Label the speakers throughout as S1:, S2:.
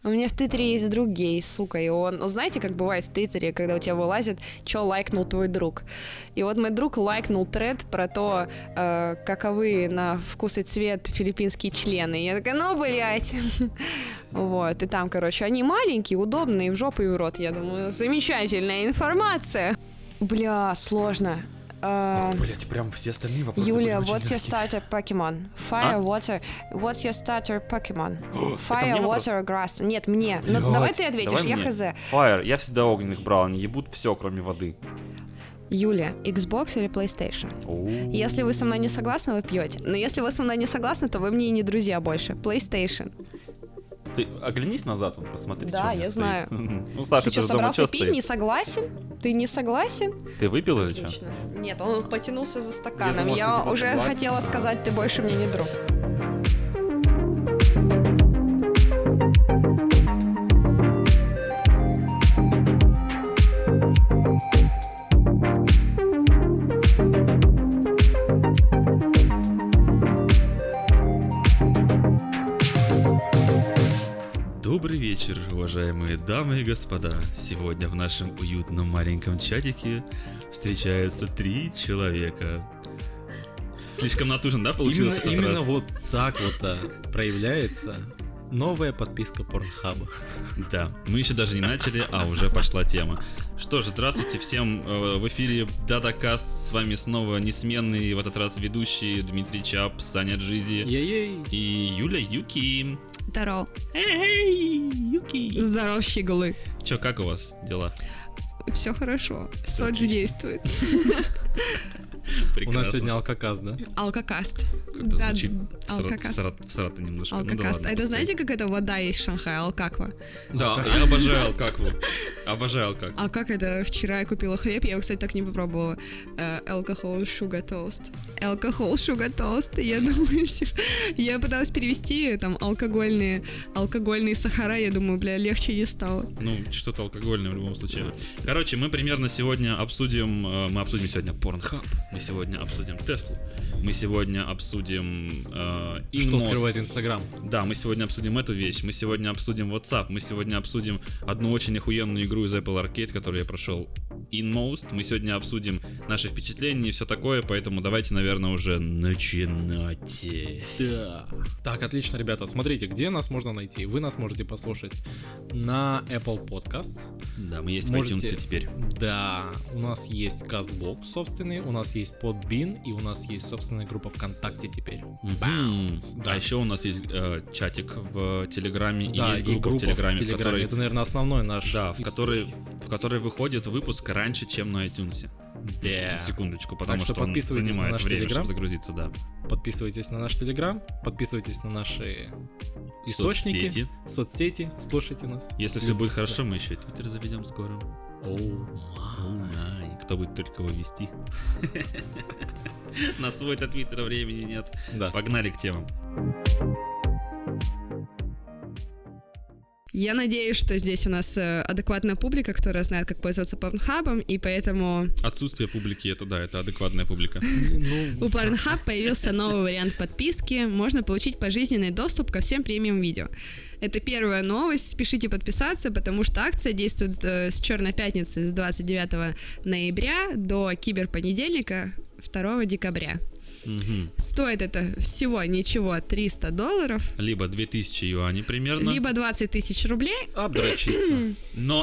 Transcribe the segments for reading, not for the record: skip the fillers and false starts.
S1: У меня в Твиттере есть друг гей, сука, и он... Знаете, как бывает в Твиттере, когда у тебя вылазит, что лайкнул твой друг? И вот мой друг лайкнул тред про то, каковы на вкус и цвет филиппинские члены. И я такая, ну, блядь. Вот, и там, короче, они маленькие, удобные, в жопу и в рот. Я думаю, замечательная информация. Бля, сложно.
S2: Блять, прям все остальные вопросы.
S1: Юлия, what's your starter Pokemon? Fire, water. What's your starter Pokemon? Fire, water, grass. Нет, мне. Ну, давай ты ответишь, я хз.
S2: Fire, я всегда огненных брал, они ебут все, кроме воды.
S1: Юля, Xbox или PlayStation? Если вы со мной не согласны, вы пьете. Но если вы со мной не согласны, то вы мне и не друзья больше. PlayStation.
S2: Ты оглянись назад, посмотри,
S1: да, я знаю.
S2: Ну, Саша,
S1: ты что, собрался пить? Не согласен? Ты не согласен?
S2: Ты выпил или что?
S1: Нет, он потянулся за стаканом. Я уже хотела сказать, ты больше мне не друг.
S2: Добрый вечер, уважаемые дамы и господа. Сегодня в нашем уютном маленьком чатике встречаются 3 человека. Слишком натужно, да, получилось?
S3: Именно вот так вот проявляется новая подписка Pornhub.
S2: Да, мы еще даже не начали, а уже пошла тема. Что ж, здравствуйте всем, в эфире DataCast, с вами снова несменный в этот раз ведущий Дмитрий Чап, Саня Джизи и Юля Юки.
S1: Здорово.
S2: Эй, Юки.
S1: Здорово, щеголы.
S2: Че, как у вас дела?
S1: Все хорошо, соджи действует.
S2: Прекрасно.
S3: У нас сегодня алкокаст, да?
S1: Алкокаст.
S2: Как-то
S1: да,
S2: звучит
S1: алкокаст.
S2: всрато немножко.
S1: Алкокаст.
S2: Ну, да ладно,
S1: это знаете, как это вода есть в Шанхае? Алкаква.
S2: Да, я обожаю алкакву. Обожаю алкакву.
S1: А как это? Вчера я купила хлеб, я его, кстати, так не попробовала. Alcohol sugar toast. Alcohol sugar toast. Я думаю, я пыталась перевести там алкогольные сахара, я думаю, бля, легче не стало.
S2: Ну, что-то алкогольное в любом случае. Короче, мы примерно сегодня обсудим сегодня Pornhub, мы сегодня обсудим Теслу, мы сегодня обсудим
S3: что скрывает Инстаграм.
S2: Да, мы сегодня обсудим эту вещь, мы сегодня обсудим WhatsApp, мы сегодня обсудим одну очень охуенную игру из Apple Arcade, которую я прошел, Inmost. Мы сегодня обсудим наши впечатления и все такое, поэтому давайте, наверное, уже начинайте.
S3: Да. Так, отлично, ребята. Смотрите, где нас можно найти? Вы нас можете послушать на Apple Podcasts.
S2: Да, мы есть в iTunes теперь.
S3: Да, у нас есть CastBox собственный, у нас есть Podbean и у нас есть собственная группа ВКонтакте теперь.
S2: Да. А еще у нас есть чатик в Телеграме,
S3: да,
S2: и есть группа в Телеграме,
S3: в которой... Это, наверное, основной наш...
S2: Да, в которой выходит выпуск раньше, чем на iTunes.
S3: Да.
S2: Секундочку, потому
S3: что
S2: он занимает время, чтобы загрузиться, да.
S3: Подписывайтесь на наш Телеграм, подписывайтесь на наши источники, соцсети, слушайте нас.
S2: Если все будет хорошо, мы еще и Твиттер заведем скоро. Кто будет только его вести? На свой-то Твиттера времени нет.
S3: Да.
S2: Погнали к темам.
S1: Я надеюсь, что здесь у нас адекватная публика, которая знает, как пользоваться Pornhub'ом, и поэтому...
S2: Отсутствие публики, это адекватная публика.
S1: У Pornhub появился новый вариант подписки. Можно получить пожизненный доступ ко всем премиум-видео. Это первая новость. Спешите подписаться, потому что акция действует с Черной пятницы с 29 ноября до Киберпонедельника 2 декабря.
S2: Угу.
S1: Стоит это всего ничего $300.
S2: Либо 2000 юаней примерно.
S1: Либо 20 тысяч рублей.
S3: Обдрочиться.
S2: Но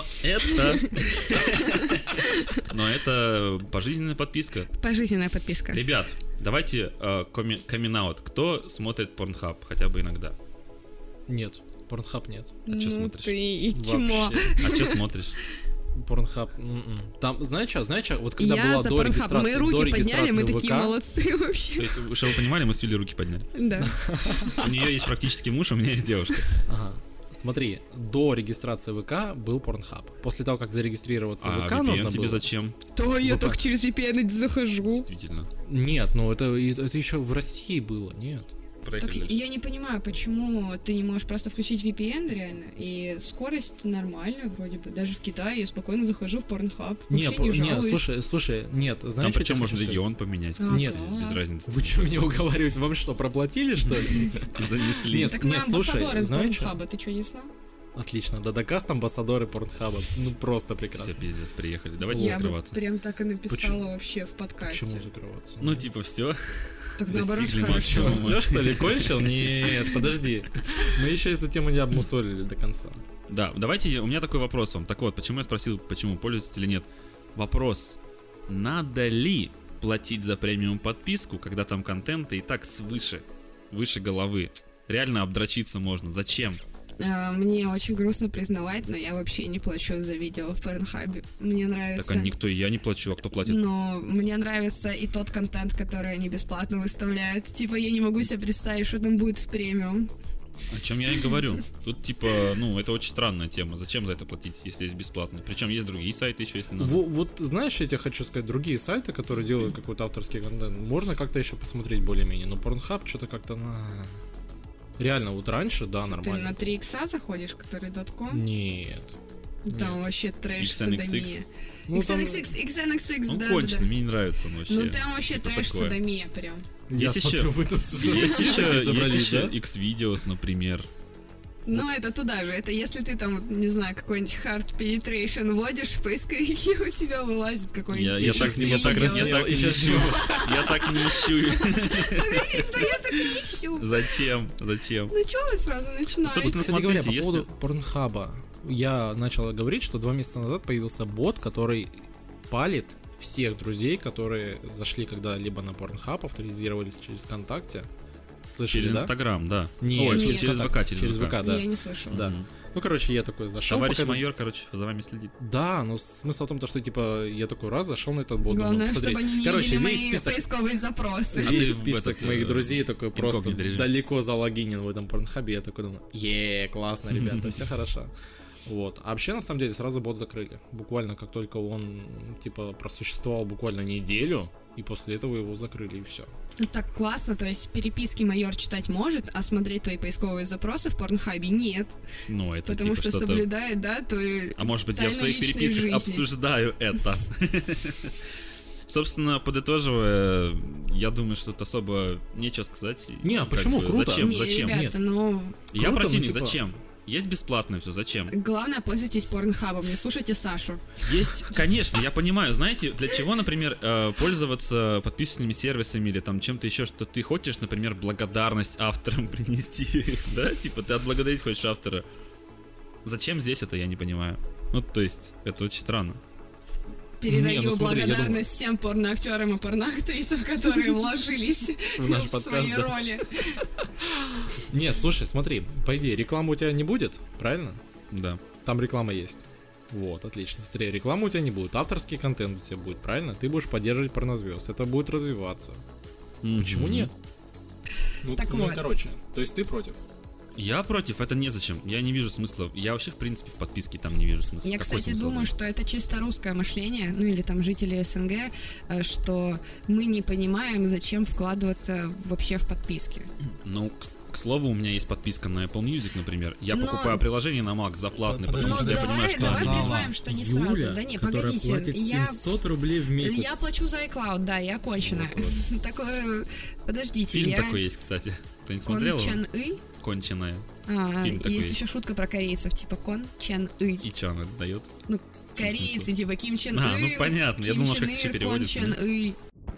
S2: это пожизненная подписка.
S1: Пожизненная подписка.
S2: Ребят, давайте камин-аут. Кто смотрит Pornhub хотя бы иногда?
S3: Нет, Pornhub нет.
S2: А что смотришь?
S1: Ты чмо.
S2: А что смотришь?
S3: Pornhub. Там, знаешь что, вот когда
S1: я
S3: была
S1: за
S3: до
S1: Pornhub.
S3: регистрации,
S1: мы руки подняли, мы
S3: ВК,
S1: такие молодцы вообще.
S2: То есть, чтобы вы понимали, мы с Юлей руки подняли.
S1: Да.
S2: У нее есть практически муж, у меня есть девушка.
S3: Ага. Смотри, до регистрации ВК был Pornhub. После того, как зарегистрироваться в ВК нужно было...
S2: тебе зачем?
S1: То я только через VPN захожу.
S2: Действительно.
S3: Нет, ну это еще в России было, нет.
S1: Так, я не понимаю, почему ты не можешь просто включить VPN реально, и скорость нормальная вроде бы, даже в Китае я спокойно захожу в Pornhub.
S3: Нет, слушай, нет, знаешь,
S2: там причем можно регион поменять.
S3: Нет,
S2: без разницы.
S3: Вы что меня уговариваете? Вам что, проплатили, что ли?
S2: Занесли.
S1: Так мы амбассадоры с Pornhub, ты что, не знал?
S3: Отлично. Дадакаст, амбассадоры Порнхаба. Ну, просто прекрасно.
S2: Все, пиздец, приехали. Давайте
S1: Я бы
S2: закрываться.
S1: прям так и написала вообще в подкасте.
S3: Почему закрываться?
S2: Ну, типа, все.
S1: Так наоборот,
S2: Достигли
S1: хорошо.
S2: максимума.
S3: Все, что ли, кончил? Нет, подожди. Мы еще эту тему не обмусолили до конца.
S2: Да, давайте, у меня такой вопрос вам. Так вот, почему я спросил, почему пользуетесь или нет. Вопрос, надо ли платить за премиум подписку, когда там контента и так выше головы? Реально обдрочиться можно. Зачем?
S1: Мне очень грустно признавать, но я вообще не плачу за видео в Порнхабе. Мне нравится...
S2: Так, а никто и я не плачу, а кто платит?
S1: Но мне нравится и тот контент, который они бесплатно выставляют. Типа, я не могу себе представить, что там будет в премиум.
S2: О чем я и говорю. Тут, типа, ну, это очень странная тема. Зачем за это платить, если есть бесплатно? Причем есть другие сайты еще, если надо.
S3: Вот знаешь, я тебе хочу сказать, другие сайты, которые делают какой-то авторский контент, можно как-то еще посмотреть более-менее. Но Pornhub что-то как-то... Реально, вот раньше, да,
S1: Ты
S3: нормально.
S1: на 3 икса заходишь, который .com?
S3: Нет.
S1: Там вообще трэш
S2: XNXX.
S1: садомия.
S3: Ну, там-
S1: XNXX,
S2: Он
S1: да,
S2: конченый,
S1: да.
S2: мне не нравится он вообще.
S1: Ну там вообще
S2: Типа
S1: трэш
S2: такое.
S1: садомия прям.
S3: Я
S2: Есть
S3: смотрю,
S2: еще-
S3: вы тут
S2: Есть еще
S3: собрались, да?
S2: X-Videos, например.
S1: Ну, это туда же. Это если ты там, не знаю, какой-нибудь hard penetration вводишь в поисковике, у тебя вылазит какой-нибудь
S2: Я так
S1: X-видео.
S2: не
S3: И сейчас
S2: ищу. Я так не ищу.
S1: Да я так не ищу.
S2: Зачем?
S1: Ну чё вы сразу начинаете?
S2: Собственно,
S3: Кстати говоря, по
S2: смотрите,
S3: поводу Порнхаба, я начал говорить, что 2 месяца назад появился бот, который палит всех друзей, которые зашли когда-либо на Порнхаб, авторизировались через ВКонтакте. Слышали,
S2: Через
S3: да?
S2: Инстаграм, да.
S3: Нет,
S2: Ой,
S1: Нет.
S2: через ВК, через ВК.
S3: ВК, да.
S1: Я не слышала.
S3: Да.
S2: Мгм.
S3: Ну, короче, я такой зашел.
S2: Товарищ
S3: пока-
S2: майор, короче, за вами следит.
S3: Да, но смысл в том, что типа я такой раз зашел на этот бот. думаю,
S1: Главное,
S3: посмотри.
S1: чтобы они не
S3: Короче,
S1: видели
S3: весь
S1: мои
S3: список,
S1: поисковые запросы.
S2: А ты
S3: весь
S2: в
S3: список
S2: этот,
S3: моих друзей такой просто
S2: инкогнито режим.
S3: далеко залогинен в этом порнхабе. Я такой думаю, классно, ребята, все хорошо. Вот. А вообще, на самом деле, сразу бот закрыли. Буквально, как только он, типа, просуществовал буквально неделю, и после этого его закрыли, и все.
S1: Так классно, то есть переписки майор читать может, а смотреть твои поисковые запросы в Порнхабе нет.
S2: Ну, это
S1: Потому
S2: типа
S1: что
S2: что-то...
S1: соблюдает, да, твою
S2: А может быть, я в
S1: тайну
S2: своих
S1: личной
S2: переписках
S1: жизни.
S2: обсуждаю это. Собственно, подытоживая, я думаю, что тут особо нечего сказать.
S3: Не, а
S2: Как
S3: почему?
S2: бы,
S3: Круто.
S2: Зачем?
S1: Не,
S2: Зачем?
S1: ребята,
S3: Нет.
S1: ну,
S2: Я
S3: Круто,
S2: противник,
S3: ну, типа-
S2: зачем? Есть бесплатное все, зачем?
S1: главное, пользуйтесь Порнхабом, не слушайте Сашу.
S2: Есть, конечно, я понимаю, знаете, для чего, например, пользоваться подписочными сервисами или там чем-то еще, что ты хочешь, например, благодарность авторам принести, да, типа ты отблагодарить хочешь автора. Зачем здесь это, я не понимаю. Ну, то есть, это очень странно.
S1: Передаю
S3: Не, ну смотри, я
S1: благодарность всем порноактерам и порноактрисам, которые вложились
S3: В наш
S1: в свои
S3: подкаст, да.
S1: роли.
S3: Нет, слушай, смотри, по идее, рекламы у тебя не будет, правильно?
S2: Да.
S3: Там реклама есть. Вот, отлично. Смотри, рекламы у тебя не будет, авторский контент у тебя будет, правильно? Ты будешь поддерживать порнозвезд, это будет развиваться. Почему нет? Ну,
S1: Так
S3: ну и
S1: вот.
S3: короче, то есть ты против?
S2: Я против, это незачем. Я не вижу смысла. Я вообще, в принципе, в подписке там не вижу смысла.
S1: Я,
S2: Какой
S1: кстати,
S2: смысл
S1: думаю,
S2: в этом?
S1: что это чисто русское мышление, ну или там жители СНГ, что мы не понимаем, зачем вкладываться вообще в подписки.
S2: Ну, к слову, у меня есть подписка на Apple Music, например. Я
S1: Но-
S2: покупаю приложение на Mac за платный,
S3: Подожди,
S2: потому
S1: Ну
S2: что я понимаю, что
S1: давай
S2: оно-
S1: признаем, что не сразу. Да не, погодите, я
S3: 700 рублей в месяц.
S1: Я плачу за iCloud, да, я кончена. Такое, подождите,
S2: Фильм
S1: я
S2: такой есть, кстати. Кто не смотрел? его?
S1: Кончен-ы.
S2: Конченая.
S1: А,
S2: Фильм такой
S1: есть
S2: есть.
S1: еще шутка про корейцев, типа Кончен-ы.
S2: И чё она дает?
S1: Ну, корейцы, типа Ким Чен
S2: А, ну понятно, я думал, как
S1: Чен
S2: еще
S1: Ир,
S2: переводится.
S1: Кон Чен Ы.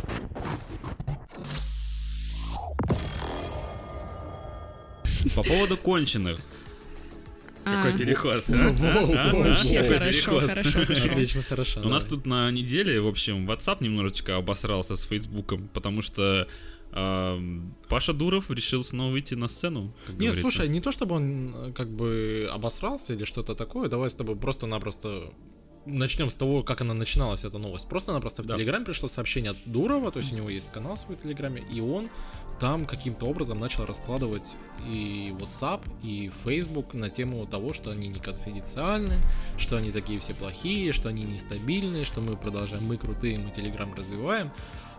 S2: По поводу конченых. Какой переход.
S1: Вообще
S2: Какой
S1: хорошо,
S2: переход.
S1: хорошо зашел.
S3: Отлично, хорошо.
S2: У нас тут на неделе, в общем, WhatsApp немножечко обосрался с Фейсбуком, потому что Паша Дуров решил снова выйти на сцену, как
S3: Нет,
S2: говорится.
S3: слушай, не то чтобы он как бы обосрался или что-то такое, давай с тобой просто-напросто начнем с того, как она начиналась, эта новость. Просто-напросто в
S2: Да.
S3: Телеграме пришло сообщение от Дурова, то есть у него есть канал свой в Телеграме, и он там каким-то образом начал раскладывать и WhatsApp, и Facebook на тему того, что они не конфиденциальны, что они такие все плохие, что они нестабильные, что мы продолжаем, мы крутые, мы Телеграм развиваем.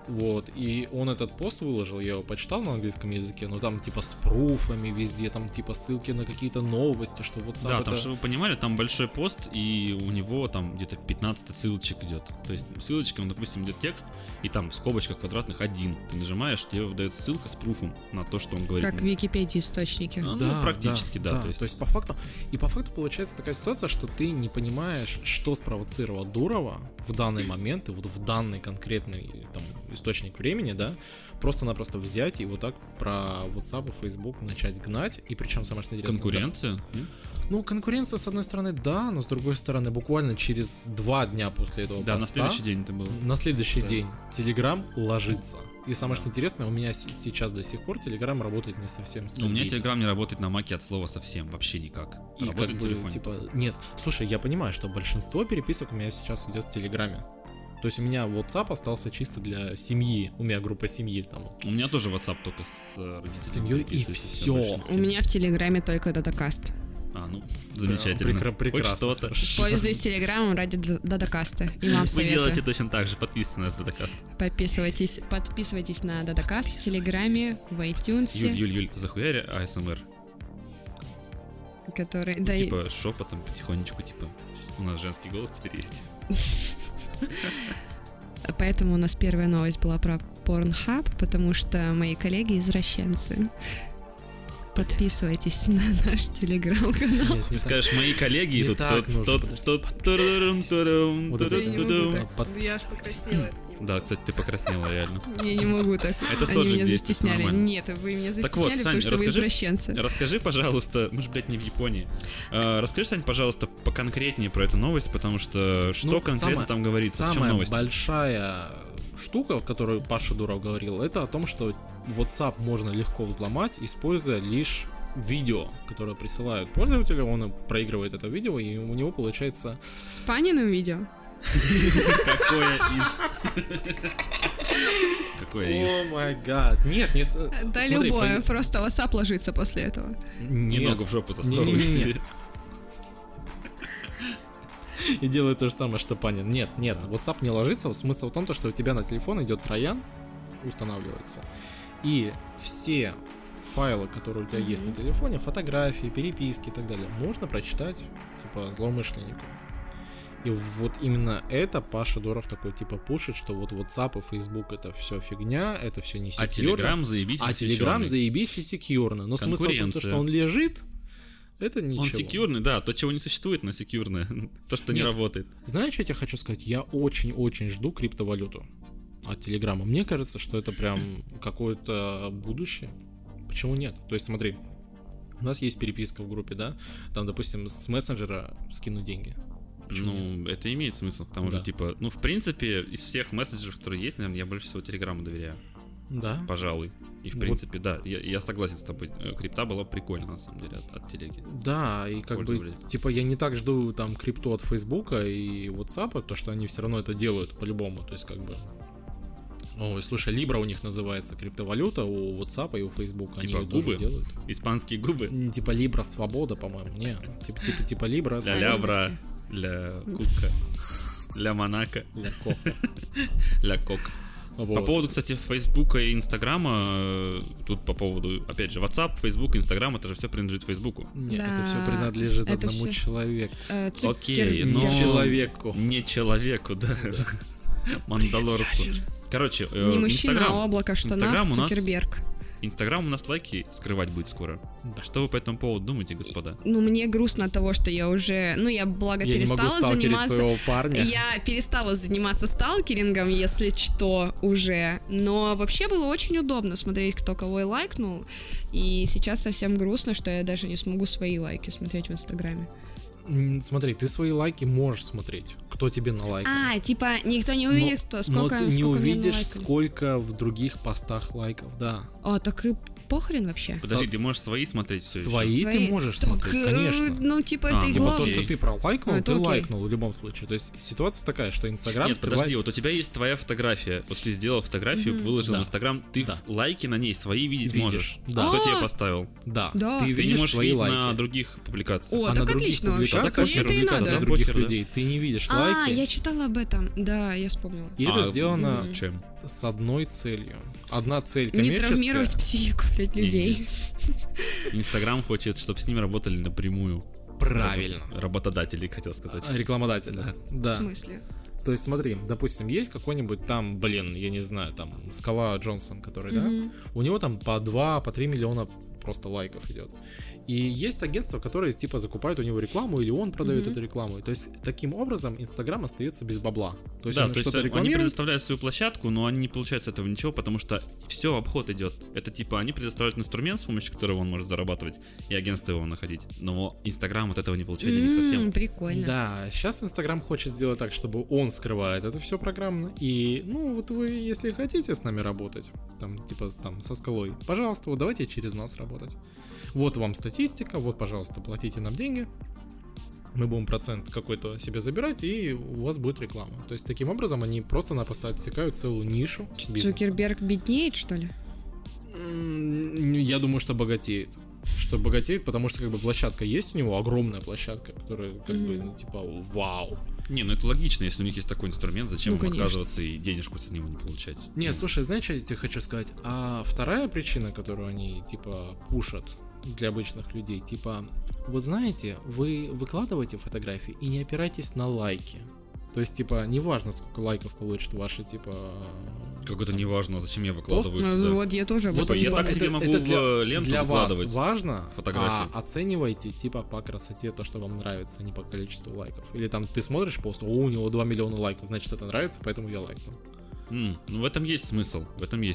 S3: Вот, и он этот пост выложил, я его почитал на английском языке, но там типа с пруфами везде, там типа ссылки на какие-то новости, что WhatsApp
S2: Да,
S3: это...
S2: там, чтобы вы понимали, там большой пост, и у него там где-то 15 ссылочек идет. То есть ссылочка, допустим, идет текст, и там в скобочках квадратных 1. Ты нажимаешь, тебе выдает ссылка с пруфом на то, что он говорит.
S1: Как в Википедии источники.
S2: Ну,
S3: Да,
S2: практически, да.
S3: То есть по факту получается такая ситуация, что ты не понимаешь, что спровоцировало Дурова в данный момент и вот в данный конкретный там источник времени, да, просто-напросто взять и вот так про WhatsApp и Facebook начать гнать, и причем самое что интересное...
S2: Конкуренция?
S3: Да, ну, конкуренция, с одной стороны, да, но с другой стороны, буквально через 2 дня после этого
S2: Да,
S3: поста,
S2: на следующий день это было.
S3: на следующий день Telegram ложится. И самое что интересное, у меня сейчас до сих пор Telegram работает не совсем стабильно.
S2: У меня Telegram не работает на маке от слова совсем, вообще никак.
S3: И
S2: Работает
S3: как
S2: в
S3: бы,
S2: телефоне.
S3: типа, нет, слушай, я понимаю, что большинство переписок у меня сейчас идет в Телеграме. То есть у меня WhatsApp остался чисто для семьи, у меня группа семьи там.
S2: У меня тоже WhatsApp только с родителями.
S3: С семьей и
S2: переписываюсь,
S3: всё.
S2: большинстве.
S1: У меня в Телеграме только Датакаст.
S2: Ну, замечательно.
S3: Прекрасно.
S2: Хоть что-то.
S1: Пользуюсь Телеграмом ради Датакаста. И вам
S2: Вы
S1: советую.
S2: делаете точно так же, подписывайтесь на Датакаст.
S1: Подписывайтесь на Датакаст в Телеграме, в iTunes,
S2: Юль, захуяри АСМР.
S1: который... Да, и-
S2: Типа шепотом, потихонечку, типа, у нас женский голос теперь есть.
S1: Поэтому у нас первая новость была про Pornhub, потому что мои коллеги извращенцы. Подписывайтесь на наш телеграм-канал.
S3: Нет,
S2: Ты скажешь, мои коллеги,
S3: Не
S2: тут
S3: так нужно,
S2: Вот это
S1: Я покраснела.
S2: Да, кстати, ты покраснела, реально.
S1: Я не могу так.
S2: Это
S1: Они
S2: Соджик
S1: меня
S2: действует,
S1: застесняли.
S2: нормально.
S1: Нет, вы меня
S2: Так вот,
S1: застесняли,
S2: Сань,
S1: потому что вы
S2: расскажи-
S1: извращенцы.
S2: Расскажи, пожалуйста, мы же, блядь, не в Японии. Расскажи, Сань, пожалуйста, поконкретнее про эту новость, потому что что
S3: Ну,
S2: конкретно там говорится, в чем
S3: Самая
S2: новость?
S3: большая штука, которую Паша Дуров говорил, это о том, что WhatsApp можно легко взломать, используя лишь видео, которое присылают пользователю, он проигрывает это видео, и у него получается...
S1: С Паниным видео?
S2: Какое из... Какое из...
S3: О май гад. Нет, не...
S1: Да,
S3: смотри,
S1: любое, просто WhatsApp ложится после этого.
S3: Нет.
S2: Немного в жопу засовывает
S3: Не-не-не.
S2: себе.
S3: И делает то же самое, что Панин. Нет, WhatsApp не ложится. Смысл в том, что у тебя на телефон идет троян, устанавливается, и все файлы, которые у тебя есть на телефоне, фотографии, переписки и так далее, можно прочитать, типа, злоумышленнику. И вот именно это Паша Дуров такой, типа, пушит, что вот WhatsApp и Facebook это все фигня, это все не
S2: А
S3: секьюрно.
S2: Telegram заебись.
S3: А Telegram заебись и секьюрно. Но смысл в том, что
S2: Конкуренция.
S3: он лежит, это ничего.
S2: Он секьюрный, да, то, чего не существует, но секьюрное. То, что не
S3: Нет.
S2: работает.
S3: Знаешь, что я тебе хочу сказать? Я очень-очень жду криптовалюту от Телеграма. Мне кажется, что это прям какое-то будущее. Почему нет? То есть смотри, у нас есть переписка в группе, да? Там, допустим, с мессенджера скинуть деньги. Почему
S2: Ну, это имеет смысл, потому
S3: Да.
S2: что, типа, ну, в принципе, из всех мессенджеров, которые есть, наверное, я больше всего Телеграму доверяю.
S3: Да.
S2: Пожалуй. И, в
S3: Вот.
S2: принципе, да, я согласен с тобой. Крипта была прикольна, на самом деле, от телеги.
S3: Да, и как бы,
S2: Пользовались.
S3: типа, я не так жду там крипту от Фейсбука и WhatsApp, то, что они все равно это делают по-любому. То есть, как бы... Ой, слушай, Libra у них называется криптовалюта, у WhatsApp и у Facebook. Они
S2: Типа
S3: её тоже
S2: губы?
S3: делают.
S2: Испанские губы.
S3: Типа Libra свобода, по-моему. Не, типа Libra
S2: Ля
S3: свобода.
S2: Лябра, ля Кука, ля Монако,
S3: Ля Коха.
S2: ля Кок.
S3: Вот.
S2: По поводу, кстати, Фейсбука и Инстаграма, тут по поводу, опять же, WhatsApp, Facebook, Инстаграм, это же все принадлежит Фейсбуку.
S3: Нет,
S1: Да,
S3: это все принадлежит
S1: это
S3: одному
S1: всё-
S3: человеку.
S2: Окей,
S3: Не
S2: но-
S3: человеку.
S2: Не человеку, да. Мандалорцу. Короче,
S1: Не мужчина,
S2: Инстаграм.
S1: а облако в штанах,
S2: Инстаграм у нас-
S1: Цукерберг.
S2: Инстаграм у нас лайки скрывать будет скоро. Что вы по этому поводу думаете, господа?
S1: Ну, мне грустно от того, что я уже... Ну, я, благо,
S3: Я не могу
S1: перестала
S3: сталкерить
S1: заниматься...
S3: своего парня.
S1: Я перестала заниматься сталкерингом, если что, уже. Но вообще было очень удобно смотреть, кто кого и лайкнул. И сейчас совсем грустно, что я даже не смогу свои лайки смотреть в Инстаграме.
S3: Смотри, ты свои лайки можешь смотреть. Кто тебе налайкал.
S1: А, типа, никто не увидит, кто, сколько,
S3: но ты не
S1: сколько мне
S3: увидишь,
S1: налайкали.
S3: сколько в других постах лайков, да.
S1: А, так и похрен вообще.
S2: Подожди, ты можешь свои смотреть все
S3: Свои ты можешь
S1: Так,
S3: смотреть, конечно.
S1: Ну, типа,
S2: А,
S1: это и
S2: типа
S3: Типа то,
S1: главное.
S3: что ты пролайкнул,
S1: А, это
S3: ты
S1: окей.
S3: лайкнул в любом случае. То есть ситуация такая, что Инстаграм
S2: Нет,
S3: скрывает...
S2: подожди, вот у тебя есть твоя фотография. Вот ты сделал фотографию, выложил
S3: Да.
S2: в Инстаграм, ты
S3: Да.
S2: лайки на ней свои видеть
S3: Видишь.
S2: можешь.
S3: Да.
S2: Кто
S1: А!
S2: тебе поставил?
S3: Да.
S1: Да.
S3: Ты
S1: Ты
S2: Ты не
S3: видишь
S2: можешь
S3: свои
S2: видеть
S3: лайки.
S2: на других публикациях.
S1: О,
S3: А
S1: так
S3: на других
S1: отлично вообще. Так
S3: публикациях,
S1: мне это и
S3: публикациях
S1: надо.
S3: других
S2: Похер, да.
S3: людей ты не видишь
S1: А,
S3: лайки.
S1: я читала об этом. Да, я вспомнила.
S3: И это сделано
S2: Чем?
S3: с одной целью. Одна цель
S1: Не
S3: коммерческая.
S1: травмировать психику, блядь, людей.
S2: Инстаграм хочет, чтобы с ними работали напрямую.
S3: Правильно.
S2: Работодатели, хотел сказать.
S3: Рекламодатель.
S2: Да.
S1: В
S3: Да.
S1: смысле?
S3: То есть смотри, допустим, есть какой-нибудь там, я не знаю, там Скала Джонсон, который, да, у него там по 2, по 3 миллиона просто лайков идет. И есть агентства, которые типа закупают у него рекламу, или он продает эту рекламу. То есть таким образом Инстаграм остается без бабла. То есть
S2: Да,
S3: он
S2: то есть
S3: что-то
S2: они
S3: рекламирует.
S2: предоставляют свою площадку, но они не получают с этого ничего, потому что все в обход идет. Это типа они предоставляют инструмент, с помощью которого он может зарабатывать, и агентство его находить. Но Инстаграм от этого не получает денег совсем.
S1: Прикольно.
S3: Да, сейчас Инстаграм хочет сделать так, чтобы он скрывает это все программно. И, ну, вот вы, если хотите с нами работать, там, типа, там, со Скалой, пожалуйста, вот давайте через нас работать. Вот вам статистика, вот, пожалуйста, платите нам деньги. Мы будем процент какой-то себе забирать, и у вас будет реклама. То есть, таким образом, они просто-напросто отсекают целую нишу бизнеса.
S1: Цукерберг беднеет, что ли?
S3: Я думаю, что богатеет. Что богатеет, потому что как бы площадка есть у него, огромная площадка, которая как бы, ну, типа, вау.
S2: Не, ну это логично, если у них есть такой инструмент, зачем
S1: Ну,
S2: им
S1: конечно.
S2: отказываться и денежку с него не получать?
S3: Нет, слушай, знаешь, что я тебе хочу сказать? А вторая причина, которую они, типа, пушат для обычных людей, типа, вот знаете, вы выкладываете фотографии и не опирайтесь на лайки. То есть, типа, неважно, сколько лайков получат ваши, типа...
S2: Как это не важно, зачем я выкладываю
S3: Пост?
S2: туда?
S1: Вот я тоже об
S2: Вот
S1: этом
S2: я
S1: думала.
S2: так себе могу в ленту
S3: для вас
S2: выкладывать
S3: важно,
S2: фотографии.
S3: а оценивайте, типа, по красоте то, что вам нравится, а не по количеству лайков. Или там ты смотришь пост, о, у него 2 миллиона лайков, значит, это нравится, поэтому я лайкнул.
S2: Ну в этом есть смысл,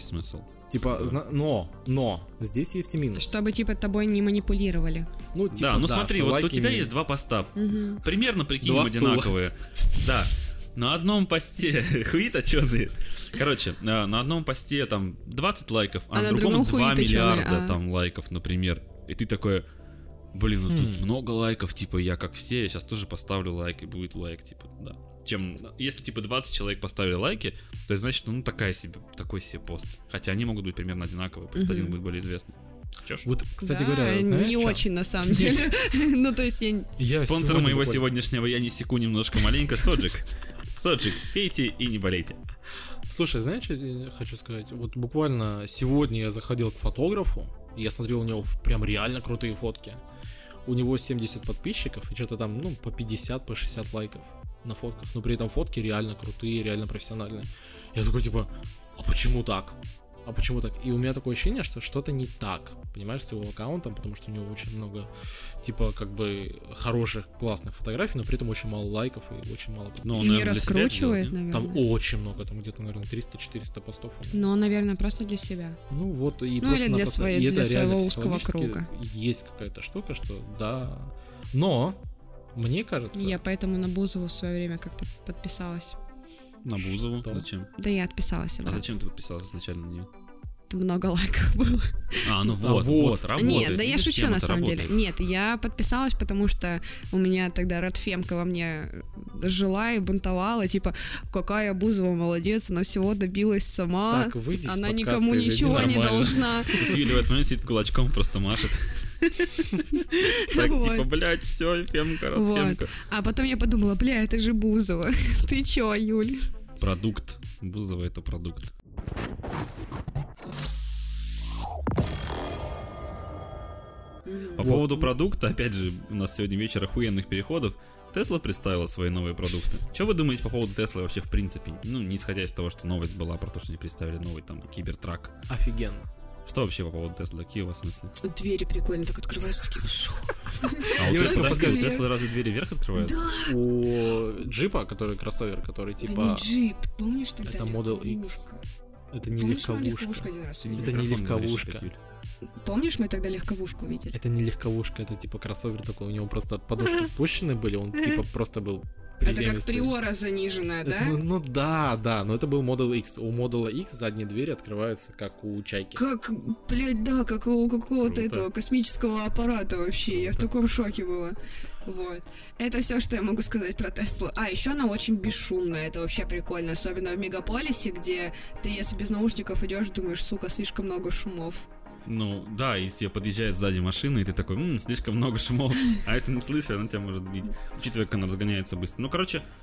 S3: Типа, но, здесь есть и минус.
S1: Чтобы, типа, тобой не манипулировали.
S3: Ну, типа,
S2: Да, ну смотри,
S3: что
S2: вот у
S3: лайки
S2: тебя
S3: не-
S2: есть два поста, примерно, прикинем,
S3: Два стула.
S2: одинаковые. Да, на одном посте хуи точеные. Короче, на одном посте там 20 лайков, а
S1: А
S2: на
S1: на
S2: другом
S1: другом
S2: 2
S1: хуи точёные,
S2: миллиарда
S1: а.
S2: там лайков, например. И ты такой, блин, ну тут много лайков, типа я как все, я сейчас тоже поставлю лайк, и будет лайк, типа, да. Если типа 20 человек поставили лайки, то это значит, ну такой себе пост. Хотя они могут быть примерно одинаковые, просто один будет более известный. Чё ж?
S3: Вот, кстати
S1: Да,
S3: говоря, знаешь,
S1: не
S3: чё?
S1: очень, на самом деле. Ну, то есть
S3: Я
S2: Спонсор
S3: сегодня
S2: моего
S3: буквально-
S2: сегодняшнего «Я не секу» немножко маленько, Соджик. Соджик, пейте и не болейте.
S3: Слушай, знаешь, что я хочу сказать? Вот буквально сегодня я заходил к фотографу, и я смотрел у него прям реально крутые фотки. У него 70 подписчиков и что-то там, ну, по 50, по 60 лайков на фотках. Но при этом фотки реально крутые, реально профессиональные. Я такой, типа, а почему так? А почему так? И у меня такое ощущение, что что-то не так, понимаешь, с его аккаунтом, потому что у него очень много, типа, как бы, хороших, классных фотографий, но при этом очень мало лайков и очень мало подписчиков.
S2: Ну, он,
S1: не
S2: наверное, для себя это
S1: раскручивает,
S2: делает,
S1: наверное.
S3: Там очень много, там где-то, наверное, 300-400 постов. у него.
S1: Но, наверное, просто для себя.
S3: Ну вот, и
S1: Ну,
S3: просто
S1: или для своей- для своего узкого круга.
S3: Есть какая-то штука, что да. Но, мне кажется,
S1: Я поэтому на Бузову в свое время как-то подписалась.
S2: На Бузову.
S3: Да.
S2: Зачем?
S1: Да я отписалась.
S2: А
S1: да.
S2: зачем ты подписалась изначально на нее?
S1: Много лайков было.
S2: Ну
S3: вот.
S2: вот, работает.
S1: Нет, да я
S2: Видишь,
S1: шучу
S2: тема-то
S1: на самом деле.
S2: работает.
S1: Нет, я подписалась, потому что у меня тогда Радфемка во мне жила и бунтовала, типа, какая Бузова молодец, она всего добилась сама,
S3: Так, выйди из
S1: она
S3: подкаста
S1: никому
S3: и зайди
S1: ничего не
S3: нормально.
S1: должна.
S2: Тут Юля в этот момент сидит кулачком, просто машет. Так,
S1: Вот.
S2: типа, блядь, все, Фемка,
S1: Вот.
S2: Радфемка.
S1: А потом я подумала, бля, это же Бузова. Ты чё, Юль?
S2: Продукт. Бузова — это продукт. По поводу продукта, опять же, у нас сегодня вечер охуенных переходов. Тесла представила свои новые продукты. Что вы думаете по поводу Теслы вообще в принципе? Ну, не исходя из того, что новость была про то, что они представили новый там Кибертрак.
S3: офигенно.
S2: Что вообще по поводу Теслы? Какие у вас мысли?
S1: Двери прикольно так открываются, такие.
S2: А у
S3: Девушка,
S2: Теслы,
S3: подожди.
S2: у Теслы разве двери вверх открывают?
S3: У джипа, который кроссовер, который
S1: Это
S3: типа...
S1: не джип, помнишь тогда?
S3: Это Model X.
S1: легковушка?
S3: Это не
S1: Помнишь, мы
S3: легковушка.
S1: легковушку один раз
S2: Ты
S1: увидели?
S3: Это не
S2: микрофон говоришь,
S3: легковушка.
S2: как Юль.
S1: Помнишь, мы тогда легковушку видели?
S3: Это не легковушка, это типа кроссовер такой. У него просто подушки спущены были, он типа просто был
S1: Это как
S3: приземистый.
S1: приора заниженная, да?
S3: Ну да, но это был Model X. У Model X задние двери открываются, как у Чайки.
S1: Как, блядь, да, как у какого-то
S2: Круто.
S1: этого космического аппарата вообще. Я в таком шоке была. Вот. Это все, что я могу сказать про Теслу. А, еще она очень бесшумная. Это вообще прикольно. Особенно в мегаполисе, где ты, если без наушников идешь, думаешь, сука, слишком много шумов.
S2: Ну, да, и тебе подъезжает сзади машина, и ты такой, слишком много шумов, а это не слышишь, она тебя может сбить. Учитывая, как она разгоняется быстро. Ну, короче,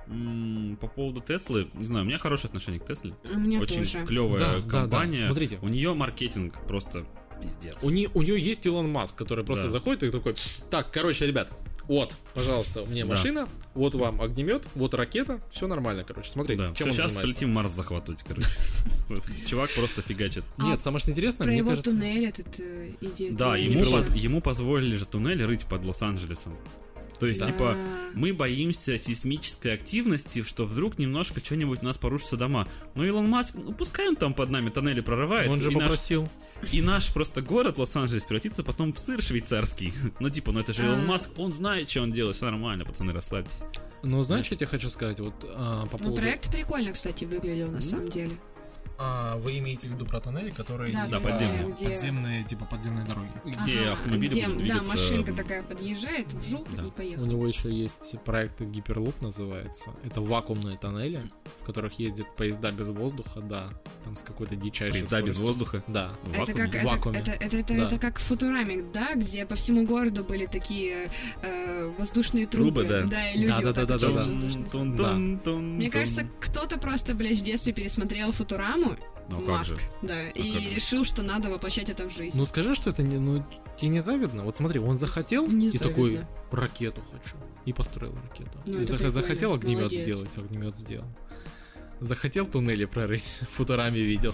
S2: По поводу Теслы, не знаю, у меня хорошее отношение к Тесле.
S1: У меня
S2: Очень
S1: тоже.
S2: клевая компания.
S3: Да. Смотрите.
S2: У нее маркетинг просто пиздец.
S3: У нее есть Илон Маск, который просто
S2: Да.
S3: заходит и такой: так, короче, ребят, вот, пожалуйста, мне
S2: Да.
S3: машина, вот вам огнемет, вот ракета, все нормально, короче, смотри,
S2: Да.
S3: чем он
S2: Сейчас
S3: занимается.
S2: полетим Марс захватывать, короче. Чувак просто фигачит.
S3: Нет, самое что интересное,
S1: Про
S3: мне
S1: его
S3: кажется...
S1: туннель этот идея.
S2: Да,
S1: туннеля.
S2: ему позволили же туннель рыть под Лос-Анджелесом. То есть,
S1: Да.
S2: типа, мы боимся сейсмической активности, что вдруг немножко что-нибудь у нас порушится дома. Но Илон Маск, ну пускай он там под нами тоннели прорывает.
S3: Он же
S2: и
S3: попросил.
S2: и наш просто город Лос-Анджелес превратится потом в сыр швейцарский. Ну, типа, ну это же Илон Маск, он знает, что он делает, все нормально, пацаны, расслабьтесь.
S3: Ну, знаешь, что я тебе хочу сказать? Вот по
S1: Ну,
S3: поводу...
S1: проект прикольно, кстати, выглядел на самом деле.
S3: Вы имеете в виду про тоннели, которые
S1: Да,
S3: типа
S2: подземные.
S3: подземные дороги?
S2: Где автомобили
S1: где,
S2: будут
S1: да,
S2: двигаться.
S1: машинка такая подъезжает, вжух
S2: Да.
S1: и
S3: У
S1: поехал.
S3: него еще есть проект Гиперлуп называется. Это вакуумные тоннели, в которых ездят поезда без воздуха, да. Там с какой-то дичайшей
S2: Поезда без
S3: скоростью.
S2: воздуха?
S3: Да.
S2: В
S1: Это
S2: вакууме?
S1: как,
S3: В вакууме.
S1: это
S3: Да.
S1: как в Футураме, да, где по всему городу были такие воздушные трубы.
S2: Трубы, да.
S1: И люди вот так
S3: Да-да-да-да-да.
S1: через воздушные. Мне кажется, кто-то просто, блядь, в детстве пересмотрел Футураму,
S2: Ну, как
S1: Маск,
S2: же.
S1: да, и
S2: как же.
S1: решил, что надо воплощать это в жизнь.
S3: Ну скажи, что это не, ну тебе не завидно? Вот смотри, он захотел
S1: Не
S3: и такой:
S1: завидно.
S3: ракету хочу. И построил ракету.
S1: Ну,
S3: И
S1: это прикольно,
S3: захотел огнемет
S1: молодец.
S3: сделать, огнемет сделал. Захотел туннели прорыть, в Футураме видел.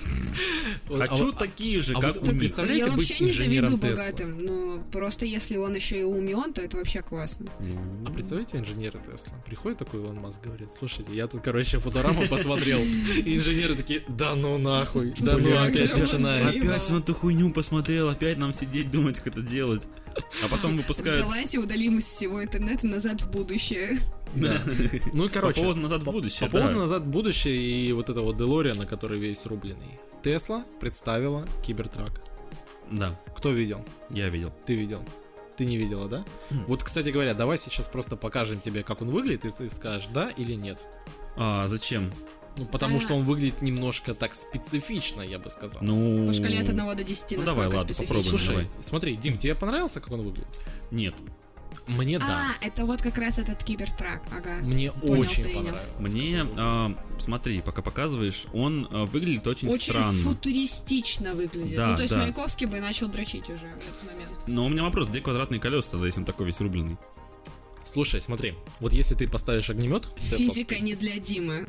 S2: Хочу такие же,
S3: а
S2: как
S3: вот
S2: у
S3: вы
S2: них.
S3: представляете
S1: Я
S3: быть
S1: вообще не завидую
S3: инженером Тесла?
S1: богатым, но просто если он еще и умен, то это вообще классно.
S3: А представляете, инженеры Тесла? Приходит такой Илон Маск, говорит: слушайте, я тут, короче, Футураму посмотрел. И инженеры такие: да ну нахуй, да ну
S1: Бля,
S3: опять
S1: как же
S3: начинается.
S1: он
S2: Опять на эту хуйню посмотрел, опять нам сидеть, думать, как это делать. А потом выпускают...
S1: Давайте удалим из всего интернета назад в будущее.
S3: Да. Ну и короче,
S2: По поводу «Назад в будущее»,
S3: по поводу
S2: да.
S3: «Назад в будущее» и вот этого Делориана, на который весь рубленый. Тесла представила Кибертрак.
S2: Да,
S3: Кто видел?
S2: я видел.
S3: Ты видел? Ты не видела, да? Вот, кстати говоря, давай сейчас просто покажем тебе, как он выглядит, и ты скажешь, да или нет.
S2: А зачем?
S3: Ну, потому что он выглядит немножко так специфично, я бы сказал.
S2: Ну...
S1: По шкале от 1 до 10,
S2: Ну,
S1: насколько
S2: давай, ладно,
S1: специфично.
S2: попробуем.
S3: Слушай,
S2: давай.
S3: смотри, Дим, тебе понравился, как он выглядит?
S2: Нет.
S3: Мне да.
S1: Это вот как раз этот кибертрак, ага.
S3: Мне
S1: Понял,
S3: очень
S1: принял.
S3: понравилось.
S2: Мне, смотри, пока показываешь, он выглядит очень
S1: Очень
S2: странно.
S1: футуристично выглядит.
S2: Да,
S1: Ну, то есть
S2: да.
S1: Маяковский бы начал дрочить уже в этот момент.
S2: Но у меня вопрос, где квадратные колеса тогда, если он такой весь рубленый?
S3: Слушай, смотри, вот если ты поставишь огнемет,
S1: Физика не для Димы.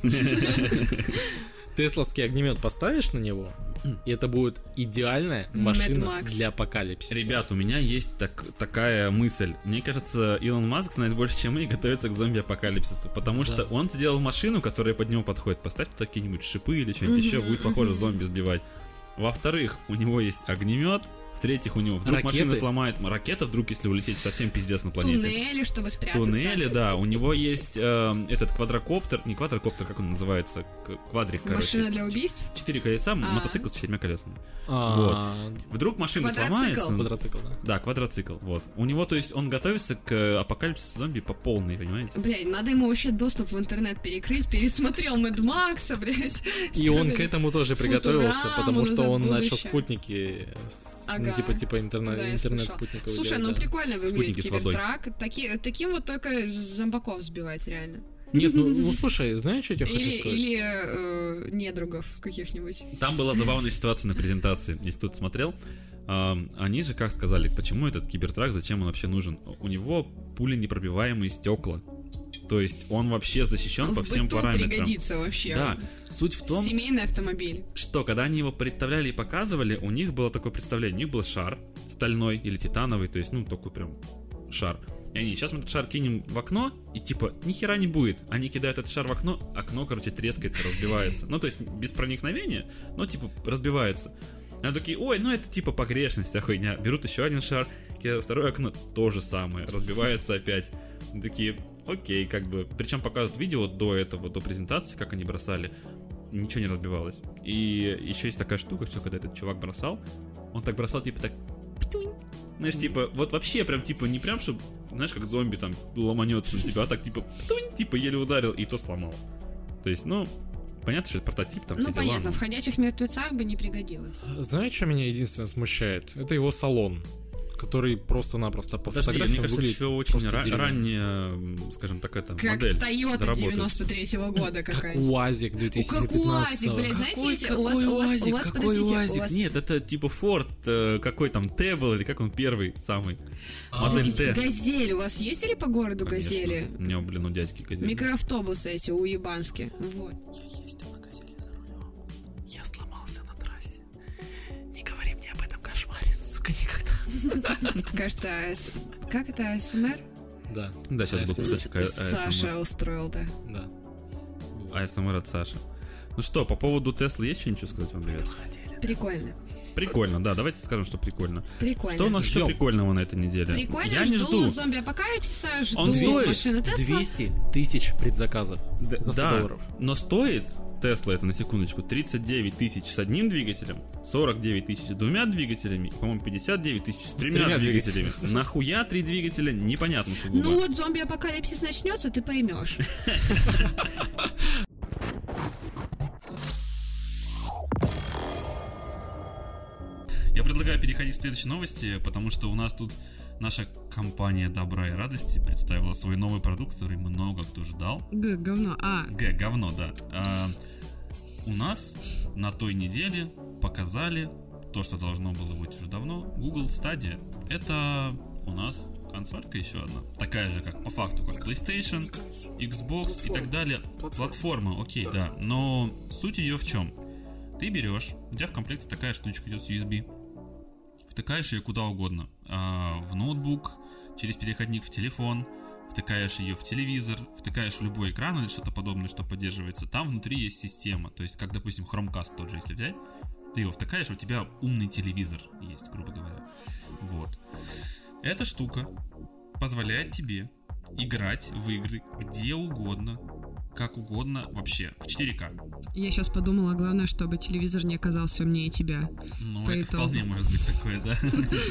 S3: тесловский огнемет поставишь на него, и это будет идеальная машина
S1: Mad Max.
S3: для апокалипсиса.
S2: Ребят, у меня есть такая мысль. Мне кажется, Илон Маск знает больше, чем мы, и готовится к зомби-апокалипсису. Потому что он сделал машину, которая под него подходит. Поставь туда какие-нибудь шипы или что-нибудь еще, будет похоже зомби сбивать. Во-вторых, у него есть огнемет. В-третьих, у него вдруг
S3: Ракеты.
S2: машина сломает. Ракета вдруг, если улететь, совсем пиздец на планете.
S1: Туннели, чтобы спрятаться.
S2: Туннели, да. У него есть этот квадрокоптер. Не квадрокоптер, как он называется? Квадрик, короче.
S1: Машина для убийств?
S2: 4 колеса, мотоцикл с 4 колесами.
S3: А,
S2: Вдруг машина
S1: Квадроцикл.
S2: сломается.
S3: Квадроцикл, да.
S2: Да, квадроцикл, вот. У него, то есть, он готовится к апокалипсису зомби по полной, понимаете?
S1: Блядь, надо ему вообще доступ в интернет перекрыть. Пересмотрел Мэд Макса, блядь.
S3: И он к этому тоже приготовился,
S1: Футураму,
S3: потому что
S1: «Назад в
S3: он начал
S1: будущее».
S3: спутники,
S1: Ага.
S3: типа
S1: Да, я
S3: интернет
S1: слышала.
S3: спутников.
S1: Слушай,
S3: делать,
S1: ну
S3: да.
S1: прикольно выглядит
S2: Спутники с водой.
S1: кибертрак. Таким вот только зомбаков сбивать реально.
S3: Нет, ну слушай, знаешь, что я тебе хочу сказать?
S1: Или недругов каких-нибудь.
S2: Там была забавная ситуация на презентации, если тут смотрел. Они же как сказали, почему этот кибертрак, зачем он вообще нужен? У него пуленепробиваемые стекла. То есть он вообще защищен по
S1: В
S2: всем
S1: быту
S2: параметрам.
S1: пригодится вообще.
S2: Да, суть в том,
S1: Семейный автомобиль.
S2: что когда они его представляли и показывали, у них было такое представление, у них был шар стальной или титановый, то есть, ну, такой прям шар. И они, сейчас мы этот шар кинем в окно, и типа, ни хера не будет. Они кидают этот шар в окно, короче, трескается, разбивается. Ну, то есть, без проникновения, но, типа, разбивается. И они такие, ой, ну это типа погрешность, вся хуйня. Берут еще один шар, кидают второе окно, то же самое, разбивается опять. И такие, окей, как бы. Причем показывают видео до этого, до презентации, как они бросали, ничего не разбивалось. И еще есть такая штука, что когда этот чувак бросал, он так бросал, типа, так, птюнь. Знаешь, типа, вот вообще прям, типа, не прям, чтобы, знаешь, как зомби там ломанется на тебя, а так, типа, птюнь, типа, еле ударил, и то сломал. То есть, ну, понятно, что это прототип, там
S1: Ну,
S2: все дела.
S1: понятно, в «Ходячих мертвецах» бы не пригодилось.
S3: Знаешь, что меня единственное смущает? Это его салон, который просто-напросто по
S2: Подожди, мне
S3: фотографиям
S2: кажется,
S3: выглядит
S2: еще очень
S3: просто деревянно.
S2: ранняя, скажем так, это
S1: Как
S2: модель.
S1: Toyota
S2: доработает.
S1: 93-го года
S3: Как
S1: какая-нибудь.
S3: УАЗик
S1: Как
S3: 2015.
S1: УАЗик, блядь, знаете, эти... У вас, подождите, у вас...
S2: Нет, это типа Ford, какой там Т был, или как он первый самый? Модель
S1: Подождите,
S2: Т.
S1: Газель, у вас ездили по городу
S2: Конечно.
S1: Газели?
S2: У меня, блин, у дядьки Газель.
S1: Микроавтобусы эти уебанские. Вот.
S3: Я ездил на Газели за рулем. Я сломался на трассе. Не говори мне об этом кошмаре, сука, никогда.
S1: Кажется, как это, АСМР?
S3: Да.
S2: Да, сейчас был кусочек
S1: Саша устроил, да.
S3: Да.
S2: АСМР от Саши. Ну что, по поводу Теслы есть что-нибудь сказать вам, ребят?
S1: Прикольно.
S2: Прикольно, да, давайте скажем, что прикольно.
S1: Прикольно.
S2: Что у нас еще
S3: Ждем.
S2: прикольного на этой неделе?
S1: Прикольно,
S2: Я не жду.
S1: зомби-апокалипсиса, жду
S2: Он стоит
S1: машины Тесла.
S3: 200 тысяч предзаказов за 100
S2: Да,
S3: долларов.
S2: но стоит Тесла, это на секундочку, 39 тысяч с одним двигателем, 49 тысяч с двумя двигателями, и, по-моему, 59 тысяч с тремя
S3: тремя
S2: двигателями.
S3: двигателями.
S2: Нахуя 3 двигателя, непонятно сугубо.
S1: Ну вот зомби-апокалипсис начнется, ты поймешь.
S2: Я предлагаю переходить к следующей новости, потому что у нас тут наша компания добра и радости представила свой новый продукт, который много кто ждал.
S1: Говно.
S2: Говно, да. У нас на той неделе показали то, что должно было быть уже давно. Google Stadia. Это у нас консолька еще одна. Такая же, как по факту, как PlayStation, Xbox и так далее. Платформа, окей, да. Но суть ее в чем? Ты берешь, у тебя в комплекте такая штучка идет с USB. Втыкаешь ее куда угодно. В ноутбук, через переходник в телефон, втыкаешь ее в телевизор, втыкаешь в любой экран или что-то подобное, что поддерживается. Там внутри есть система. То есть, как, допустим, Chromecast тот же, если взять, ты его втыкаешь, у тебя умный телевизор есть, грубо говоря. Вот. Эта штука позволяет тебе играть в игры где угодно, как угодно, вообще, в 4К.
S1: Я сейчас подумала, главное, чтобы телевизор не оказался умнее тебя.
S2: Ну,
S1: По
S2: это
S1: итогу.
S2: вполне может быть такое, да.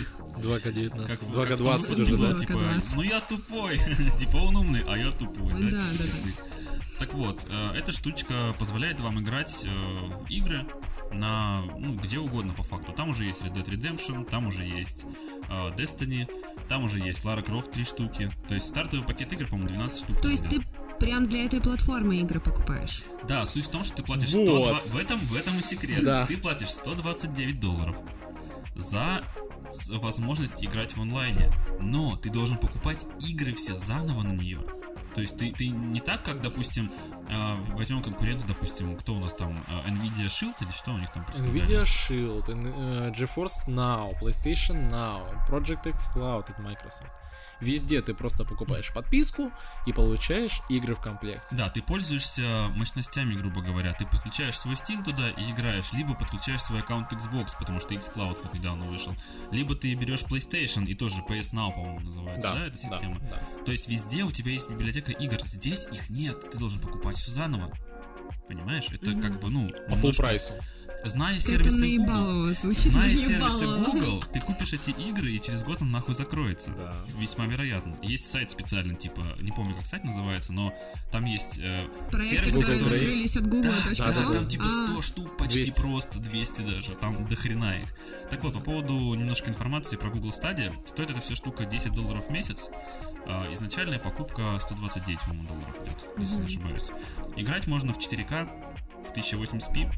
S3: 2К19,
S2: Как
S3: 2К20 уже, да?
S2: Типа,
S1: 2К20.
S2: ну я тупой. Типа он умный, а я тупой.
S1: Да, да.
S2: Так вот, эта штучка позволяет вам играть в игры на, где угодно по факту. Там уже есть Red Dead Redemption, там уже есть Destiny, там уже есть Lara Croft 3 штуки. То есть стартовый пакет игр, по-моему, 12 штук.
S1: То есть ты прям для этой платформы игры покупаешь?
S2: Да, суть в том, что ты платишь
S3: Вот.
S2: 120... В этом и секрет.
S3: Да.
S2: Ты платишь $129 за возможность играть в онлайне. Но ты должен покупать игры все заново на нее. То есть ты не так, как, допустим, возьмем конкурента, допустим, кто у нас там, Nvidia Shield или что у них там представляли?
S3: Nvidia Shield, GeForce Now, PlayStation Now, Project X Cloud от Microsoft. Везде ты просто покупаешь подписку и получаешь игры в комплекте.
S2: Да, ты пользуешься мощностями, грубо говоря. Ты подключаешь свой Steam туда и играешь, либо подключаешь свой аккаунт Xbox, потому что xCloud вот недавно вышел, либо ты берешь PlayStation и тоже PS Now, по-моему, называется, да, эта система?
S3: Да.
S2: То есть везде у тебя есть библиотека игр, здесь их нет, ты должен покупать все заново. Понимаешь? Это как бы,
S3: По full прайсу.
S2: Зная
S1: Это
S2: сервисы
S1: наебалово
S2: Google,
S1: звучит.
S2: зная сервисы
S1: Наебалово.
S2: Google, ты купишь эти игры, и через год он нахуй закроется.
S3: Да.
S2: Весьма вероятно. Есть сайт специальный, типа, не помню, как сайт называется, но там есть
S1: Проекты,
S2: сервис,
S1: которые
S2: который-
S1: закрылись от Google.com.
S3: да,
S2: там типа 100 штук, почти
S3: 200.
S2: просто, 200 даже, там до хрена их. Так вот, по поводу немножко информации про Google Stadia, стоит эта вся штука $10 в месяц. Изначальная покупка 129, по-моему, долларов идет, если не ошибаюсь. Играть можно в 4К, в 1080p.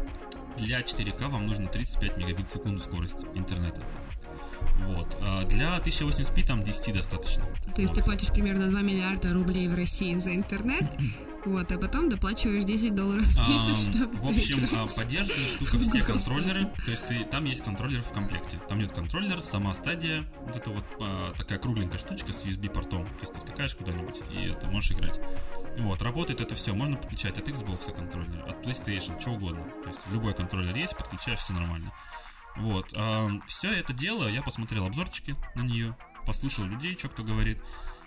S2: Для 4К вам нужно 35 мегабит в секунду скорость интернета. Вот. Для 1080p там 10 достаточно.
S1: То есть
S2: Вот.
S1: ты платишь примерно 2 миллиарда рублей в России за интернет, вот, а потом доплачиваешь $10 в месяц, чтобы
S2: В общем,
S1: играть.
S2: поддерживает штука все контроллеры. То есть там есть контроллер в комплекте. Там идет контроллер, сама стадия, вот это вот такая кругленькая штучка с USB-портом. То есть ты втыкаешь куда-нибудь, и ты можешь играть. Вот, работает это все. Можно подключать от Xbox контроллер, от PlayStation, что угодно. То есть любой контроллер есть, подключаешь, все нормально. Вот. Все это дело, я посмотрел обзорчики на нее, послушал людей, что кто говорит.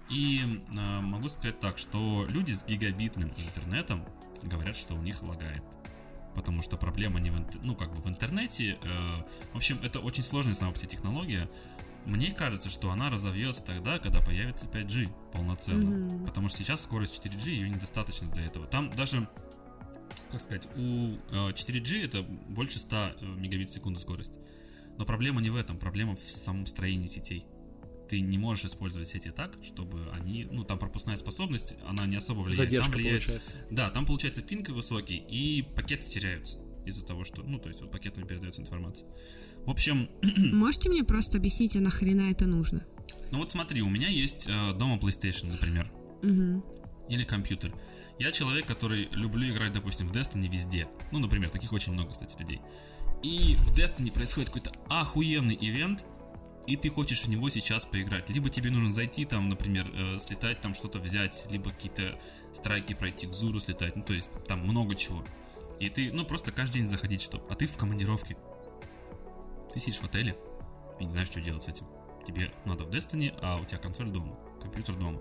S2: И могу сказать так, что люди с гигабитным интернетом говорят, что у них лагает. Потому что проблема не в, в интернете. В общем, это очень сложная сама по себе технология. Мне кажется, что она разовьется тогда, когда появится 5G полноценно. Потому что сейчас скорость 4G, ее недостаточно для этого. Там даже, как сказать, у 4G это больше 100 мегабит в секунду скорость. Но проблема не в этом, проблема в самом строении сетей. Ты не можешь использовать сети так, чтобы они, ну, там пропускная способность, она не особо влияет.
S3: Задержка
S2: там влияет,
S3: получается.
S2: Да, там получается пинг высокий, и пакеты теряются из-за того, что, ну, то есть вот пакетами передается информация. В общем...
S1: Можете мне просто объяснить, а нахрена это нужно?
S2: Ну вот смотри, у меня есть дома PlayStation, например. Или компьютер. Я человек, который люблю играть, допустим, в Destiny везде. Ну, например, таких очень много, кстати, людей. И в Destiny происходит какой-то охуенный ивент, и ты хочешь в него сейчас поиграть. Либо тебе нужно зайти там, например, слетать там что-то взять, либо какие-то страйки пройти, к Зуру слетать. Ну, то есть там много чего. И ты, ну, просто каждый день заходить, что. А ты в командировке. Ты сидишь в отеле и не знаешь, что делать с этим. Тебе надо в Destiny, а у тебя консоль дома, компьютер дома.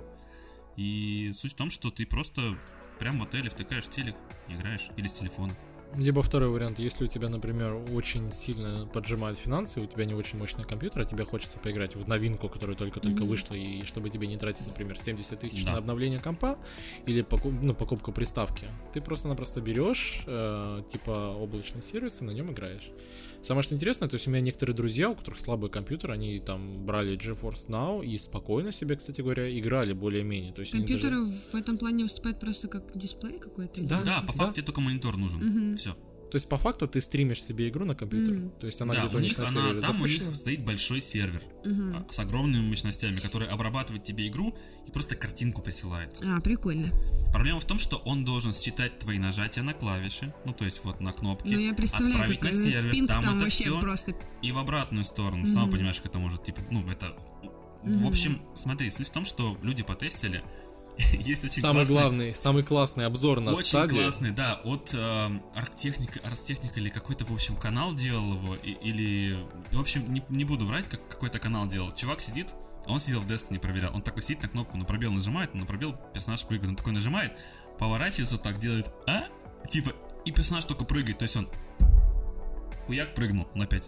S2: И суть в том, что ты просто прямо в отеле втыкаешь в телек и играешь. Или с телефона.
S3: Либо второй вариант, если у тебя, например, очень сильно поджимают финансы, у тебя не очень мощный компьютер, а тебе хочется поиграть в новинку, которая только-только вышла, и чтобы тебе не тратить, например, 70 тысяч на обновление компа или покупку приставки, ты просто-напросто берешь типа облачный сервис и на нем играешь. Самое что интересное, то есть у меня некоторые друзья, у которых слабый компьютер, они там брали GeForce Now и спокойно себе, кстати говоря, играли более-менее. То есть
S1: компьютеры в этом плане выступают просто как дисплей какой-то?
S2: Да, по факту тебе только монитор нужен. Все.
S3: То есть, по факту, ты стримишь себе игру на компьютере. То есть, она где-то у них на сервере запущена.
S2: У них стоит большой сервер с огромными мощностями, который обрабатывает тебе игру и просто картинку присылает.
S1: Прикольно.
S2: Проблема в том, что он должен считать твои нажатия на клавиши, ну, то есть, вот на кнопки,
S1: я представляю,
S2: отправить на сервер,
S1: пинг
S2: там это
S1: вообще
S2: все,
S1: просто...
S2: и в обратную сторону. Сам понимаешь, как это может, типа, ну, это... В общем, смотри, суть в том, что люди потестили. Есть очень
S3: самый классный обзор на стадию.
S2: Очень классный, да, от Арктехника или какой-то, в общем, канал делал его, или, в общем, не буду врать, как какой-то канал делал. Чувак сидит, он сидел в Destiny, проверял, он такой сидит на кнопку, на пробел нажимает, на пробел персонаж прыгает, он такой нажимает, поворачивается вот так, делает, типа, и персонаж только прыгает, то есть он хуяк прыгнул, он опять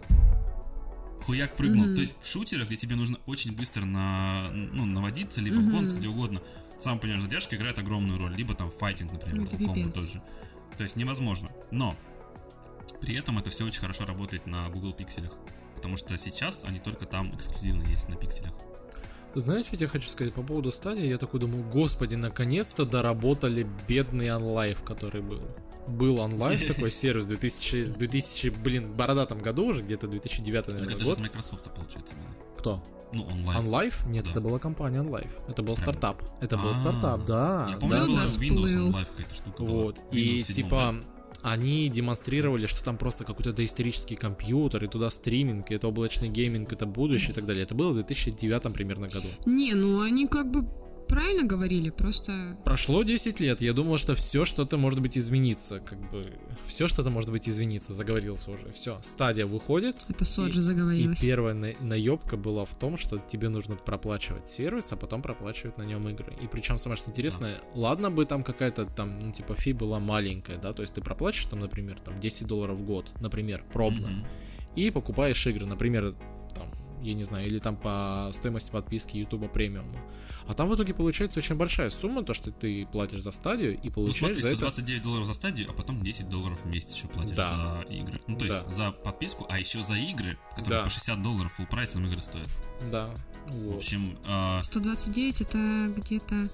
S2: хуяк прыгнул, то есть в шутерах, где тебе нужно очень быстро наводиться, либо в гонку, где угодно, сам понимаешь, задержка играет огромную роль. Либо там файтинг, например, комбо тоже. То есть невозможно. Но при этом это все очень хорошо работает на Google пикселях. Потому что сейчас они только там эксклюзивно есть на пикселях.
S3: Знаешь, что я хочу сказать по поводу стадии? Я такой думаю, господи, наконец-то доработали бедный OnLive, который был. Был OnLive такой сервис в 2000, бородатом году уже, где-то 2009, наверное,
S2: это
S3: год.
S2: же от Microsoft, получается, было.
S3: Кто?
S2: Ну, OnLive.
S3: OnLive? Нет, это была компания OnLive. Это был стартап. Это был стартап, да.
S2: Я помню, была Windows OnLive какая-то штука.
S3: Вот. И типа они демонстрировали, что там просто какой-то доисторический компьютер, и туда стриминг, и это облачный гейминг, это будущее и так далее. Это было в 2009 примерно году.
S1: Не, ну они как бы правильно говорили, просто...
S3: Прошло 10 лет, я думал, что все что-то может быть измениться, как бы... Все что-то может быть измениться, заговорился уже. Все, стадия выходит.
S1: Это Соджи заговорилась.
S3: И первая наебка была в том, что тебе нужно проплачивать сервис, а потом проплачивать на нем игры. И причем самое что интересное, ладно бы там какая-то там, ну типа фи была маленькая, да, то есть ты проплачиваешь там, например, там $10 в год, например, пробно, и покупаешь игры, например, там, я не знаю, или там по стоимости подписки YouTube премиума. А там в итоге получается очень большая сумма, то, что ты платишь за стадию и получаешь за это...
S2: $129 за стадию, а потом $10 в месяц еще платишь за игры. Ну, то есть за подписку, а еще за игры, которые по $60 full прайсом игры стоят.
S3: Да. Вот.
S2: В общем...
S1: 129 это где-то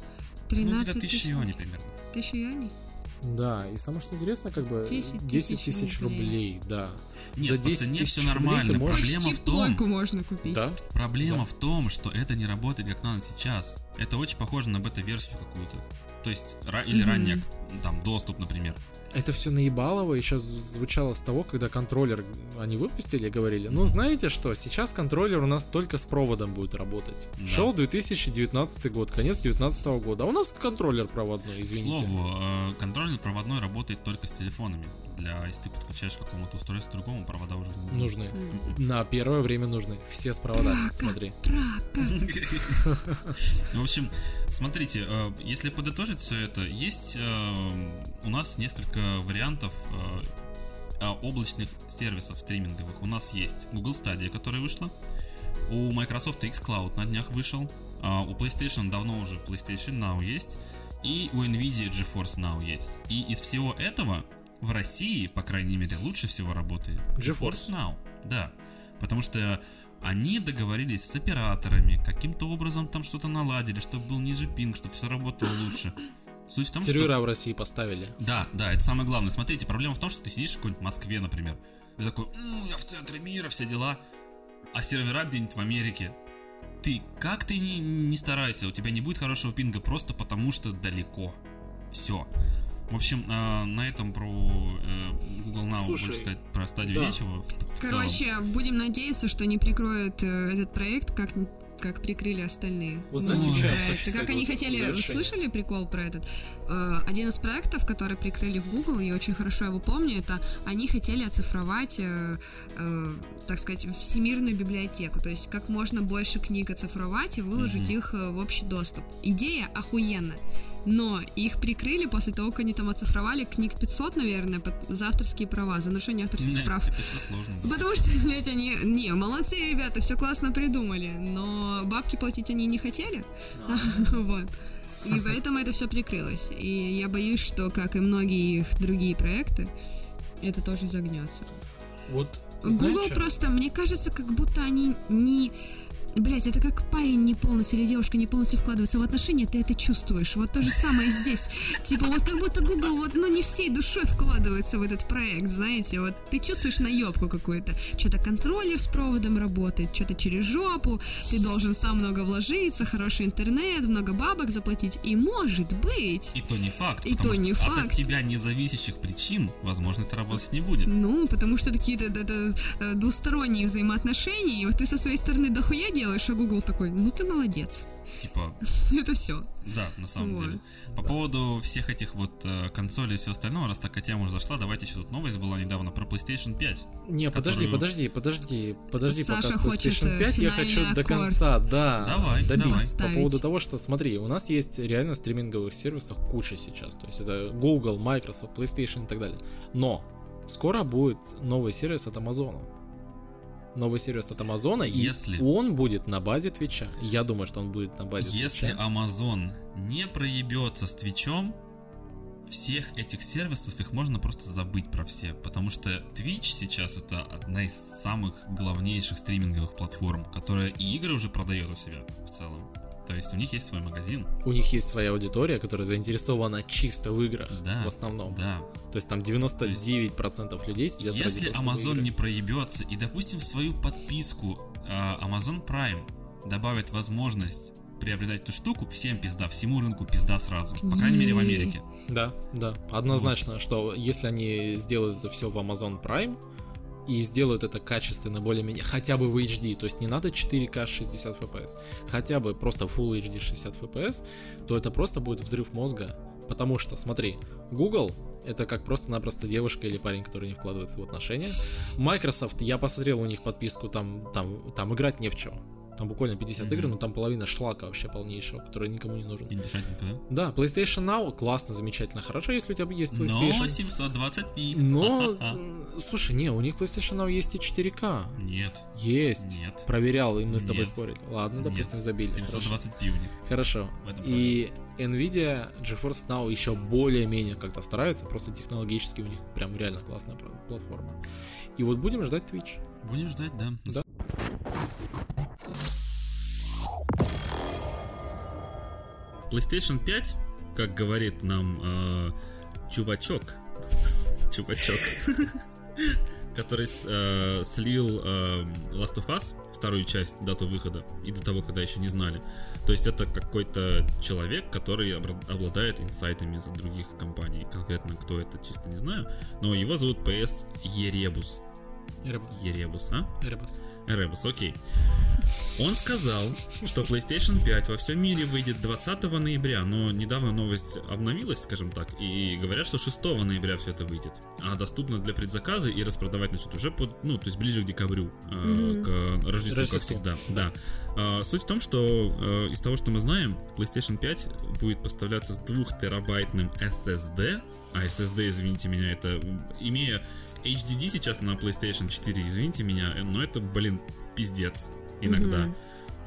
S1: 13
S2: тысяч юаней примерно.
S1: 1000 юаней?
S3: Да, и самое что интересно, как бы 10 тысяч рублей, да.
S2: Нет,
S3: за 10
S2: тысяч все
S3: нормально.
S2: Проблема в том,
S1: можно купить.
S3: Да?
S2: Проблема в том, что это не работает как надо сейчас. Это очень похоже на бета-версию какую-то. То есть, или ранее, там, доступ, например.
S3: Это все наебалово еще звучало с того, когда контроллер они выпустили и говорили, ну знаете что, сейчас контроллер у нас только с проводом будет работать. Да. Шел 2019 год, конец 2019 года, а у нас контроллер проводной, извините.
S2: К слову, контроллер проводной работает только с телефонами. Если ты подключаешь к какому-то устройству другому, провода уже не
S3: нужны. На первое время нужны. Все с проводами, смотри.
S2: В общем, смотрите, если подытожить все это, есть у нас несколько вариантов облачных сервисов стриминговых. У нас есть Google Stadia, которая вышла. У Microsoft xCloud на днях вышел. У PlayStation давно уже PlayStation Now есть. И у Nvidia GeForce Now есть. И из всего этого в России, по крайней мере, лучше всего работает
S3: GeForce
S2: Now. Да. Потому что они договорились с операторами, каким-то образом там что-то наладили, чтобы был ниже пинг, чтобы все работало лучше. Суть в том,
S3: сервера
S2: что...
S3: в России поставили.
S2: Да, это самое главное. Смотрите, проблема в том, что ты сидишь в какой-нибудь Москве, например, и такой, я в центре мира, все дела, а сервера где-нибудь в Америке. Как ты не старайся, у тебя не будет хорошего пинга просто потому, что далеко. Все. В общем, на этом про Google Now, больше сказать про стадию нечего.
S1: Короче, будем надеяться, что не прикроют этот проект, как прикрыли остальные.
S3: Вот знаете, что я хочу
S1: проекты.
S3: сказать?
S1: Как они хотели... Вы слышали прикол про этот? Один из проектов, который прикрыли в Google, я очень хорошо его помню, это они хотели оцифровать, так сказать, всемирную библиотеку. То есть как можно больше книг оцифровать и выложить их в общий доступ. Идея охуенная. Но их прикрыли после того, как они там оцифровали книг 500, наверное, за авторские права, за нарушение авторских прав.
S2: Это сложно.
S1: Потому что, блядь, они... Не, молодцы, ребята, все классно придумали, но бабки платить они не хотели. Вот. И поэтому это все прикрылось. И я боюсь, что, как и многие их другие проекты, это тоже загнется.
S3: Вот,
S1: Google просто, мне кажется, как будто они не... Блять, это как парень не полностью или девушка не полностью вкладывается в отношения, ты это чувствуешь. Вот то же самое здесь. Типа вот как будто Google вот, не всей душой вкладывается в этот проект, знаете. Вот ты чувствуешь наебку какую-то. Что-то контроллер с проводом работает, что-то через жопу. Ты должен сам много вложиться, хороший интернет, много бабок заплатить. И может быть...
S2: И то не факт.
S1: И то не факт.
S2: От тебя независящих причин, возможно, это работать не будет.
S1: Потому что такие двусторонние взаимоотношения, и вот ты со своей стороны дохуя делаешь, а Google такой, ты молодец.
S2: Типа...
S1: Это все.
S2: Да, на самом деле. По поводу всех этих вот консолей и всего остального, раз такая тема уже зашла, давайте еще тут новость была недавно про PlayStation 5.
S3: Не,
S2: которую...
S3: подожди,
S1: Саша
S3: пока с PlayStation 5 я хочу
S1: аккорд.
S3: до конца,
S2: Давай.
S3: По поводу того, что, смотри, у нас есть реально стриминговых сервисов куча сейчас, то есть это Google, Microsoft, PlayStation и так далее. Но скоро будет новый сервис от Amazon. Новый сервис от Амазона, и он будет на базе Твича. Я думаю, что он будет на базе Твича.
S2: Если Amazon не проебется с Твичом, всех этих сервисов их можно просто забыть про все. Потому что Twitch сейчас это одна из самых главнейших стриминговых платформ, которая и игры уже продает у себя в целом. То есть у них есть свой магазин.
S3: У них есть своя аудитория, которая заинтересована чисто в играх, в основном.
S2: Да.
S3: То есть там 99% людей сидят ради того,
S2: если Amazon не проебется и, допустим, в свою подписку Amazon Prime добавит возможность приобретать эту штуку, всем пизда, всему рынку пизда сразу. По крайней мере в Америке.
S3: Да. Однозначно, что если они сделают это все в Amazon Prime и сделают это качественно, более-менее, хотя бы в HD, то есть не надо 4К 60 FPS, хотя бы просто Full HD 60 FPS, то это просто будет взрыв мозга, потому что, смотри, Google — это как просто-напросто девушка или парень, который не вкладывается в отношения. Microsoft, я посмотрел у них подписку, там играть не в чем. Там буквально 50 игр, но там половина шлака вообще полнейшего, который никому не нужен. Да, PlayStation Now классно, замечательно, хорошо, если у тебя есть PlayStation.
S2: Но 720p.
S3: Но, слушай, не, у них PlayStation Now есть и 4К.
S2: Нет.
S3: Есть.
S2: Нет.
S3: Проверял, и мы с тобой спорили. Ладно, допустим, забили.
S2: 720p у них.
S3: Хорошо. И Nvidia GeForce Now еще более-менее как-то старается, просто технологически у них прям реально классная платформа. И вот будем ждать Twitch.
S2: Будем ждать, да. PlayStation 5, как говорит нам чувачок, который слил Last of Us, вторую часть, дату выхода, и до того, когда еще не знали. То есть это какой-то человек, который обладает инсайтами от других компаний. Конкретно кто это, чисто не знаю. Но его зовут PS Erebus. Erebus, окей. Он сказал, что PlayStation 5 во всем мире выйдет 20 ноября, но недавно новость обновилась, скажем так, и говорят, что 6 ноября все это выйдет. Она доступна для предзаказа и распродавать начнут уже то есть ближе к декабрю, к Рождеству, как всегда. Да. Суть в том, что из того, что мы знаем, PlayStation 5 будет поставляться с 2-терабайтным SSD, а SSD, извините меня, это имея HDD сейчас на PlayStation 4, извините меня, но это, пиздец иногда.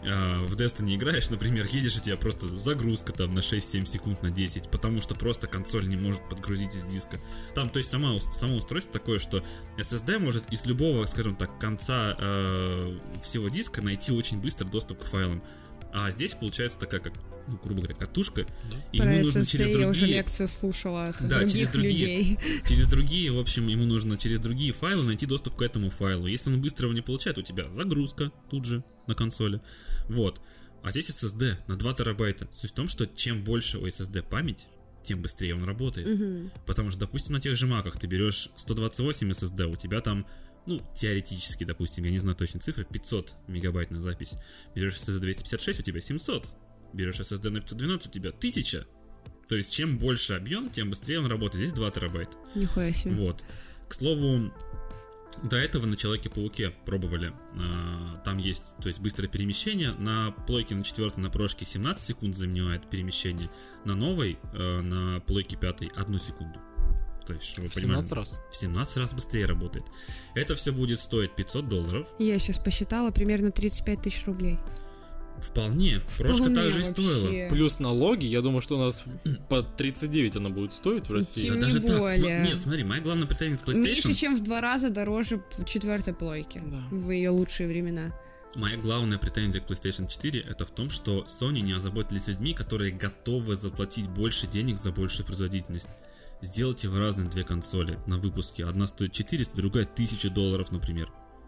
S2: в Destiny играешь, например, едешь, у тебя просто загрузка там на 6-7 секунд, на 10, потому что просто консоль не может подгрузить из диска. Там, то есть, само устройство такое, что SSD может из любого, скажем так, конца всего диска найти очень быстро доступ к файлам. А здесь получается такая, как, ну, грубо говоря, катушка, и
S1: про
S2: ему нужно
S1: SSD
S2: через другие...
S1: я уже лекцию слушала от других
S2: людей.
S1: людей.
S2: Через другие, в общем, ему нужно через другие файлы найти доступ к этому файлу. Если он быстро его не получает, у тебя загрузка тут же на консоли. Вот. А здесь SSD на 2 терабайта. Суть в том, что чем больше у SSD память, тем быстрее он работает. Потому что, допустим, на тех же маках ты берешь 128 SSD, у тебя там, ну, теоретически, допустим, я не знаю точно цифры, 500 мегабайт на запись. Берешь SSD 256, у тебя 700. Берешь SSD на 512, у тебя 1000. То есть, чем больше объем, тем быстрее он работает. Здесь 2 терабайта.
S1: Нихуя себе.
S2: Вот. К слову, до этого на Человеке-пауке пробовали. Там есть, то есть, быстрое перемещение. На плойке на 4 на прошке 17 секунд занимает перемещение. На новой, на плойке 5, 1 секунду. То есть, чтобы
S3: в 17 раз?
S2: В 17 раз быстрее работает. Это все будет стоить $500.
S1: Я сейчас посчитала, примерно 35 тысяч рублей.
S2: Вполне. Прошка также и стоила.
S3: Плюс налоги, я думаю, что у нас по 39 она будет стоить в России.
S1: Тем
S2: Да даже
S1: более.
S2: так. Нет, смотри, моя главная претензия к PlayStation...
S1: Меньше, чем в 2 раза дороже 4-й плойки.
S3: Да.
S1: В ее лучшие времена.
S2: Моя главная претензия к PlayStation 4 это в том, что Sony не озаботились людьми, которые готовы заплатить больше денег за большую производительность. Сделайте в разные 2 консоли на выпуске. Одна стоит 400, другая $1000, например.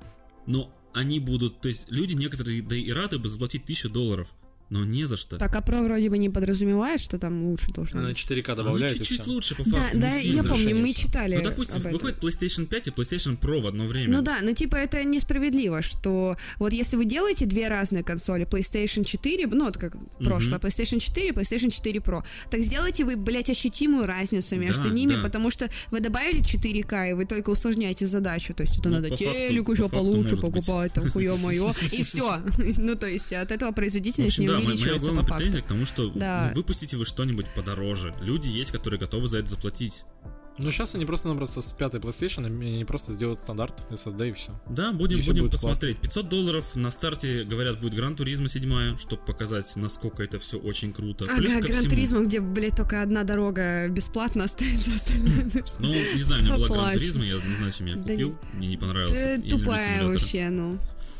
S2: Но они будут... То есть люди некоторые, да и рады бы заплатить $1000, но не за что.
S1: Так, а Pro вроде бы не подразумевает, что там лучше должно
S3: Она
S1: быть.
S3: 4К добавляет,
S2: чуть-чуть
S3: и все.
S2: лучше, по факту.
S1: Да,
S2: не сильно.
S1: я помню, мы
S3: всё.
S1: читали.
S2: Ну, допустим,
S1: об этом.
S2: выходит PlayStation 5 и PlayStation Pro в одно время.
S1: Ну да, но типа это несправедливо, что вот если вы делаете 2 разные консоли, PlayStation 4, ну вот как прошлое, PlayStation 4, PlayStation 4 Pro, так сделайте вы, блять, ощутимую разницу между ними, потому что вы добавили 4К, и вы только усложняете задачу, то есть это надо телек еще получше покупать, там, хуё моё, и все. Ну то есть от этого производительность не увеличивается по факту.
S2: К тому, что выпустите вы что-нибудь подороже. Люди есть, которые готовы за это заплатить.
S3: Ну, сейчас они просто-напросто с 5-й PlayStation, они просто сделают стандарт SSD и все.
S2: Да, будем посмотреть. $500 на старте, говорят, будет Gran Turismo 7, чтобы показать, насколько это все очень круто.
S1: Ага, Gran Turismo, где, блядь, только одна дорога бесплатно остается.
S2: Ну, не знаю, у меня была Gran Turismo, я не знаю, чем я купил, мне не понравился.
S1: Тупая вообще, ну.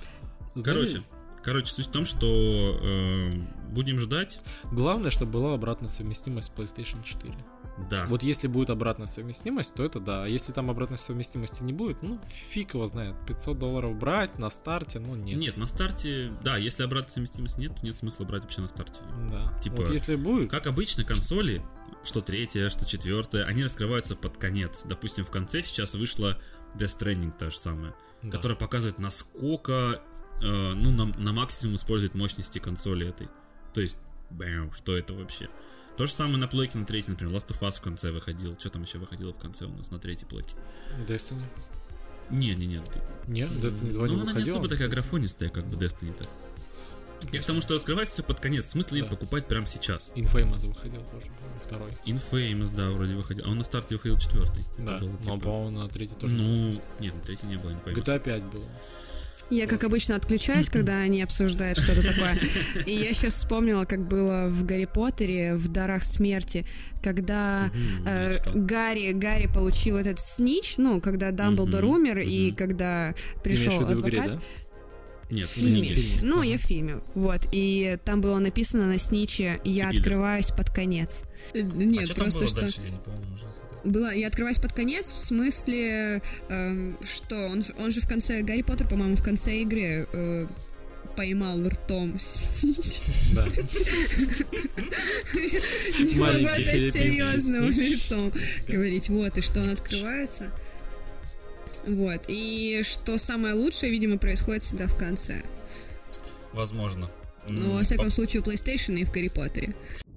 S2: Короче, суть в том, что будем ждать.
S3: Главное, чтобы была обратная совместимость с PlayStation 4.
S2: Да.
S3: Вот если будет обратная совместимость, то это да. А если там обратной совместимости не будет, ну, фиг его знает. $500 брать на старте, ну, нет.
S2: Нет, на старте, да, если обратной совместимости нет, то нет смысла брать вообще на старте.
S3: Да.
S2: Типа,
S3: вот если будет...
S2: Как обычно, консоли, что 3-я, что 4-я, они раскрываются под конец. Допустим, в конце сейчас вышла Death Stranding та же самая, которая показывает, насколько на максимум использует мощности консоли этой. То есть, что это вообще? То же самое на плойке на 3-й, например, Last of Us в конце выходил. Что там еще выходило в конце у нас на 3-й плойке?
S3: Destiny.
S2: Нет.
S3: Нет, Destiny 2 не выходила.
S2: Ну, она не особо такая графонистая, как бы Destiny-то. Я к тому, что раскрывается все под конец. Смысл ей покупать прямо сейчас.
S3: Infamous выходил тоже, второй.
S2: Infamous, да, вроде выходил. А он на старте выходил 4-й.
S3: Да, но, по-моему, на 3-й тоже.
S2: Ну, нет, на 3-й не было Infamous.
S3: GTA 5 было.
S1: Я, как обычно, отключаюсь, когда они обсуждают что-то такое. И я сейчас вспомнила, как было в Гарри Поттере, в Дарах Смерти, когда Гарри получил этот снич, ну, когда Дамблдор умер, и когда пришел адвокат.
S3: В игре, да?
S2: Нет,
S1: в фильме. Ну, я в фильме. Вот. И там было написано на сниче «Я открываюсь под конец». Нет,
S2: что
S1: просто
S2: там было
S1: что...
S2: дальше, я не помню уже.
S1: Была, я открываюсь под конец, в смысле, что он же в конце, Гарри Поттер, по-моему, в конце игры поймал ртом снич.
S3: Да.
S1: Не могу это серьезным лицом говорить. Вот, и что он открывается. Вот, и что самое лучшее, видимо, происходит всегда в конце.
S2: Возможно.
S1: Ну, во всяком случае, у PlayStation и в Гарри Поттере.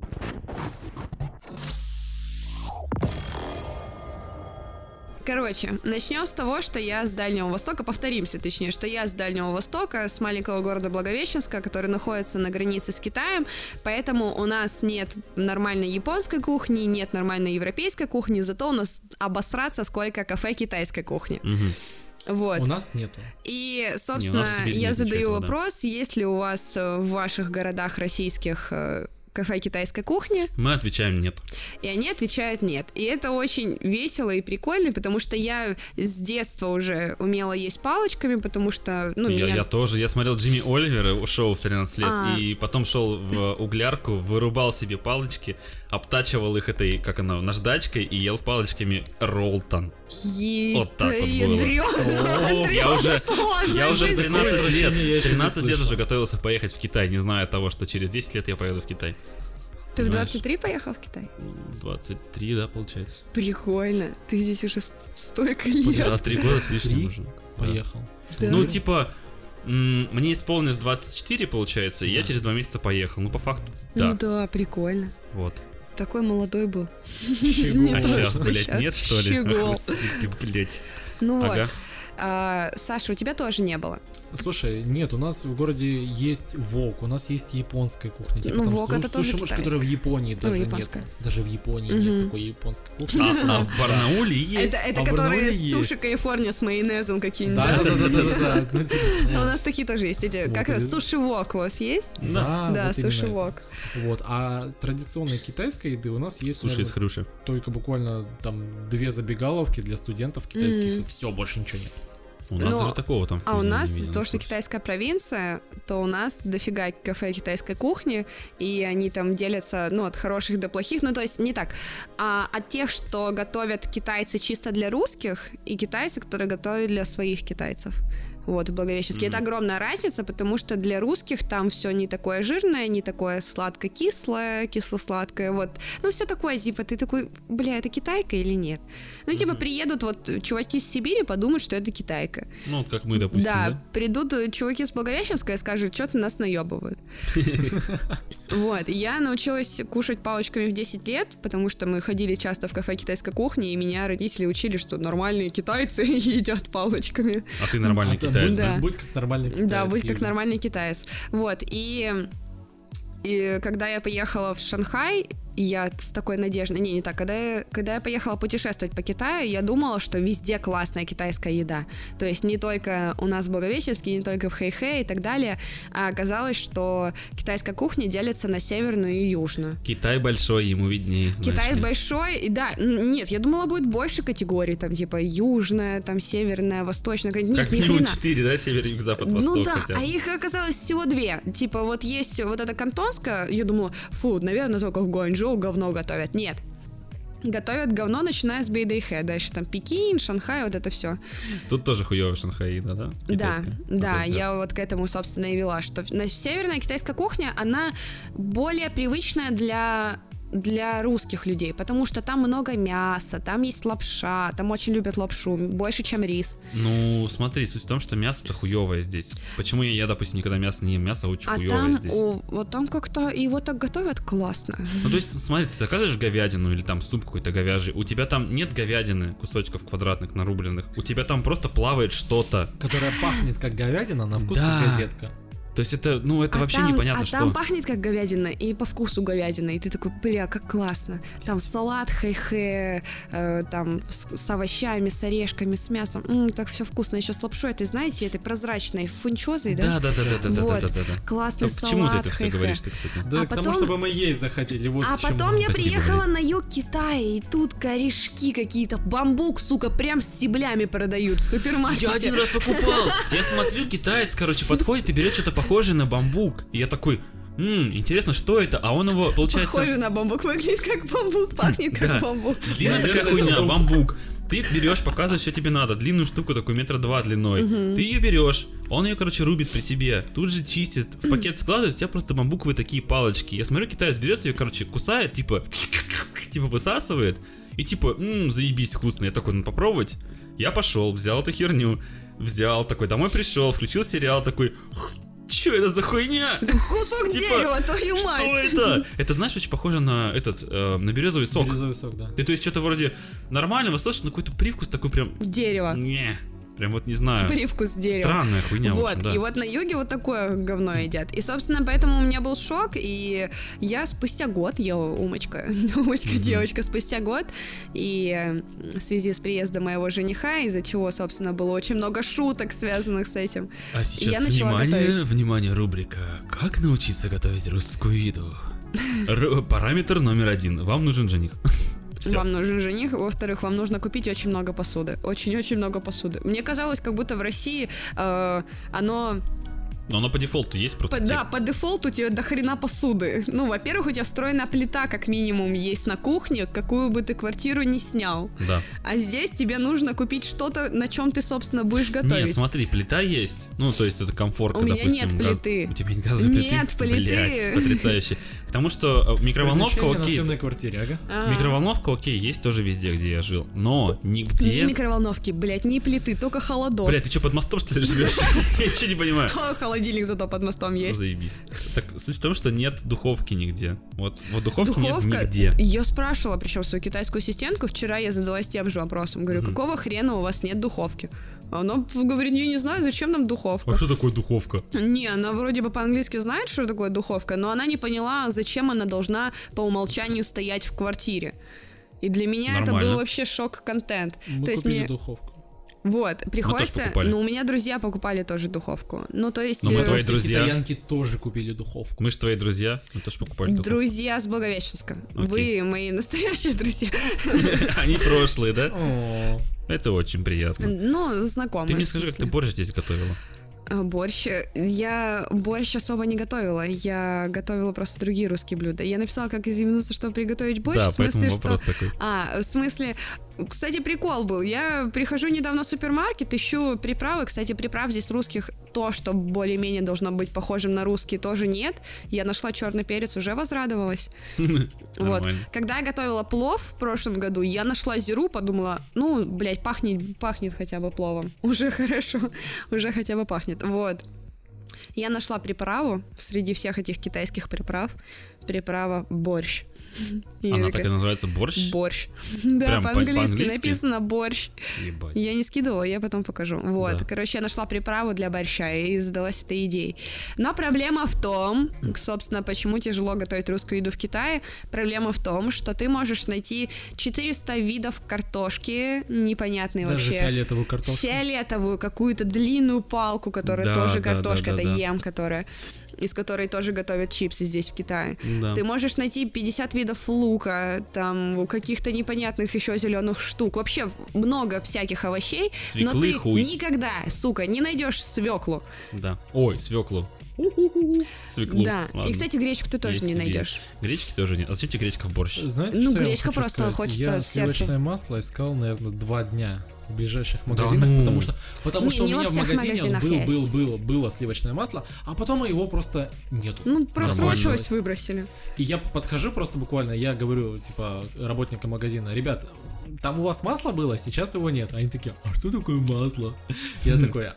S1: Короче, начнем с того, что я с Дальнего Востока, повторимся, точнее, что я с Дальнего Востока, с маленького города Благовещенска, который находится на границе с Китаем, поэтому у нас нет нормальной японской кухни, нет нормальной европейской кухни, зато у нас обосраться сколько кафе китайской кухни. Вот.
S3: У нас нету.
S1: И,
S2: Не,
S1: собственно,
S2: у нас в Сибири
S1: я
S2: нет
S1: задаю
S2: ничего этого, да.
S1: вопрос, есть ли у вас в ваших городах российских кафе китайской кухни,
S2: Мы отвечаем нет.
S1: и они отвечают нет. И это очень весело и прикольно, потому что я с детства уже умела есть палочками, потому что, ну,
S2: Я тоже. Я смотрел Джимми Оливера шоу в 13 лет, и потом шел в углярку, вырубал себе палочки, обтачивал их этой, как она, наждачкой и ел палочками роллтон. Вот так вот было. Я уже в 13 лет уже готовился поехать в Китай, не зная того, что через 10 лет я поеду в Китай.
S1: Ты в
S2: Понимаешь?
S1: 23 поехал в Китай?
S2: 23, да, получается.
S1: Прикольно. Ты здесь уже столько лет.
S2: Да, 3 года с лишним
S3: 3?
S2: уже.
S3: Поехал.
S1: Да.
S2: Ну, типа, мне исполнилось 24, получается, и я через 2 месяца поехал. Ну, по факту, да.
S1: Ну да, прикольно.
S2: Вот.
S1: Такой молодой был.
S3: Щегол.
S2: А
S1: то,
S2: сейчас,
S1: что
S2: блядь,
S1: щас
S2: нет, что ли?
S1: щегол.
S2: Ах, суки, блядь.
S1: Ну вот.
S2: Ага.
S1: Саша, у тебя тоже не было.
S3: Слушай, нет, у нас в городе есть вок, у нас есть японская кухня. Типа,
S1: Ну,
S3: там
S1: вок это тоже
S3: суши-мышь, которая в Японии
S1: Ну,
S3: даже нет.
S1: японская.
S3: Даже в Японии нет такой японской кухни.
S2: А в Барнауле есть.
S1: Это
S3: А в
S1: которые
S3: Барнауле есть.
S1: суши Калифорния с майонезом какие-нибудь, да?
S3: Да. Ну, типа,
S1: У нас такие тоже есть. Эти,
S3: Вот,
S1: как
S3: и-
S1: это, суши-вок у вас есть?
S3: Да,
S1: Да,
S3: вот именно
S1: суши-вок.
S3: это. Вот, а традиционной китайской еды у нас есть,
S2: Слушай, из
S3: наверное,
S2: Хрюши.
S3: только буквально там 2 забегаловки для студентов китайских, и все, больше ничего нет.
S2: У нас
S1: Но-
S2: даже такого там в
S1: А у
S2: Кузьмине
S1: нас,
S2: не
S1: из-за
S2: видно,
S1: того, что
S2: слушай.
S1: китайская провинция, то у нас дофига кафе китайской кухни, и они там делятся, ну, от хороших до плохих, ну, то есть не так. А от тех, что готовят китайцы чисто для русских, и китайцы, которые готовят для своих китайцев. Вот, в Благовещенске. Это огромная разница, потому что для русских там все не такое жирное, не такое сладко-кислое, кисло-сладкое, вот. Ну, все такое, типа, ты такой, бля, это китайка или нет? Ну, типа, приедут вот чуваки из Сибири, подумают, что это китайка.
S2: Ну, вот как мы, допустим,
S1: Да,
S2: да?
S1: придут чуваки с Благовещенска и скажут, что ты нас наебывают. Вот, я научилась кушать палочками в 10 лет, потому что мы ходили часто в кафе китайской кухни, и меня родители учили, что нормальные китайцы едят палочками.
S2: А ты нормальный китаец, да?
S3: Будь как нормальный китаец.
S1: Да, будь как
S3: Юля.
S1: нормальный китаец. Вот, и когда я поехала в Шанхай, я с такой надеждой... Не так. Когда я поехала путешествовать по Китаю, я думала, что везде классная китайская еда. То есть не только у нас в Благовещенске, не только в Хэйхэ и так далее, а оказалось, что китайская кухня делится на северную и южную.
S2: Китай большой, ему виднее.
S1: Китай
S2: знаешь ли.
S1: большой, и да, нет, я думала, будет больше категорий, там, типа, южная, там, северная, восточная, нет,
S2: Как
S1: ни
S2: минимум
S1: хрена.
S2: 4, да? Север, юг, запад, восток
S1: Ну да,
S2: хотя бы.
S1: а их оказалось всего 2. Типа вот есть вот эта кантонская, я думала, фу, наверное, только в Гуанчжоу говно готовят. Нет. Готовят говно, начиная с Бэйдэйхэ. Дальше там Пекин, Шанхай, вот это все.
S2: Тут тоже хуёво в Шанхае, да?
S1: Да,
S2: Китайская, на твой
S1: да,
S2: взгляд.
S1: я вот к этому, собственно, и вела, что северная китайская кухня, она более привычная для русских людей, потому что там много мяса, там есть лапша, там очень любят лапшу, больше, чем рис.
S2: Ну, смотри, суть в том, что мясо-то хуёвое здесь. Почему я, допустим, никогда мясо не ем? Мясо очень
S1: А
S2: хуёвое
S1: там,
S2: здесь.
S1: вот там как-то его так готовят классно.
S2: Ну, то есть, смотри, ты заказываешь говядину или там суп какой-то говяжий, у тебя там нет говядины, кусочков квадратных, нарубленных, у тебя там просто плавает что-то.
S3: Которая пахнет как говядина, на вкус
S2: Да.
S3: как газетка.
S2: То есть это, ну, это вообще непонятно, что.
S1: там пахнет как говядина и по вкусу говядина, и ты такой, бля, как классно. Там салат хэйхэ, там с овощами, с орешками, с мясом. Так все вкусно. Еще с лапшой, ты знаете, этой прозрачной фунчозой, да?
S2: Да.
S1: Вот.
S2: Да.
S1: Классный
S2: К
S1: салат
S2: чему ты это все
S1: хэйхэ.
S2: говоришь, ты, кстати?
S3: Да,
S1: А
S3: к тому,
S1: потом-
S3: чтобы мы есть захотели. Вот
S1: А
S3: к чему.
S1: потом я
S2: Спасибо,
S1: приехала
S2: Валерий.
S1: на юг Китая, и тут корешки какие-то, бамбук, сука, прям с стеблями продают в супермаркете.
S2: Я один раз покупал. Я смотрю, китаец, короче, подходит и берет что-то похожее на бамбук. И я такой, интересно, что это? А он его, получается...
S1: Похоже на бамбук, выглядит как бамбук, пахнет как
S2: Да.
S1: бамбук.
S2: Длинная такая хуйня, бамбук. Ты берешь, показываешь, что тебе надо. Длинную штуку, такую 2 метра длиной. Ты ее берешь, он ее, короче, рубит при тебе. Тут же чистит, в пакет складывает, у тебя просто бамбуковые такие палочки. Я смотрю, китаец берет ее, короче, кусает, типа высасывает. И типа, заебись вкусно. Я такой, попробовать. Я пошел, взял эту херню. Взял, такой, домой пришел, включил сериал, такой... Че это за хуйня?
S1: Кусок
S2: Типа,
S1: дерева, твою
S2: Что
S1: мать.
S2: это? Это, знаешь, очень похоже на на березовый сок.
S3: Березовый сок, да.
S2: Ты, то есть, что-то вроде нормально, восточный, но какой-то привкус такой прям...
S1: Дерево.
S2: Не. Прям вот не знаю.
S1: Привкус дерева.
S2: Странная хуйня,
S1: Вот,
S2: в общем, да.
S1: и вот на юге вот такое говно едят. И, собственно, поэтому у меня был шок, и я спустя год, умочка, девочка, спустя год, и в связи с приездом моего жениха, из-за чего, собственно, было очень много шуток, связанных с этим.
S2: А сейчас
S1: я начала
S2: внимание, рубрика «Как научиться готовить русскую еду?» Параметр номер 1. Вам нужен жених. Всё.
S1: Вам нужен жених, во-вторых, вам нужно купить очень много посуды. Очень-очень много посуды. Мне казалось, как будто в России оно...
S2: Но оно по дефолту есть просто.
S1: Да, по дефолту у тебя до хрена посуды. Ну, во-первых, у тебя встроена плита, как минимум, есть на кухне, какую бы ты квартиру ни снял.
S2: Да.
S1: А здесь тебе нужно купить что-то, на чем ты, собственно, будешь готовить.
S2: Нет, смотри, плита есть. Ну, то есть это комфортно,
S1: У меня
S2: допустим.
S1: нет плиты.
S2: У тебя нет газовой плиты?
S1: Нет плиты.
S2: Блять, потрясающе. Потому что микроволновка, окей.
S3: На съемной квартире, ага.
S2: Микроволновка, окей, есть тоже везде, где я жил. Но нигде...
S1: Ни микроволновки, блядь, ни плиты, только холодос.
S2: Блядь, ты что, под мостом, что ли, живешь? Я ничего не понимаю.
S1: Холодильник зато под мостом есть.
S2: Заебись. Так, суть в том, что нет духовки нигде. Вот духовки нет
S1: Духовка?
S2: нигде.
S1: Я спрашивала, причем свою китайскую ассистентку, вчера я задалась тем же вопросом. Говорю, какого хрена у вас нет духовки? Она говорит, я не знаю, зачем нам духовка.
S2: А что такое духовка?
S1: Не, она вроде бы по-английски знает, что такое духовка, но она не поняла, зачем она должна по умолчанию стоять в квартире. И для меня
S2: Нормально.
S1: это был вообще шок-контент.
S3: Мы
S1: То есть
S3: купили
S1: мне...
S3: духовку.
S1: Вот, приходится...
S2: покупали.
S1: Ну, у меня друзья покупали тоже духовку. Ну, то есть...
S2: Но мы твои друзья.
S3: Китаянки тоже купили духовку.
S2: Мы же твои друзья. Мы тоже покупали духовку.
S1: Друзья с Благовещенска.
S2: Окей.
S1: Вы мои настоящие друзья.
S2: Они прошлые, да?
S3: О,
S2: Это очень приятно.
S1: Ну, знакомые.
S2: Ты мне
S1: в
S2: скажи, как ты
S1: смысле.
S2: борщ здесь готовила?
S1: Борщ. Я борщ особо не готовила. Я готовила просто другие русские блюда. Я написала, как изъявиться, чтобы приготовить борщ.
S2: Да,
S1: в смысле,
S2: поэтому вопрос
S1: что...
S2: такой.
S1: В смысле... Кстати, прикол был. Я прихожу недавно в супермаркет, ищу приправы. Кстати, приправ здесь русских, то, что более-менее должно быть похожим на русский, тоже нет. Я нашла черный перец, уже возрадовалась. Вот.
S2: Нормально.
S1: Когда я готовила плов в прошлом году, я нашла зиру, подумала, ну, блядь, пахнет хотя бы пловом. Уже хорошо, уже хотя бы пахнет. Вот. Я нашла приправу среди всех этих китайских приправ. Приправа борщ. И
S2: Она
S1: я
S2: так и
S1: такая,
S2: называется борщ?
S1: борщ. Да,
S2: Прям
S1: по-английски
S2: по-английски?
S1: написано борщ.
S2: Ебать.
S1: Я не скидывала, я потом покажу. Вот,
S2: Да.
S1: короче, я нашла приправу для борща и задалась этой идеей. Но проблема в том, собственно, почему тяжело готовить русскую еду в Китае, проблема в том, что ты можешь найти 400 видов картошки, непонятные
S3: даже
S1: вообще.
S3: фиолетовую картошку.
S1: Фиолетовую, какую-то длинную палку, которая
S2: Да,
S1: тоже
S2: да,
S1: картошка,
S2: да,
S1: это
S2: да.
S1: ем, которая... из которой тоже готовят чипсы здесь, в Китае.
S2: Да.
S1: Ты можешь найти 50 видов лука, там, каких-то непонятных еще зеленых штук. Вообще много всяких овощей, но
S2: Свеклы,
S1: ты
S2: хуй.
S1: никогда, сука, не найдешь свеклу.
S2: Да. Ой, свеклу. Свеклу.
S1: Да.
S2: Ладно.
S1: И, кстати, гречку ты тоже
S2: Есть
S1: не
S2: себе.
S1: найдешь.
S2: Гречки тоже нет. А зачем тебе гречка в борщ?
S3: Знаете,
S1: Ну,
S3: что я вам
S1: гречка
S3: хочу
S1: просто
S3: сказать?
S1: хочется
S3: Я
S1: в сердце.
S3: сливочное масло искал, наверное, 2 дня в ближайших
S2: Да
S3: магазинах,
S2: ну.
S3: потому
S1: Не,
S3: что у
S1: не во
S3: меня в
S1: всех
S3: магазине
S1: магазинах
S3: было сливочное масло, а потом его просто нету.
S1: Ну, просрочилось,
S3: Нормально.
S1: выбросили.
S3: И я подхожу просто буквально, я говорю, типа, работникам магазина, ребят, там у вас масло было, сейчас его нет. Они такие, а что такое масло? Я такой,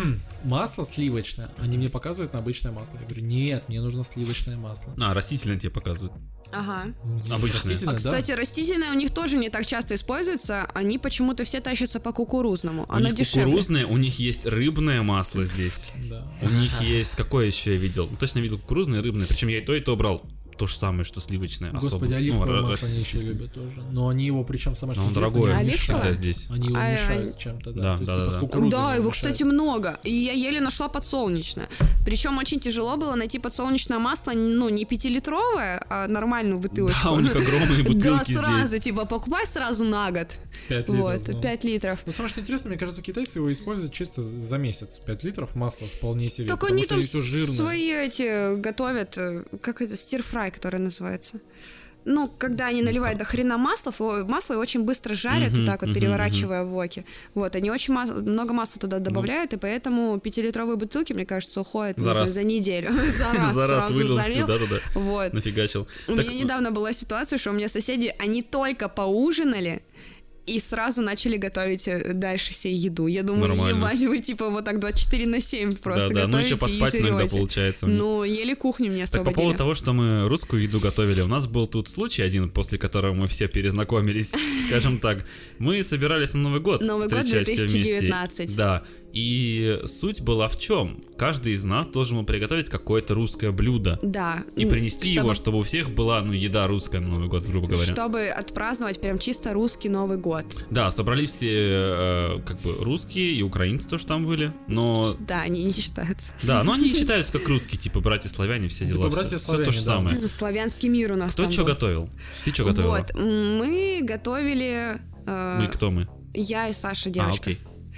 S3: масло сливочное. Они мне показывают на обычное масло. Я говорю, нет, мне нужно сливочное масло.
S2: А, растительное тебе показывают.
S1: Ага.
S2: Обычное.
S3: Растительное,
S1: А,
S3: да.
S1: кстати, растительное у них тоже не так часто используется. Они почему-то все тащатся по кукурузному.
S2: У
S1: Оно
S2: них
S1: дешевле.
S2: кукурузное, у них есть рыбное масло здесь.
S3: Да.
S2: У них есть, какое еще я видел? Ну, точно видел кукурузное и рыбное. Причем я и то брал. То же самое, что сливочное.
S3: Господи,
S2: особо.
S3: оливковое
S2: Ну,
S3: масло они еще любят тоже. Но они его, причем самое
S2: Но
S3: что
S2: он
S3: интересное,
S2: дорогое
S3: они
S1: Оливковое?
S2: всегда
S3: мешают.
S2: здесь.
S3: Они его
S1: А,
S3: мешают
S1: они-
S3: с чем-то,
S2: Да,
S3: да. То есть,
S2: да,
S3: типа,
S2: да,
S3: с
S2: да.
S3: кукурузой
S1: Да, его,
S3: мешают.
S1: кстати, много. И я еле нашла подсолнечное. Причем очень тяжело было найти подсолнечное масло, ну, не 5-литровое, а нормальную бутылочку.
S2: Да, у них огромные
S1: Да,
S2: бутылки
S1: сразу,
S2: здесь.
S1: типа, покупай сразу на год.
S3: 5 литров.
S1: Вот,
S3: ну.
S1: 5 литров.
S3: Но самое что интересное, мне кажется, китайцы его используют чисто за месяц. 5 литров масла вполне себе.
S1: Так
S3: потому
S1: они
S3: что
S1: там
S3: все жирное.
S1: свои эти готовят, как это, стирфрай, который называется. Ну, когда они наливают до хрена масло и очень быстро жарят,
S2: Мгм,
S1: вот так вот
S2: мгм,
S1: переворачивая в воке. Вот, они очень много масла туда добавляют, и поэтому 5-литровые бутылки, мне кажется, уходят
S2: За
S1: не знаю,
S2: раз.
S1: за неделю. За раз
S2: За раз
S1: сразу
S2: вылил все,
S1: залил.
S2: да-да-да.
S1: Вот.
S2: Нафигачил.
S1: У
S2: Так,
S1: меня недавно была ситуация, что у меня соседи, они только поужинали, И сразу начали готовить дальше себе еду. Я думаю,
S2: Нормально.
S1: ебать, вы типа вот так 24/7 просто
S2: Да,
S1: готовите
S2: ну еще поспать
S1: и
S2: иногда
S1: жрёте.
S2: получается.
S1: Ну, еле кухню не
S2: Так
S1: освободили.
S2: по поводу того, что мы русскую еду готовили, у нас был тут случай один, после которого мы все перезнакомились, скажем так. Мы собирались на Новый год
S1: Новый год
S2: встречать все вместе.
S1: 2019.
S2: Да. И суть была в чем? Каждый из нас должен был приготовить какое-то русское блюдо
S1: Да.
S2: и принести его, чтобы у всех была, ну, еда русская на Новый год, грубо говоря.
S1: Чтобы отпраздновать прям чисто русский Новый год.
S2: Да, собрались все как бы русские и украинцы тоже там были, но...
S1: Да, они не считаются.
S2: Да, но они не считаются как русские, типа братья-славяне, все дела.
S3: Типа
S2: Всё-
S3: братья-славяне,
S2: всё то же
S3: да.
S2: самое.
S1: Славянский мир у нас
S2: Кто
S1: там
S2: что
S1: был.
S2: готовил? Ты что готовила?
S1: Вот, мы готовили...
S2: Мы кто мы?
S1: Я и Саша девочка.
S2: окей.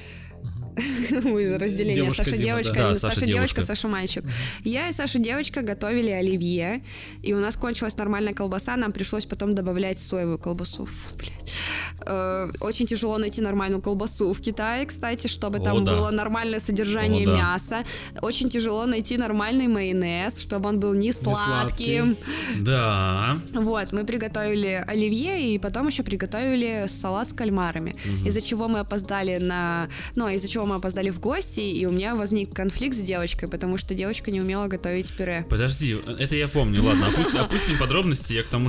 S1: Разделение
S3: Девушка
S1: Саша
S3: Дима,
S1: девочка,
S2: да. Да,
S1: Саша
S2: Саша
S1: девочка,
S2: девушка.
S1: Саша мальчик. Я и Саша девочка готовили оливье, и у нас кончилась нормальная колбаса, нам пришлось потом добавлять соевую колбасу. Фу, блядь. Очень тяжело найти нормальную колбасу в Китае, кстати, чтобы там
S2: да.
S1: было нормальное содержание
S2: О, да.
S1: мяса. Очень тяжело найти нормальный майонез, чтобы он был не сладким.
S2: Да.
S1: Вот, мы приготовили оливье и потом еще приготовили салат с кальмарами. Из-за чего мы опоздали из-за чего мы опоздали в гости, и у меня возник конфликт с девочкой, потому что девочка не умела готовить пюре.
S2: Подожди, это я помню, ладно, опустим подробности, я к тому,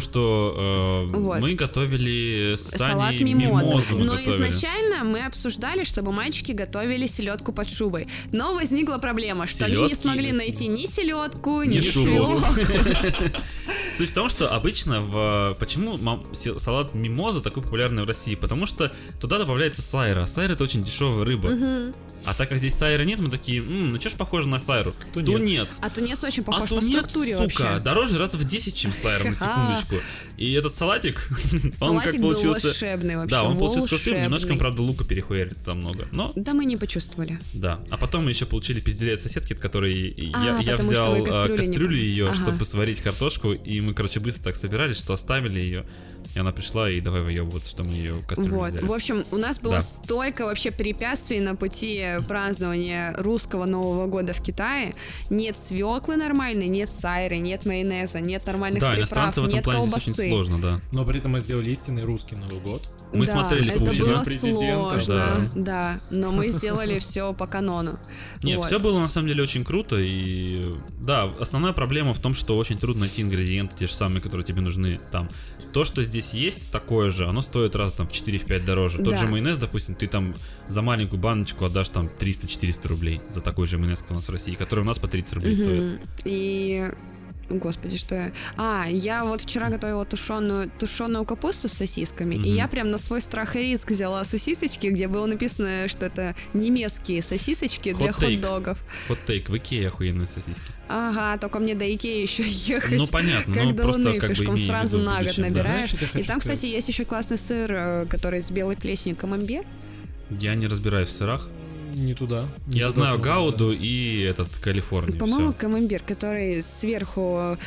S2: что
S1: Вот.
S2: мы готовили с
S1: Салат
S2: Саней
S1: мимоза.
S2: мимозу. мы
S1: Но
S2: готовили.
S1: изначально мы обсуждали, чтобы мальчики готовили селедку под шубой. Но возникла проблема, что они
S2: Селедки?
S1: не смогли найти ни селедку,
S2: Не
S1: ни
S2: шубу.
S1: свеклу.
S2: Суть в том, что обычно почему салат мимоза такой популярный в России? Потому что туда добавляется сайра. Сайра — это очень дешевая рыба. А так как здесь сайра нет, мы такие, ну что ж похоже на сайру? Тунец.
S1: А тунец очень похож по
S2: тунец,
S1: структуре
S2: сука,
S1: вообще.
S2: дороже раз в 10, чем сайра, на секундочку. И этот салатик, он
S1: Салатик
S2: как
S1: был
S2: получился...
S1: волшебный вообще,
S2: Да, он получился крутым, немножко,
S1: волшебный.
S2: правда, лука перехуярили там много. Но
S1: Да мы не почувствовали.
S2: да, а потом мы еще получили пиздюлей от соседки, от которой я
S1: потому что
S2: взял
S1: вы кастрюли не
S2: кастрюлю ее,
S1: Ага.
S2: чтобы сварить картошку, и мы, короче, быстро так собирались, что оставили ее, и она пришла, и давай выебываться, что мы ее в кастрюлю
S1: Вот,
S2: взяли.
S1: в общем, у нас было
S2: Да.
S1: столько вообще препятствий на пути празднования русского Нового года в Китае. Нет свеклы нормальной, нет сайры, нет майонеза, нет нормальных
S2: Да,
S1: приправ,
S2: иностранцы в этом
S1: нет
S2: плане здесь
S1: колбасы.
S2: очень сложно, да.
S3: Но при этом мы сделали истинный русский Новый год.
S2: Мы
S1: Да,
S2: смотрели
S1: это
S2: Путина.
S1: было
S3: Президента,
S1: сложно, да, но мы сделали все по канону.
S2: Нет,
S1: Вот.
S2: все было на самом деле очень круто, и да, основная проблема в том, что очень трудно найти ингредиенты, те же самые, которые тебе нужны там. То, что здесь есть, такое же, оно стоит раз там в 4-5 дороже. Тот
S1: Да.
S2: же майонез, допустим, ты там за маленькую баночку отдашь там 300-400 рублей за такой же майонез, как у нас в России, который у нас по 30 рублей стоит.
S1: И... Господи, что я... я вот вчера готовила тушеную капусту с сосисками, и я прям на свой страх и риск взяла сосисочки, где было написано, что это немецкие сосисочки для
S2: Hot-take.
S1: хот-догов.
S2: Хот-тейк, в Икее охуенные сосиски.
S1: Ага, только мне до Икеи еще ехать.
S2: Ну, понятно,
S1: как
S2: ну,
S1: до
S2: просто
S1: Луны
S2: как бы
S1: пешком
S2: имей в
S1: сразу
S2: виду в
S1: на год
S2: будущем, да.
S1: набираешь.
S3: Знаешь, что я
S1: И
S3: хочу
S1: там,
S3: сказать?
S1: кстати, есть еще классный сыр, который с белой плесенью, камамбер.
S2: Я не разбираюсь в сырах.
S3: Не туда. не
S2: Я
S3: туда
S2: знаю
S3: снова,
S2: Гауду и этот Калифорнию.
S1: По-моему,
S2: всё.
S1: камамбер, который сверху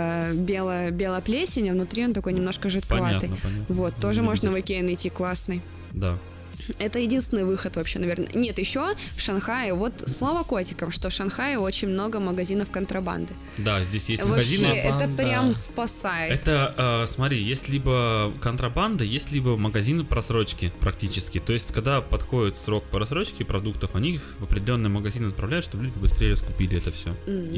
S1: белая плесень, а внутри он такой немножко жидковатый.
S2: Понятно.
S1: Вот, тоже можно в Икее найти классный.
S2: Да.
S1: Это единственный выход вообще, наверное. Нет, еще в Шанхае, вот слава котикам, что в Шанхае очень много магазинов контрабанды.
S2: Да, здесь есть
S1: Вообще,
S2: магазины.
S1: это
S3: Контрабанда.
S1: прям спасает.
S2: Это, смотри, есть либо контрабанда, есть либо магазины просрочки практически. То есть, когда подходит срок по рассрочке продуктов, они их в определенный магазин отправляют, чтобы люди быстрее скупили это все.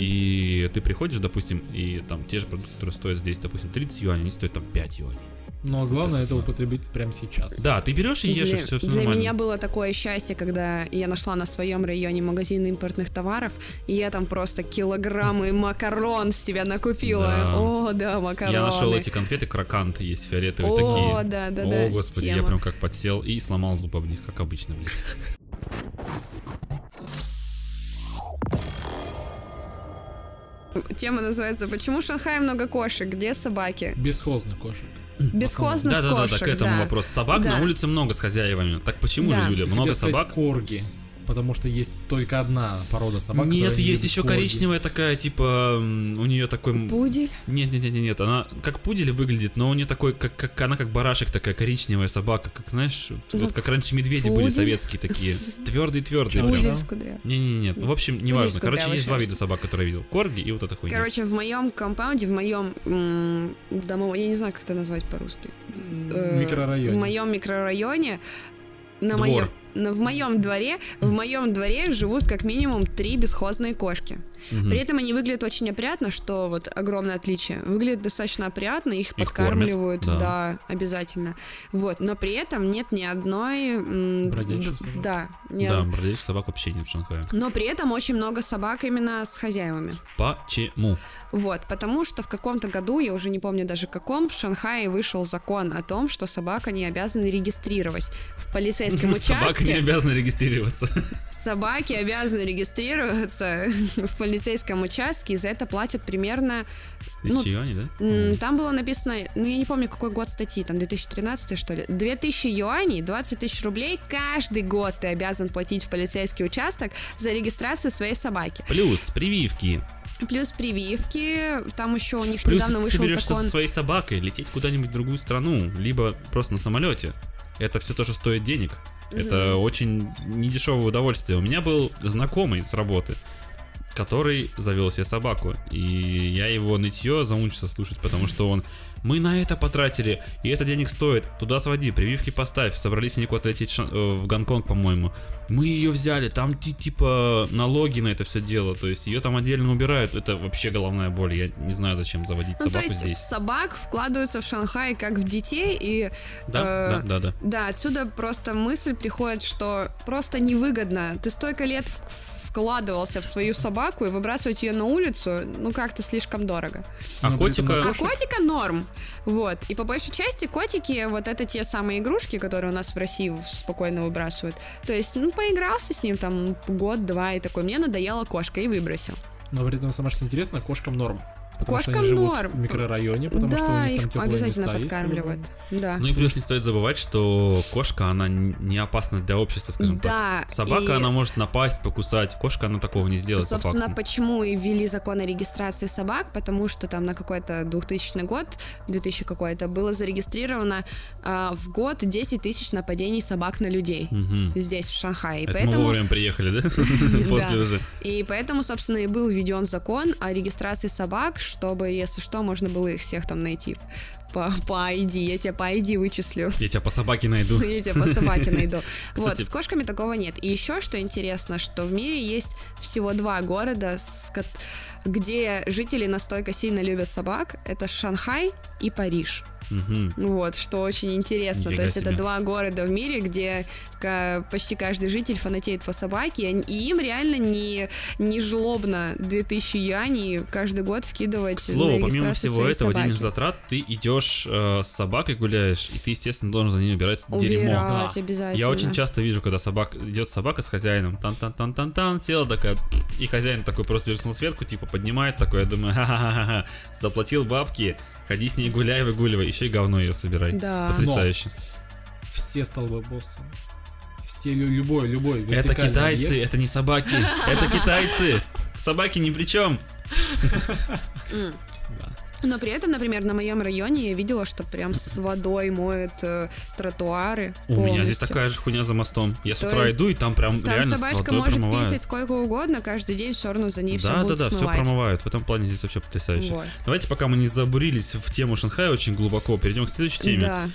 S2: И ты приходишь, допустим, и там те же продукты, которые стоят здесь, допустим, 30 юаней, они стоят там 5 юаней.
S3: Но главное это употребить прямо сейчас.
S2: Да, ты берешь и ешь, и все
S1: Для
S2: нормально.
S1: меня было такое счастье, когда я нашла на своем районе магазин импортных товаров, и я там просто килограммы макарон в себя накупила.
S2: Да.
S1: О, да, макароны.
S2: Я нашел эти конфеты кроканты, есть фиолетовые
S1: О,
S2: такие.
S1: да.
S2: О, господи, я
S1: тема.
S2: прям как подсел и сломал зуб об них, как обычно, блядь.
S1: Тема называется «Почему в Шанхае много кошек? Где собаки?»
S3: Бесхозных кошек.
S1: Бесхозных
S2: Да,
S1: кошек,
S2: к этому
S1: да.
S2: вопрос. Собак
S1: Да.
S2: на улице много с хозяевами. Так почему
S1: Да.
S2: же, Юля? Много
S3: Хотел сказать,
S2: собак?
S3: корги. Потому что есть только одна порода собак.
S2: Нет,
S3: которая не
S2: есть
S3: любит
S2: еще
S3: корги.
S2: коричневая такая, типа, у нее такой...
S1: Пудель.
S2: Нет, она как пудель выглядит, но у нее такой, она как барашек такая, коричневая собака, как, знаешь, вот как раньше медведи были
S1: Пудель?
S2: советские такие, твердые прям.
S1: Пудель с кудрявой.
S2: Нет, ну, в общем, неважно. Короче,
S1: кудрявой
S2: есть два
S1: шерстью.
S2: вида собак, которые я видел. Корги и вот эта хуйня.
S1: Короче, в моем компаунде, в моем домовом, я не знаю, как это назвать по-русски.
S3: Микрорайоне.
S1: В моем микрорайоне,
S2: Двор.
S1: в моем дворе живут как минимум 3 бесхозные кошки.
S2: Мгм.
S1: При этом они выглядят очень опрятно, что вот огромное отличие. Выглядят достаточно опрятно, их
S2: Их
S1: подкармливают,
S2: кормят,
S1: да, обязательно. Вот, но при этом нет ни одной...
S3: Бродячей собаки.
S1: Да, ни
S2: Да,
S1: од-
S2: бродячих собак вообще нет в Шанхае.
S1: но при этом очень много собак именно с хозяевами.
S2: Почему?
S1: Вот, потому что в каком-то году, я уже не помню даже каком, в Шанхае вышел закон о том, что собак они обязаны регистрировать в полицейском
S2: Собака не
S1: участке.
S2: обязана регистрироваться.
S1: Собаки обязаны регистрироваться в полицейском участке, и за это платят примерно...
S2: 1000 юаней, да?
S1: Там было написано, я не помню, какой год статьи, там 2013 что ли, 2000 юаней, 20 тысяч рублей каждый год ты обязан платить в полицейский участок за регистрацию своей собаки.
S2: Плюс прививки.
S1: Плюс прививки, там еще у них
S2: Плюс,
S1: недавно
S2: если ты
S1: вышел
S2: соберешься
S1: закон...
S2: со своей собакой, лететь куда-нибудь в другую страну, либо просто на самолете, это все тоже стоит денег. Это очень недешевое удовольствие. У меня был знакомый с работы, который завел себе собаку, и я его нытье замучился слушать, потому что мы на это потратили, и это денег стоит, туда своди, прививки поставь, собрались они куда-то лететь в Гонконг, по-моему, мы ее взяли, там типа налоги на это все дело, то есть ее там отдельно убирают, это вообще головная боль, я не знаю, зачем заводить
S1: Ну, то
S2: собаку
S1: есть
S2: здесь.
S1: в собак вкладываются в Шанхай как в детей, и...
S2: Да.
S1: Да, отсюда просто мысль приходит, что просто невыгодно. Ты столько лет вкладывался в свою собаку, и выбрасывать ее на улицу, ну, как-то слишком дорого.
S2: А
S3: Но при этом
S2: котика...
S3: на
S1: А котика норм. Вот. И по большей части котики, вот это те самые игрушки, которые у нас в России спокойно выбрасывают. То есть, поигрался с ним там год-два, и такой, мне надоела кошка, и выбросил.
S3: Но при этом, самое что интересно, кошкам норм. Потому что
S1: Кошкам
S3: они живут
S1: норм.
S3: в микрорайоне, потому
S1: да,
S3: что у них
S1: их
S3: там теплые
S1: обязательно
S3: места есть
S1: подкармливают. Да.
S2: Ну и плюс не стоит забывать, что кошка, она не опасна для общества, скажем
S1: Да,
S2: так. Собака,
S1: и-
S2: она может напасть, покусать. Кошка, она такого не сделает, по
S1: Собственно,
S2: факту.
S1: почему и ввели закон о регистрации собак, потому что там на какой-то 2000 год, 2000 какой-то, было зарегистрировано в год 10 тысяч нападений собак на людей
S2: Мгм.
S1: здесь, в Шанхае. И
S2: Это мы вовремя приехали, да? После
S1: Да.
S2: уже.
S1: И поэтому, собственно, и был введен закон о регистрации собак, чтобы, если что, можно было их всех там найти по ID. Я тебя по ID вычислю.
S2: Я тебя по собаке найду.
S1: Я тебя по собаке найду. Вот,
S2: Кстати-
S1: с кошками такого нет. И еще что интересно, что в мире есть всего 2 города, где жители настолько сильно любят собак. Это Шанхай и Париж.
S2: Мгм.
S1: Вот, что очень интересно.
S2: Нифига
S1: То есть
S2: себе.
S1: это 2 города в мире, где почти каждый житель фанатеет по собаке, и им реально не жлобно 2000 юаней каждый год вкидывать
S2: К
S1: на
S2: слову, помимо
S1: регистрацию
S2: всего
S1: своей
S2: этого
S1: собаки.
S2: денежных затрат, ты идешь с собакой гуляешь, и ты, естественно, должен за ней убирать дерьмо.
S1: Убирать обязательно.
S2: Я очень часто вижу, когда идет собака с хозяином, тан-тан-тан-тан-тан, села такая, и хозяин такой просто вернул светку, типа поднимает такой, я думаю, ха-ха-ха-ха, заплатил бабки, ходи с ней гуляй, выгуливай, еще и говно ее собирай.
S1: Да.
S2: Потрясающе.
S3: Все столбобоссы. Все, любой
S2: Это
S3: вертикальный
S2: китайцы,
S3: объект.
S2: это не собаки, это китайцы. Собаки ни при чем.
S3: Да.
S1: Но при этом, например, на моем районе я видела, что прям с водой моют тротуары.
S2: У меня здесь
S1: полностью.
S2: такая же хуйня за мостом. Я с
S1: То
S2: утра
S1: есть
S2: иду, и там прям
S1: Там
S2: реально с
S1: собачка
S2: водой
S1: может
S2: промывают.
S1: писать сколько угодно, каждый день все равно за ней все будут
S2: Да, все
S1: смывать.
S2: промывают. В этом плане здесь вообще потрясающе.
S1: Вот.
S2: Давайте, пока мы не забурились в тему Шанхая очень глубоко, перейдем к следующей теме.
S1: Да.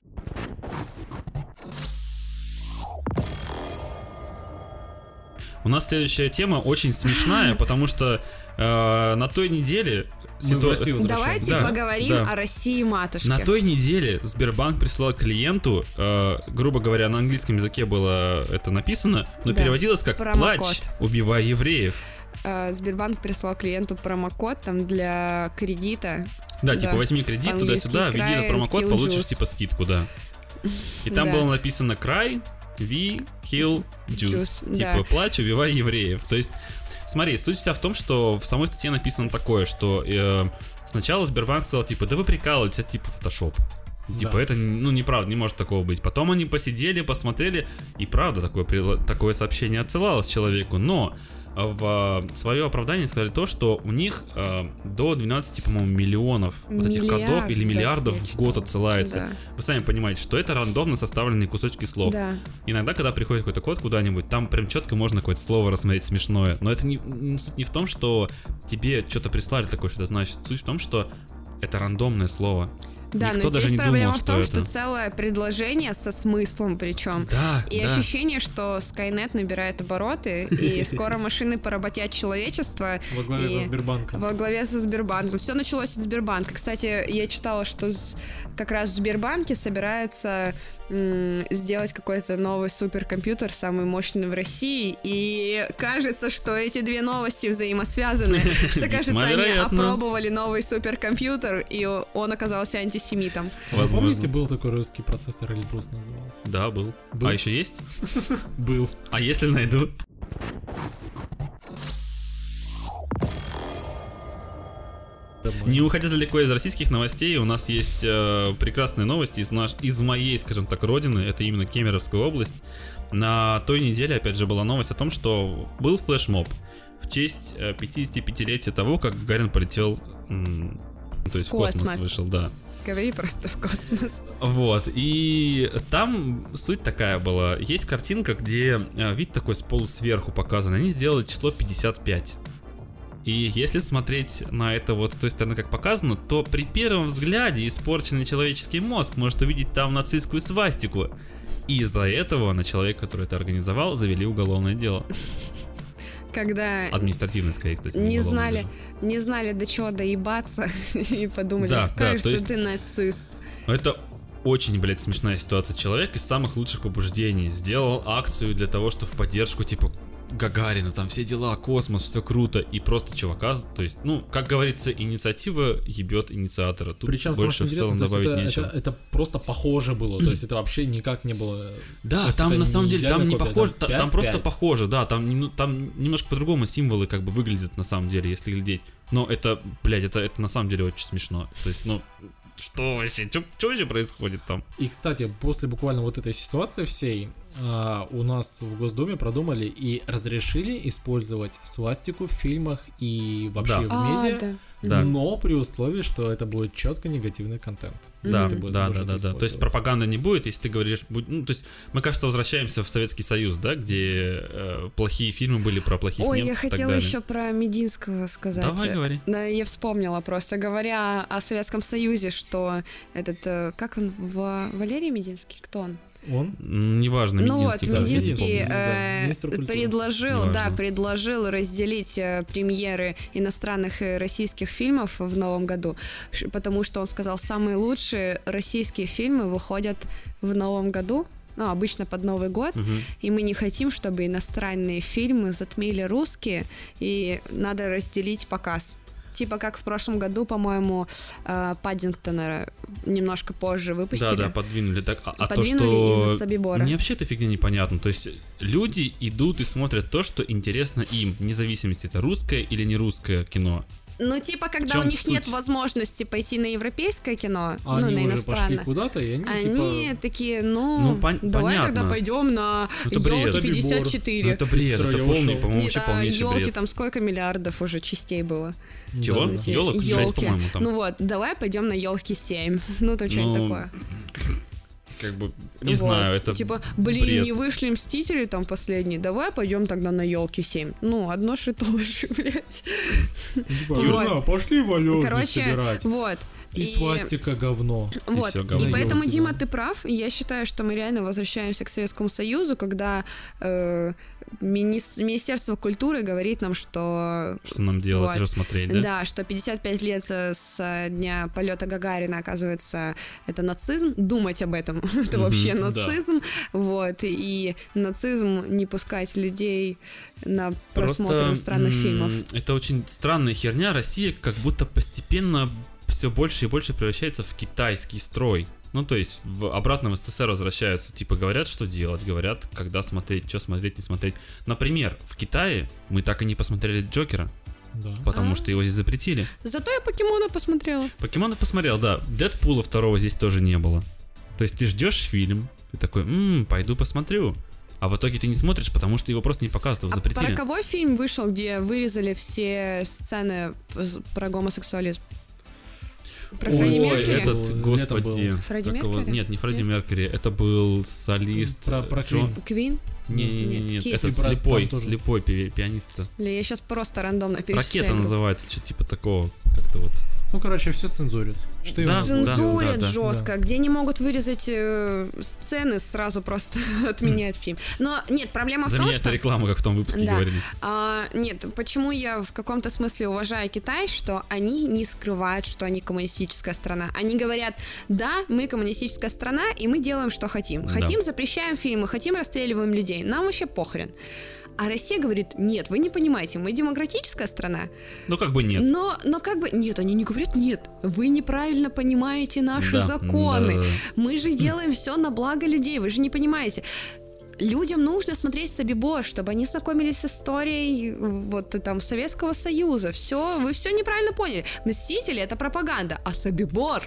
S2: У нас следующая тема очень смешная, потому что на той неделе...
S3: Мы в Россию возвращаемся.
S1: Давайте
S2: Да,
S1: поговорим
S2: да.
S1: о России матушке.
S2: На той неделе Сбербанк прислал клиенту, грубо говоря, на английском языке было это написано, но
S1: Да.
S2: переводилось как
S1: Промокод.
S2: «Плачь, убивай евреев».
S1: Сбербанк прислал клиенту промокод там для кредита.
S2: Да, типа возьми кредит
S1: По-английски
S2: туда-сюда, введи
S1: cry
S2: этот промокод,
S1: and kill
S2: получишь
S1: juice.
S2: типа скидку, да. И там
S1: Да.
S2: было написано cry, we kill Jews.
S1: Juice,
S2: Типа
S1: да.
S2: плачь, убивай евреев. То есть, смотри, суть вся в том, что в самой статье написано такое, что сначала Сбербанк сказал, типа, да вы прикалываетесь, это типа фотошоп. Типа это, неправда, не может такого быть. Потом они посидели, посмотрели, и правда такое сообщение отсылалось человеку, но в свое оправдание сказали то, что у них до 12, по-моему, миллионов вот этих кодов или миллиардов в год отсылается. Да. Вы сами понимаете, что это рандомно составленные кусочки слов. Да. Иногда, когда приходит какой-то код куда-нибудь, там прям четко можно какое-то слово рассмотреть смешное. Но это суть не в том, что тебе что-то прислали такое, что это значит. Суть в том, что это рандомное слово.
S1: Да,
S2: никто
S1: но
S2: даже
S1: здесь
S2: не
S1: проблема
S2: думал,
S1: в том,
S2: что
S1: это целое предложение со смыслом причем.
S2: Да,
S1: и ощущение, что Skynet набирает обороты, и скоро машины поработят человечество.
S3: Во главе со Сбербанком.
S1: Во главе со Сбербанком. Все началось от Сбербанка. Кстати, я читала, что как раз в Сбербанке собирается сделать какой-то новый суперкомпьютер, самый мощный в России, и кажется, что эти две новости взаимосвязаны, что, кажется, они опробовали новый суперкомпьютер, и он оказался антисемитом.
S3: Вы помните, был такой русский процессор Эльбрус назывался?
S2: Да, был. А еще есть?
S3: Был.
S2: А если найду? Не уходя далеко из российских новостей, у нас есть прекрасные новости из моей, скажем так, родины, это именно Кемеровская область. На той неделе, опять же, была новость о том, что был флешмоб в честь 55-летия того, как Гагарин полетел, то есть в космос вышел, да.
S1: Говори просто в космос.
S2: Вот, и там суть такая была. Есть картинка, где вид такой с полусверху показан. Они сделали число 55. И если смотреть на это вот с той стороны, как показано, то при первом взгляде испорченный человеческий мозг может увидеть там нацистскую свастику. И из-за этого на человека, который это организовал, завели уголовное дело.
S1: Когда
S2: административное, скорее, кстати.
S1: Не знали до чего доебаться и подумали, кажется, ты нацист.
S2: Это очень, блядь, смешная ситуация. Человек из самых лучших побуждений сделал акцию для того, что в поддержку, типа, Гагарина, там все дела, космос, все круто, и просто чувака, то есть, как говорится, инициатива ебет инициатора. Тут
S3: причем
S2: больше в целом добавить нечего.
S3: Это просто похоже было, то есть это вообще никак не было.
S2: Да, там на самом деле, там не похоже, там просто похоже, да, там немножко по-другому символы как бы выглядят на самом деле, если глядеть. Но это, блядь, это на самом деле очень смешно. То есть, что вообще? Что вообще происходит там?
S3: И, кстати, после буквально вот этой ситуации всей, у нас в Госдуме продумали и разрешили использовать свастику в фильмах и вообще в медиа, но при условии, что это будет четко негативный контент.
S2: Да. То есть пропаганды не будет, если ты говоришь... то есть мы, кажется, возвращаемся в Советский Союз, да, где плохие фильмы были про плохих немцев.
S1: Ой, я хотела еще про Мединского сказать.
S2: Давай, говори.
S1: Да, я вспомнила просто, говоря о Советском Союзе, что этот... Как он? Валерий Мединский? Кто он?
S3: Он?
S2: Неважно, Мединский.
S1: Мединский предложил разделить премьеры иностранных и российских фильмов в новом году, потому что он сказал, самые лучшие российские фильмы выходят в новом году, обычно под Новый год, и мы не хотим, чтобы иностранные фильмы затмили русские, и надо разделить показ. Типа как в прошлом году, по-моему, Паддингтона немножко позже выпустили.
S2: Да, подвинули. Так,
S1: подвинули
S2: то, что
S1: из-за Собибора.
S2: Мне вообще эта фигня непонятна. То есть люди идут и смотрят то, что интересно им, вне зависимости, это русское или не русское кино.
S1: Когда у них суть? Нет возможности пойти на европейское кино,
S3: они
S1: на иностранное.
S3: Уже пошли куда-то, и
S1: они такие, давай
S2: понятно.
S1: тогда пойдем на елки 54.
S2: Это бред, это полный, по-моему, вообще полнейший бред.
S1: Елки там сколько миллиардов уже частей было.
S2: Чего? Елок 6, по-моему, там.
S1: Давай пойдем на елки 7. Там что-нибудь такое.
S2: Как бы, не знаю, это
S1: бред. Не вышли Мстители там последние, давай пойдем тогда на елки 7. Одно и то же, блядь.
S3: Пошли валёрник собирать.
S1: Вот.
S3: И свастика говно.
S1: Вот. И поэтому, Дима, ты прав. Я считаю, что мы реально возвращаемся к Советскому Союзу, когда Министерство культуры говорит нам, что...
S2: Что нам делать, уже смотреть, да?
S1: Да, что 55 лет с дня полета Гагарина, оказывается, это нацизм. Думать об этом, это вообще нацизм. Вот. И нацизм не пускать людей на просмотр иностранных фильмов.
S2: Это очень странная херня. Россия как будто постепенно все больше и больше превращается в китайский строй. То есть обратно в СССР возвращаются. Типа говорят, что делать, говорят, когда смотреть, что смотреть, не смотреть. Например, в Китае мы так и не посмотрели Джокера.
S3: Да.
S2: Потому что его здесь запретили.
S1: Зато я покемона посмотрела.
S2: Покемонов посмотрел, да. Дэдпула 2 здесь тоже не было. То есть ты ждешь фильм, ты такой, пойду посмотрю. А в итоге ты не смотришь, потому что его просто не показывают, его запретили.
S1: А про кого фильм вышел, где вырезали все сцены про гомосексуализм? Про Фредди Меркьюри?
S2: Этот, господи.
S1: Фредди Меркьюри?
S2: Нет, не Фредди Меркьюри, это был солист.
S3: Про
S1: Квин?
S2: Нет,
S1: Кейс.
S2: это слепой пианист.
S1: Я сейчас просто рандомно перечисляю.
S2: Ракета называется, что-то типа такого, как-то вот.
S3: Ну, короче, все цензурят. Что
S2: Да,
S1: Цензурят
S2: да.
S1: жестко. Где не могут вырезать сцены, сразу просто отменяют фильм. Но нет, проблема в том,
S2: Заменяет
S1: что...
S2: на рекламу, как в том выпуске
S1: Да.
S2: говорили.
S1: Нет, почему я в каком-то смысле уважаю Китай, что они не скрывают, что они коммунистическая страна. Они говорят, да, мы коммунистическая страна, и мы делаем, что хотим. Хотим, запрещаем фильмы, хотим, расстреливаем людей. Нам вообще похрен. А Россия говорит, нет, вы не понимаете, мы демократическая страна.
S2: Ну, как бы нет.
S1: Но как бы, нет, они не говорят, нет, вы неправильно понимаете наши законы.
S2: Да.
S1: Мы же делаем все на благо людей, вы же не понимаете. Людям нужно смотреть Собибор, чтобы они знакомились с историей вот там Советского Союза. Все, вы все неправильно поняли. Мстители — это пропаганда, а Собибор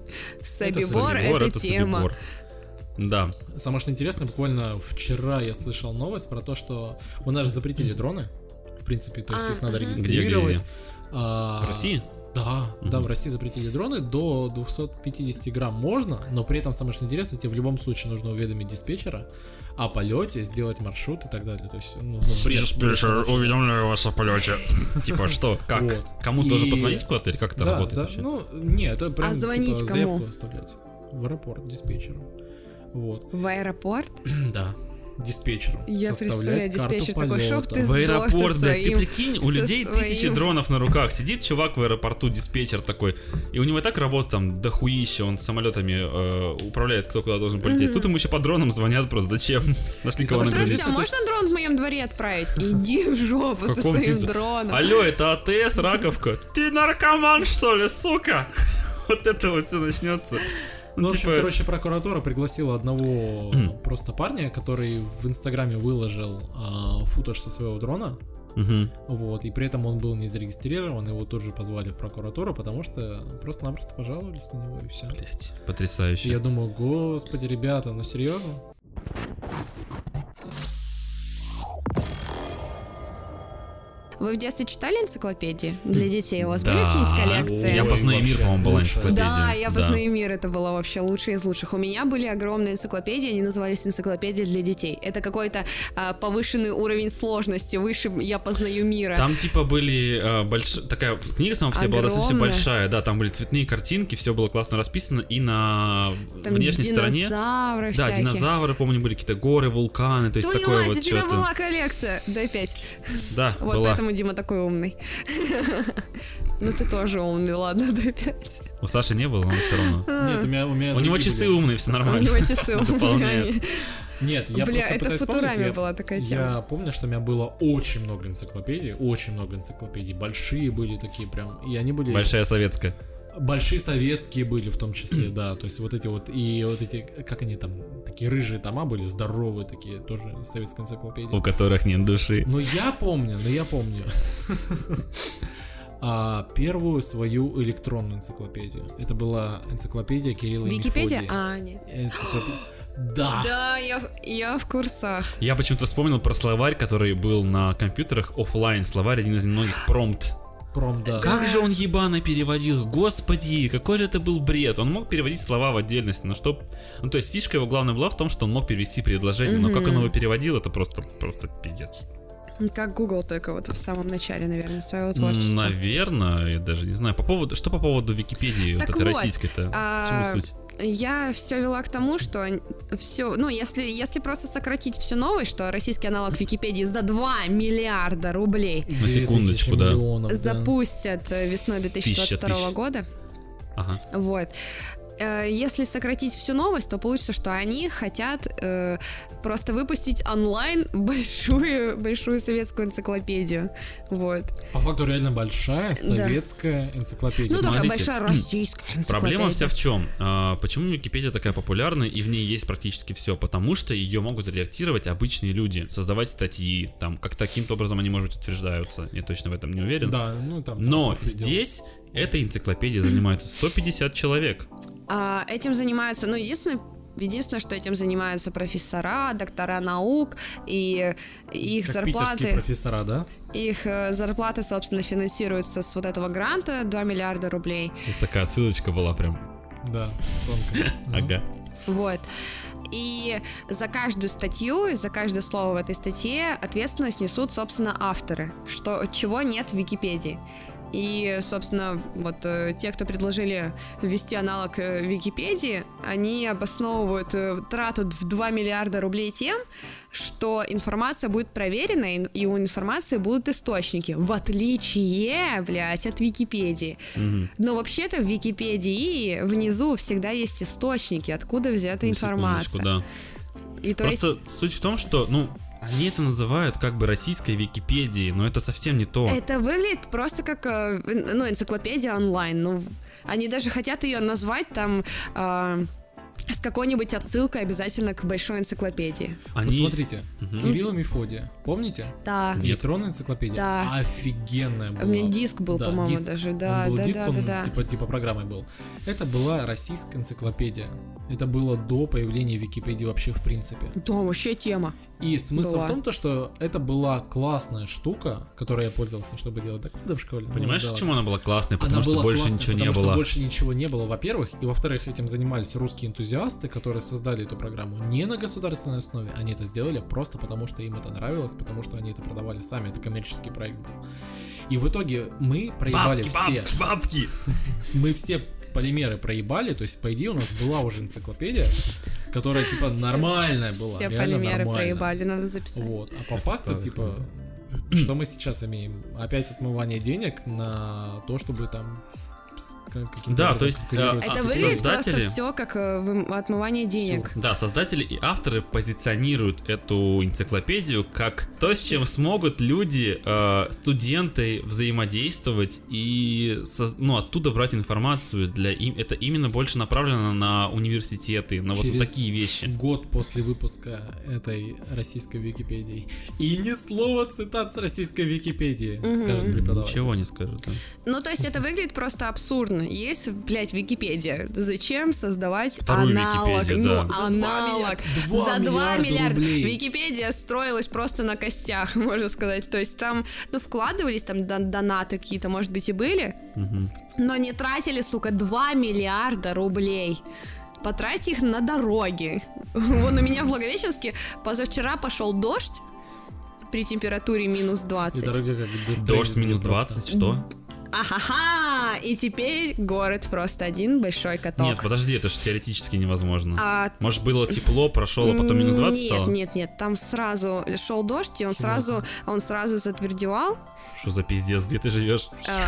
S1: это тема.
S2: Собибор. Да.
S3: Самое что интересное, буквально вчера я слышал новость про то, что у нас же запретили дроны, в принципе, то есть их надо регистрировать.
S2: Где? В России?
S3: Да, в России запретили дроны, до 250 грамм можно, но при этом самое что интересное, тебе в любом случае нужно уведомить диспетчера о полете, сделать маршрут и так далее. То есть, бред.
S2: Диспетчер, уведомляю вас о полете. Типа что, как?
S3: Вот.
S2: Кому тоже позвонить куда-то или как это работает вообще?
S3: Нет, это прям
S1: звонить
S3: типа
S1: кому?
S3: заявку оставлять в аэропорт диспетчеру. Вот.
S1: В аэропорт?
S3: Да. Диспетчеру.
S1: Я представляю,
S3: составлять карту
S1: диспетчер такой, чтоб
S3: полета.
S1: ты
S2: В аэропорт,
S1: со
S2: блядь, ты
S1: своим-
S2: прикинь, у
S1: со
S2: людей тысячи
S1: своим.
S2: дронов на руках. Сидит чувак в аэропорту, диспетчер такой, и у него и так работа там дохуища, он самолетами управляет, кто куда должен полететь. Тут ему еще по дронам звонят просто, зачем? Нашли кого нагрузить.
S1: Здравствуйте, а можно дрон в моем дворе отправить? Иди в жопу со
S2: Каком
S1: своим
S2: ты-
S1: дроном.
S2: Алло, это АТС, Раковка. Ты наркоман, что ли, сука? Вот это вот все начнется.
S3: Ну, в общем,
S2: типа-
S3: короче, прокуратура пригласила одного просто парня, который в Инстаграме выложил футаж со своего дрона.
S2: Мгм.
S3: Вот, и при этом он был не зарегистрирован, его тут же позвали в прокуратуру, потому что просто-напросто пожаловались на него и все.
S2: Блять,
S3: И
S2: потрясающе.
S3: я думаю, господи, ребята, ну серьезно?
S1: Вы в детстве читали энциклопедии для детей? У вас были
S2: Да.
S1: какие-нибудь коллекции?
S2: Я познаю мир,
S3: вообще
S2: по-моему, была
S3: лучшая.
S2: энциклопедия.
S1: Да, я познаю мир, это было вообще лучшее из лучших. У меня были огромные энциклопедии, они назывались энциклопедии для детей. Это какой-то повышенный уровень сложности, выше я познаю мира.
S2: Там типа были такая книга сама по себе была достаточно
S1: Огромная.
S2: большая, да, там были цветные картинки, все было классно расписано, и на
S1: Там
S2: внешней стороне,
S1: динозавры
S2: да,
S1: всякие.
S2: динозавры, помню, были какие-то горы, вулканы, то есть
S1: Твою
S2: такое
S1: мать,
S2: вот
S1: у тебя
S2: что-то.
S1: была коллекция. Дай 5.
S2: Да,
S1: Вот
S2: была.
S1: поэтому Дима такой умный. Ну ты тоже умный, ладно, дай 5.
S2: У Саши не было, но все равно.
S3: Нет, у меня
S2: У него
S3: другие
S2: часы
S3: были.
S2: умные, все
S1: У
S2: нормально.
S1: него часы
S2: Дополняет.
S1: умные.
S3: Нет, я
S1: Бля,
S3: просто
S1: это
S3: пытаюсь
S1: в Футураме
S3: вспомнить,
S1: была такая тема.
S3: Я помню, что у меня было очень много энциклопедий, большие были такие прям, и они были...
S2: Большая советская.
S3: Большие советские были в том числе, да, то есть вот эти вот, и вот эти, как они там, такие рыжие тома были, здоровые такие, тоже из советской энциклопедии.
S2: У которых нет души.
S3: Но я помню. Первую свою электронную энциклопедию. Это была энциклопедия Кирилла и
S1: Википедия?
S3: Мефодия.
S1: Нет.
S3: Да.
S1: Да, я в курсах.
S2: Я почему-то вспомнил про словарь, который был на компьютерах, оффлайн словарь, один из немногих, промпт.
S3: Да.
S2: Как же он ебано переводил, господи, какой же это был бред. Он мог переводить слова в отдельности, но что... Ну, то есть фишка его главная была в том, что он мог перевести предложение, но как он его переводил, это просто пиздец.
S1: Как Google, только вот в самом начале, наверное, своего творчества.
S2: Наверное, я даже не знаю. Что по поводу Википедии,
S1: Так
S2: вот этой
S1: вот,
S2: российской-то? К чему суть?
S1: Я все вела к тому, что все, ну, если просто сократить всю новость, что российский аналог Википедии за 2 миллиарда рублей
S2: На секундочку, да.
S3: миллионов, да.
S1: запустят весной 2022
S2: Тысяча.
S1: года.
S2: Ага.
S1: Вот. если сократить всю новость, то получится, что они хотят просто выпустить онлайн большую советскую энциклопедию. Вот.
S3: По факту реально большая советская энциклопедия.
S1: Ну, такая большая российская энциклопедия.
S2: Проблема вся в чем? Почему Википедия такая популярна и в ней есть практически все? Потому что ее могут редактировать обычные люди, создавать статьи, там, как таким-то образом они, может быть, утверждаются. Я точно в этом не уверен.
S3: Да, ну там.
S2: Но здесь этой энциклопедией занимается 150 человек.
S1: Этим занимаются, ну, единственное, что этим занимаются профессора, доктора наук, и их
S3: как
S1: зарплаты...
S3: питерские профессора, да?
S1: Их зарплаты, собственно, финансируются с вот этого гранта 2 миллиарда рублей.
S2: Здесь такая ссылочка была прям.
S3: Да, тонко.
S2: Ага.
S1: Вот. И за каждую статью, и за каждое слово в этой статье ответственность несут, собственно, авторы, чего нет в Википедии. И, собственно, вот те, кто предложили ввести аналог Википедии, они обосновывают трату в 2 миллиарда рублей тем, что информация будет проверена, и у информации будут источники, в отличие, блядь, от Википедии. Но вообще-то в Википедии внизу всегда есть источники, откуда взята информация.
S2: Да.
S1: И
S2: просто суть в том, что, они это называют как бы российской Википедией, но это совсем не то.
S1: Это выглядит просто как, энциклопедия онлайн. Они даже хотят ее назвать там с какой-нибудь отсылкой обязательно к большой энциклопедии.
S3: Вот смотрите, Кирилл и Мефодия, помните?
S1: Да.
S3: Электронная энциклопедия.
S1: Да.
S3: Офигенная была.
S1: У меня диск был, по-моему,
S3: диск.
S1: даже. Да,
S3: он был
S1: да,
S3: диск,
S1: да,
S3: он
S1: да.
S3: типа программой был. Это была российская энциклопедия. Это было до появления Википедии вообще в принципе.
S1: Да, вообще тема.
S3: И смысл
S1: была.
S3: в том, что это была классная штука, которой я пользовался, чтобы делать доклады в школе.
S2: Понимаешь, почему она была классной? Потому
S3: она
S2: что
S3: была
S2: больше
S3: классной,
S2: ничего
S3: потому
S2: не
S3: что
S2: было.
S3: Больше ничего не было, во-первых. И во-вторых, этим занимались русские энтузиасты, которые создали эту программу не на государственной основе. Они это сделали просто потому, что им это нравилось, потому что они это продавали сами. Это коммерческий проект был. И в итоге мы проебали
S2: Бабки!
S3: Мы все полимеры проебали, то есть, по идее, у нас была уже энциклопедия, которая, типа, нормальная была.
S1: Все
S3: реально
S1: полимеры
S3: нормальная.
S1: проебали, надо записать.
S3: Вот. А по факту, типа, что мы сейчас имеем? Опять отмывание денег на то, чтобы там
S2: Да, то есть
S1: это выглядит
S2: создатели...
S1: просто все как отмывание денег.
S2: Да, создатели и авторы позиционируют эту энциклопедию как то, с чем смогут люди, студенты взаимодействовать и оттуда брать информацию. Это именно больше направлено на университеты, на вот такие вещи.
S3: Год после выпуска этой российской Википедии. И ни слова цитат с российской Википедии, скажет преподаватель.
S2: Ничего не скажут. Да.
S1: Ну, то есть это выглядит просто абсурдно. Есть, блядь, Википедия. Зачем создавать
S2: вторую
S1: аналог?
S2: Википедию, да.
S1: Аналог. За 2 миллиарда.
S3: Рублей.
S1: Википедия строилась просто на костях, можно сказать. То есть там, вкладывались там донаты какие-то, может быть, и были, но не тратили, сука, 2 миллиарда рублей. Потратьте их на дороги. Вон у меня в Благовещенске позавчера пошел дождь при температуре минус 20.
S3: И дорога как
S2: Дождь минус 20, что?
S1: Ахаха! И теперь город просто один большой каток.
S2: Нет, подожди, это же теоретически невозможно. Может, было тепло, прошел, а потом минус 20 стало?
S1: Нет, там сразу шел дождь, и он сразу затвердевал.
S2: Что за пиздец, где ты живешь?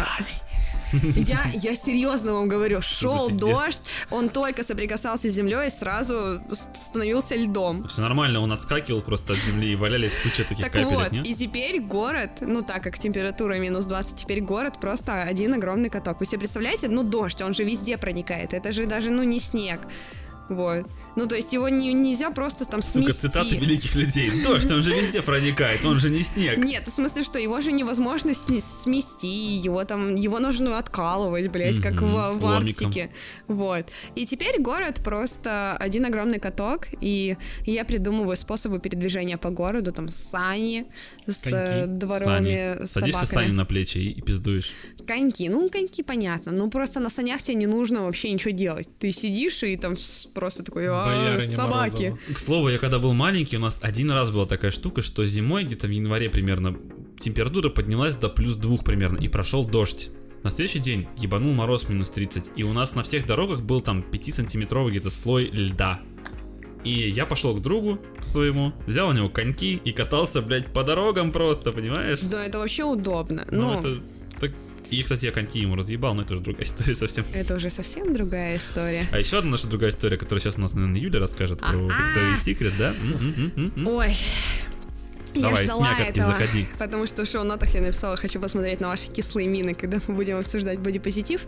S1: Я серьезно вам говорю, шел дождь, он только соприкасался с землей и сразу становился льдом.
S2: Все нормально, он отскакивал просто от земли и валялись куча таких капелек,
S1: Так вот,
S2: нет?
S1: и теперь город, так как температура минус 20, теперь город просто один огромный каток. Вы себе представляете? Дождь, он же везде проникает, это же даже, не снег. Вот. То есть его нельзя просто там смести.
S2: Сука, цитаты великих людей. Дождь, он же везде проникает, он же не снег.
S1: Нет, в смысле, что его же невозможно смести, его нужно откалывать, блять, как в Арктике. Вот. И теперь город просто один огромный каток, и я придумываю способы передвижения по городу, там сани с дворовыми собаками.
S2: Садишься саню на плечи и пиздуешь.
S1: Коньки, коньки понятно, просто на санях тебе не нужно вообще ничего делать. Ты сидишь и там просто такой, собаки.
S3: Морозова.
S2: К слову, я когда был маленький, у нас один раз была такая штука, что зимой, где-то в январе примерно, температура поднялась до +2 примерно, и прошел дождь. На следующий день ебанул мороз минус 30, и у нас на всех дорогах был там 5-сантиметровый где-то слой льда. И я пошел к другу своему, взял у него коньки и катался, блядь, по дорогам просто, понимаешь?
S1: Да, это вообще удобно.
S2: Это так И, кстати, я коньки ему разъебал, но это уже другая история совсем.
S1: Это уже совсем другая история.
S2: А еще одна наша другая история, которая сейчас у нас, наверное, Юля расскажет про Victoria's Secret, да?
S1: Ой.
S2: Давай,
S1: я ждала
S2: с мякотки
S1: этого,
S2: заходи.
S1: потому что в шоу-нотах я написала, хочу посмотреть на ваши кислые мины, когда мы будем обсуждать бодипозитив.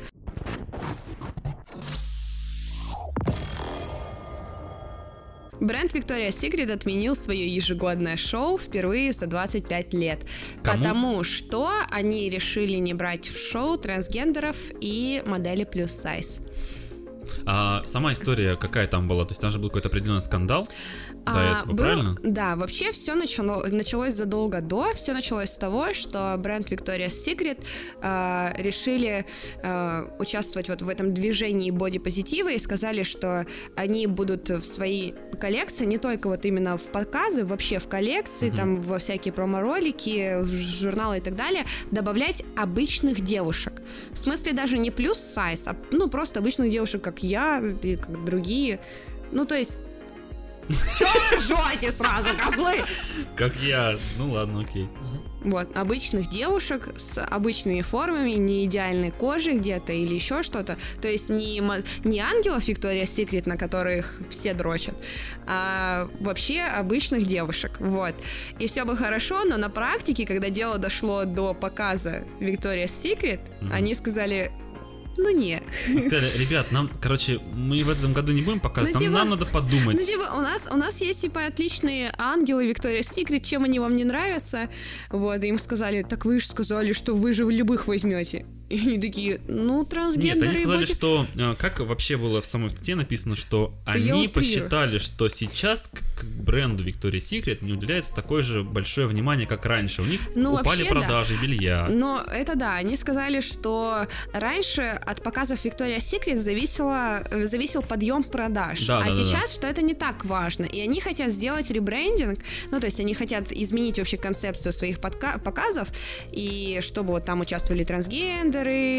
S1: Бренд Victoria's Secret отменил свое ежегодное шоу впервые за 25 лет.
S2: Кому?
S1: Потому что они решили не брать в шоу трансгендеров и модели плюс сайз.
S2: А сама история какая там была? То есть там же был какой-то определенный скандал до этого, правильно?
S1: Да, вообще все началось задолго до. Все началось с того, что бренд Victoria's Secret решили участвовать вот в этом движении бодипозитива и сказали, что они будут в своей коллекции, не только вот именно в показы, вообще в коллекции, там во всякие промо-ролики, в журналы и так далее, добавлять обычных девушек. В смысле даже не плюс сайз, а ну просто обычных девушек, как я и как другие. Ну то есть чё вы ржёте сразу, козлы?
S2: Как я. Ну ладно, окей.
S1: Вот, обычных девушек с обычными формами, не идеальной кожей где-то или еще что-то. То есть не ангелов Victoria's Secret, на которых все дрочат, а вообще обычных девушек. Вот. И все бы хорошо, но на практике, когда дело дошло до показа Victoria's Secret, они сказали... Ну не.
S2: Сказали, ребят, нам, короче, мы в этом году не будем показывать, нам надо подумать.
S1: Ну, типа, у нас есть, типа, отличные ангелы Victoria's Secret, чем они вам не нравятся. Вот, и им сказали, так вы же сказали, что вы же любых возьмете. И они такие, ну, трансгендеры...
S2: Нет, они сказали,
S1: боди...
S2: что, как вообще было в самой статье написано, что они посчитали, что сейчас к бренду Victoria's Secret не уделяется такое же большое внимание, как раньше. У них упали продажи белья.
S1: Но это да, они сказали, что раньше от показов Victoria's Secret зависел подъем продаж. Сейчас, что это не так важно. И они хотят сделать ребрендинг, ну, то есть они хотят изменить вообще концепцию своих показов, и чтобы вот там участвовали трансгендеры,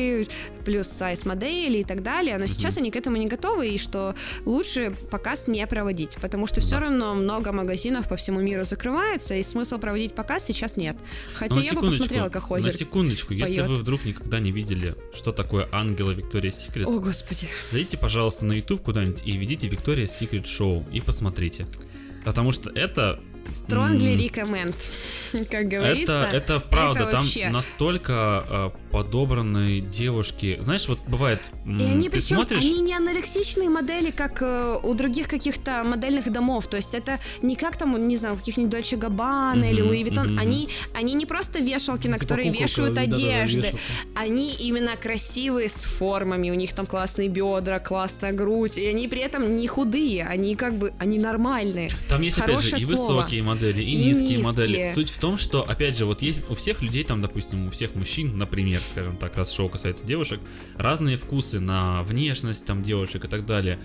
S1: плюс сайз модели и так далее, но сейчас они к этому не готовы, и что лучше показ не проводить, потому что все равно много магазинов по всему миру закрывается, и смысл проводить показ сейчас нет. Хотя я бы посмотрела, как Хозер.
S2: На секундочку, если вы вдруг никогда не видели, что такое ангелы Victoria's Secret,
S1: о господи, зайдите,
S2: пожалуйста, на YouTube куда-нибудь и введите Victoria's Secret Show и посмотрите, потому что это
S1: strongly recommend, как говорится.
S2: Это правда,
S1: это
S2: там
S1: вообще...
S2: настолько подобранные девушки. Знаешь, вот бывает,
S1: и они,
S2: ты
S1: причем,
S2: смотришь...
S1: они не анорексичные модели, как у других каких-то модельных домов. То есть это не как там, не знаю, каких-нибудь Dolce Gabbana или Louis Vuitton. Они не просто вешалки, на которые вешают одежды. Они именно красивые, с формами. У них там классные бедра, классная грудь. И они при этом не худые. Они как бы, они нормальные.
S2: Там есть,
S1: хорошее
S2: опять же, и
S1: слово.
S2: высокие модели, и низкие модели. Суть в том, что, опять же, вот есть у всех людей, там, допустим, у всех мужчин, например, скажем так, раз шоу касается девушек, разные вкусы на внешность там девушек и так далее.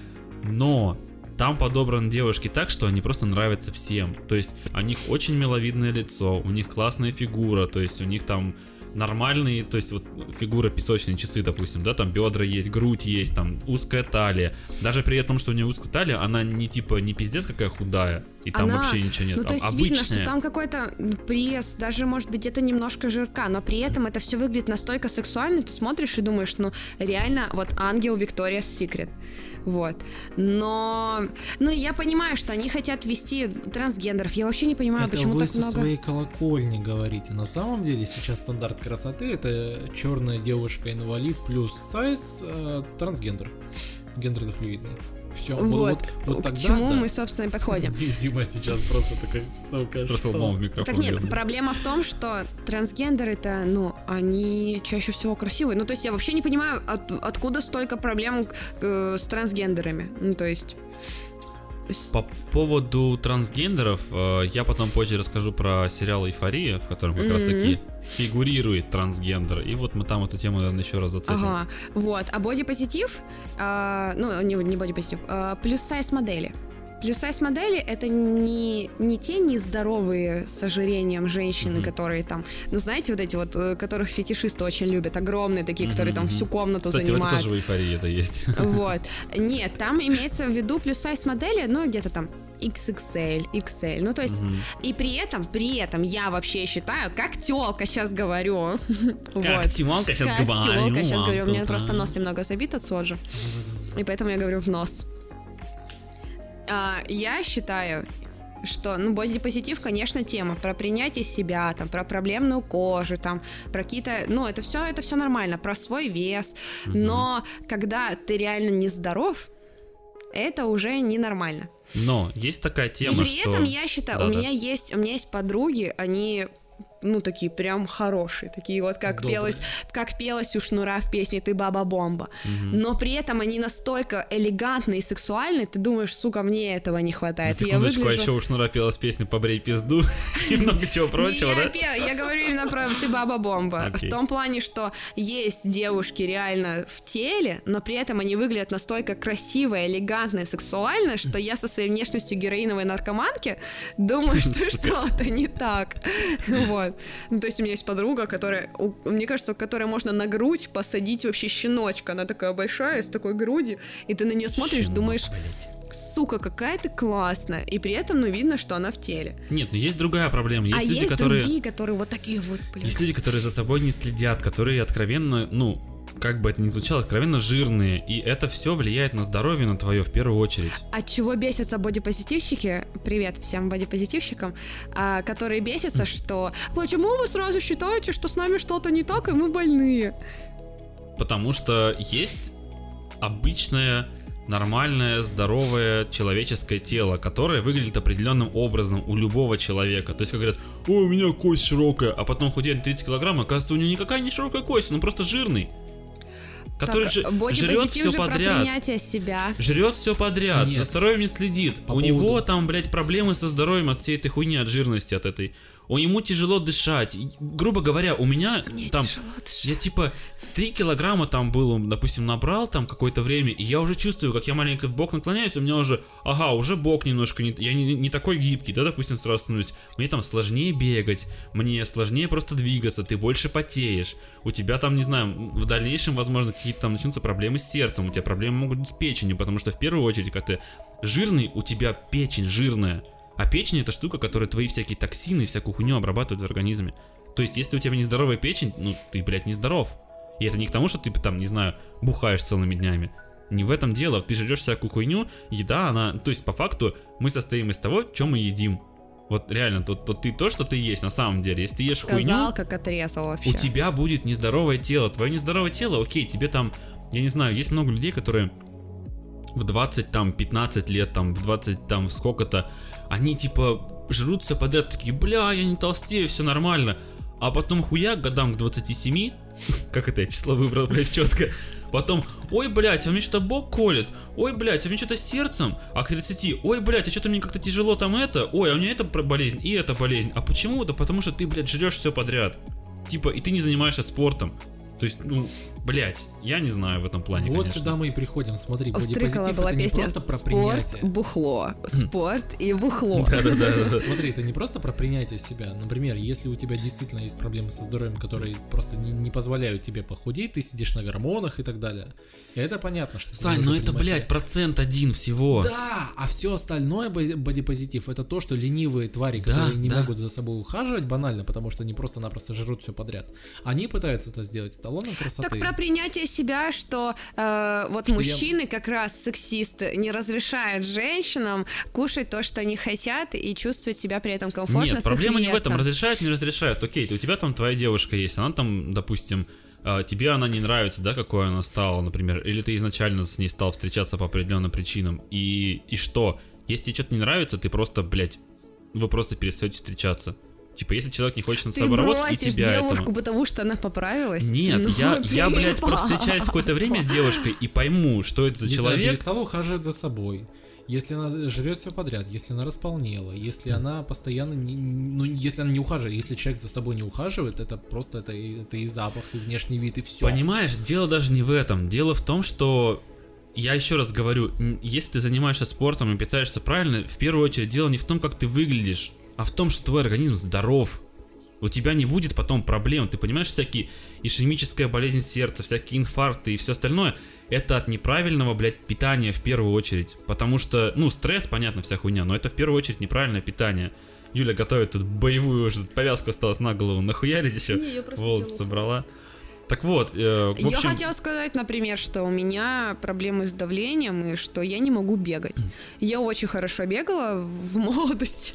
S2: Но там подобраны девушки так, что они просто нравятся всем. То есть у них очень миловидное лицо, у них классная фигура, то есть у них там нормальные, то есть вот фигура песочные часы, допустим, да, там бедра есть, грудь есть, там узкая талия. Даже при том, что у нее узкая талия, она не типа не пиздец какая худая, и там вообще ничего нет.
S1: Ну, то есть
S2: обычная.
S1: видно, что там какой-то пресс, даже может быть где-то немножко жирка, но при этом это все выглядит настолько сексуально, ты смотришь и думаешь, ну реально вот ангел Victoria's Secret. Вот. Но я понимаю, что они хотят ввести трансгендеров. Я вообще не понимаю,
S3: это
S1: почему
S3: вы
S1: так
S3: со
S1: много.
S3: Своей колокольни говорите. На самом деле сейчас стандарт красоты — это черная девушка-инвалид плюс сайз, трансгендер. Гендерно-флюидный. Все, вот
S1: к
S3: тогда,
S1: чему
S3: да.
S1: мы, собственно, и подходим.
S3: Дима сейчас просто такой, сука,
S2: просто лбом в микрофон.
S1: Так нет, проблема в том, что трансгендеры-то, они чаще всего красивые. Ну, то есть я вообще не понимаю, откуда столько проблем с трансгендерами. Ну, то есть...
S2: По поводу трансгендеров, я потом позже расскажу про сериал «Эйфория», в котором как раз таки фигурирует трансгендер. И вот мы там эту тему, наверное, еще раз зацепим.
S1: Ага, вот. А бодипозитив, не бодипозитив, плюс-сайз модели. Плюс-сайз модели — это не те нездоровые с ожирением женщины, которые там, знаете, вот эти вот, которых фетишисты очень любят, огромные такие, которые там всю комнату занимают.
S2: Кстати, в «Эйфории» это есть.
S1: Вот. Нет, там имеется в виду плюс-сайз модели, где-то там XXL, XL. Ну, то есть, и при этом я вообще считаю, как тёлка сейчас говорю.
S2: Как тёлка сейчас говорю.
S1: Как тёлка сейчас говорю. У меня просто нос немного забит от соджи. И поэтому я говорю в нос. Я считаю, что, бодипозитив, конечно, тема про принятие себя, там, про проблемную кожу, там, про какие-то, это все нормально, про свой вес, но когда ты реально нездоров, это уже ненормально.
S2: Но есть такая тема,
S1: что... И при этом я считаю, у меня есть подруги, они... такие прям хорошие, такие вот, как пелось у Шнура в песне «Ты баба-бомба». Но при этом они настолько элегантные и сексуальные, ты думаешь, сука, мне этого не хватает.
S2: На секундочку, а еще у Шнура пелась песня «Побрей пизду» и много чего прочего, да?
S1: Я говорю именно про «Ты баба-бомба». В том плане, что есть девушки реально в теле, но при этом они выглядят настолько красиво, элегантно и сексуально, что я со своей внешностью героиновой наркоманки думаю, что что-то не так. Вот. То есть у меня есть подруга, мне кажется, которая можно на грудь посадить вообще щеночка. Она такая большая, с такой грудью, и ты на нее смотришь, думаешь, сука, какая ты классная. И при этом, видно, что она в теле.
S2: Нет, но есть другая проблема. Есть люди,
S1: другие, которые вот такие вот, блин.
S2: Есть люди, которые за собой не следят, которые откровенно, как бы это ни звучало, откровенно жирные, и это все влияет на здоровье, на твое в первую очередь.
S1: От чего бесятся бодипозитивщики? Привет всем бодипозитивщикам, которые бесятся, что почему вы сразу считаете, что с нами что-то не так, и мы больные?
S2: Потому что есть обычное, нормальное, здоровое человеческое тело, которое выглядит определенным образом у любого человека. То есть, как говорят, у меня кость широкая, а потом худеет на 30 килограмм, оказывается, у него никакая не широкая кость, он просто жирный. Который жрет все подряд.
S1: Про принятие себя.
S2: Жрет все подряд, за здоровьем не следит. Него там, проблемы со здоровьем от всей этой хуйни, от жирности, от этой. Ему тяжело дышать. И, грубо говоря, у меня там, я 3 килограмма там был, допустим, набрал там какое-то время, и я уже чувствую, как я маленько в бок наклоняюсь, у меня уже бок немножко, я не такой гибкий, да, допустим, сразу становлюсь. Мне там сложнее бегать, мне сложнее просто двигаться, ты больше потеешь. У тебя там, не знаю, в дальнейшем, возможно, какие-то там начнутся проблемы с сердцем, у тебя проблемы могут быть с печенью, потому что в первую очередь, когда ты жирный, у тебя печень жирная. А печень это штука, которая твои всякие токсины и всякую хуйню обрабатывает в организме. То есть, если у тебя нездоровая печень, ты, нездоров. И это не к тому, что ты там, не знаю, бухаешь целыми днями. Не в этом дело. Ты жрешь всякую хуйню, еда, она... То есть, по факту, мы состоим из того, что мы едим. Вот реально, ты то, что ты есть на самом деле. Если ты ешь хуйню...
S1: Сказал, как отрезал вообще.
S2: У тебя будет нездоровое тело. Твое нездоровое тело, окей, тебе там... Я не знаю, есть много людей, которые в 20, там, 15 лет, там, в 20, там, сколько-то... Они жрут все подряд, такие, бля, я не толстею, все нормально. А потом хуяк годам к 27, как это я число выбрал, блядь, четко. Потом, ой, блядь, а мне что-то бок колет. Ой, блядь, а мне что-то с сердцем. А к 30, ой, блядь, а что-то мне как-то тяжело там это. Ой, а у меня эта болезнь и эта болезнь. А почему? Да потому что ты, блядь, жрешь все подряд. И ты не занимаешься спортом. То есть, блять, я не знаю в этом плане,
S3: вот
S2: конечно.
S3: Сюда мы и приходим, смотри, бодипозитив это не просто про
S1: принятие.
S3: Спорт,
S1: бухло, спорт и бухло.
S2: Да.
S3: Смотри, это не просто про принятие себя. Например, если у тебя действительно есть проблемы со здоровьем, которые просто не позволяют тебе похудеть, ты сидишь на гормонах и так далее. И это понятно, что...
S2: Сань, ну это, блядь, 1% всего.
S3: Да, а все остальное бодипозитив это то, что ленивые твари, которые не могут за собой ухаживать банально, потому что они просто-напросто жрут все подряд. Они пытаются это сделать эталоном красоты.
S1: Так про принятие себя, что мужчины как раз сексисты не разрешают женщинам кушать то, что они хотят, и чувствовать себя при этом комфортно.
S2: Нет, проблема не в этом, разрешают, не разрешают. Окей, у тебя там твоя девушка есть, она там, допустим, тебе она не нравится, да, какой она стала, например, или ты изначально с ней стал встречаться по определенным причинам, и что? Если тебе что-то не нравится, ты просто, блядь, вы просто перестаете встречаться. Если человек не хочет над собой работать, и тебя
S1: этому... Ты бросишь девушку, потому что она поправилась?
S2: Нет, я, блядь, просто встречаюсь какое-то время с девушкой и пойму, что это за человек.
S3: Если она перестала ухаживать за собой, если она жрет все подряд, если она располнела, если она постоянно, если она не ухаживает, если человек за собой не ухаживает, это просто, это и запах, и внешний вид, и все.
S2: Понимаешь, дело даже не в этом, дело в том, что... Я еще раз говорю, если ты занимаешься спортом и питаешься правильно, в первую очередь дело не в том, как ты выглядишь, а в том, что твой организм здоров. У тебя не будет потом проблем, ты понимаешь, всякие ишемическая болезнь сердца, всякие инфаркты и все остальное, это от неправильного, блядь, питания в первую очередь. Потому что, ну, стресс, понятно, вся хуйня, но это в первую очередь неправильное питание. Юля готовит тут боевую уже, повязку осталось на голову, нахуярить еще, волосы собрала. Так вот, в общем...
S1: Я хотела сказать, например, что у меня проблемы с давлением и что я не могу бегать. Я очень хорошо бегала в молодости.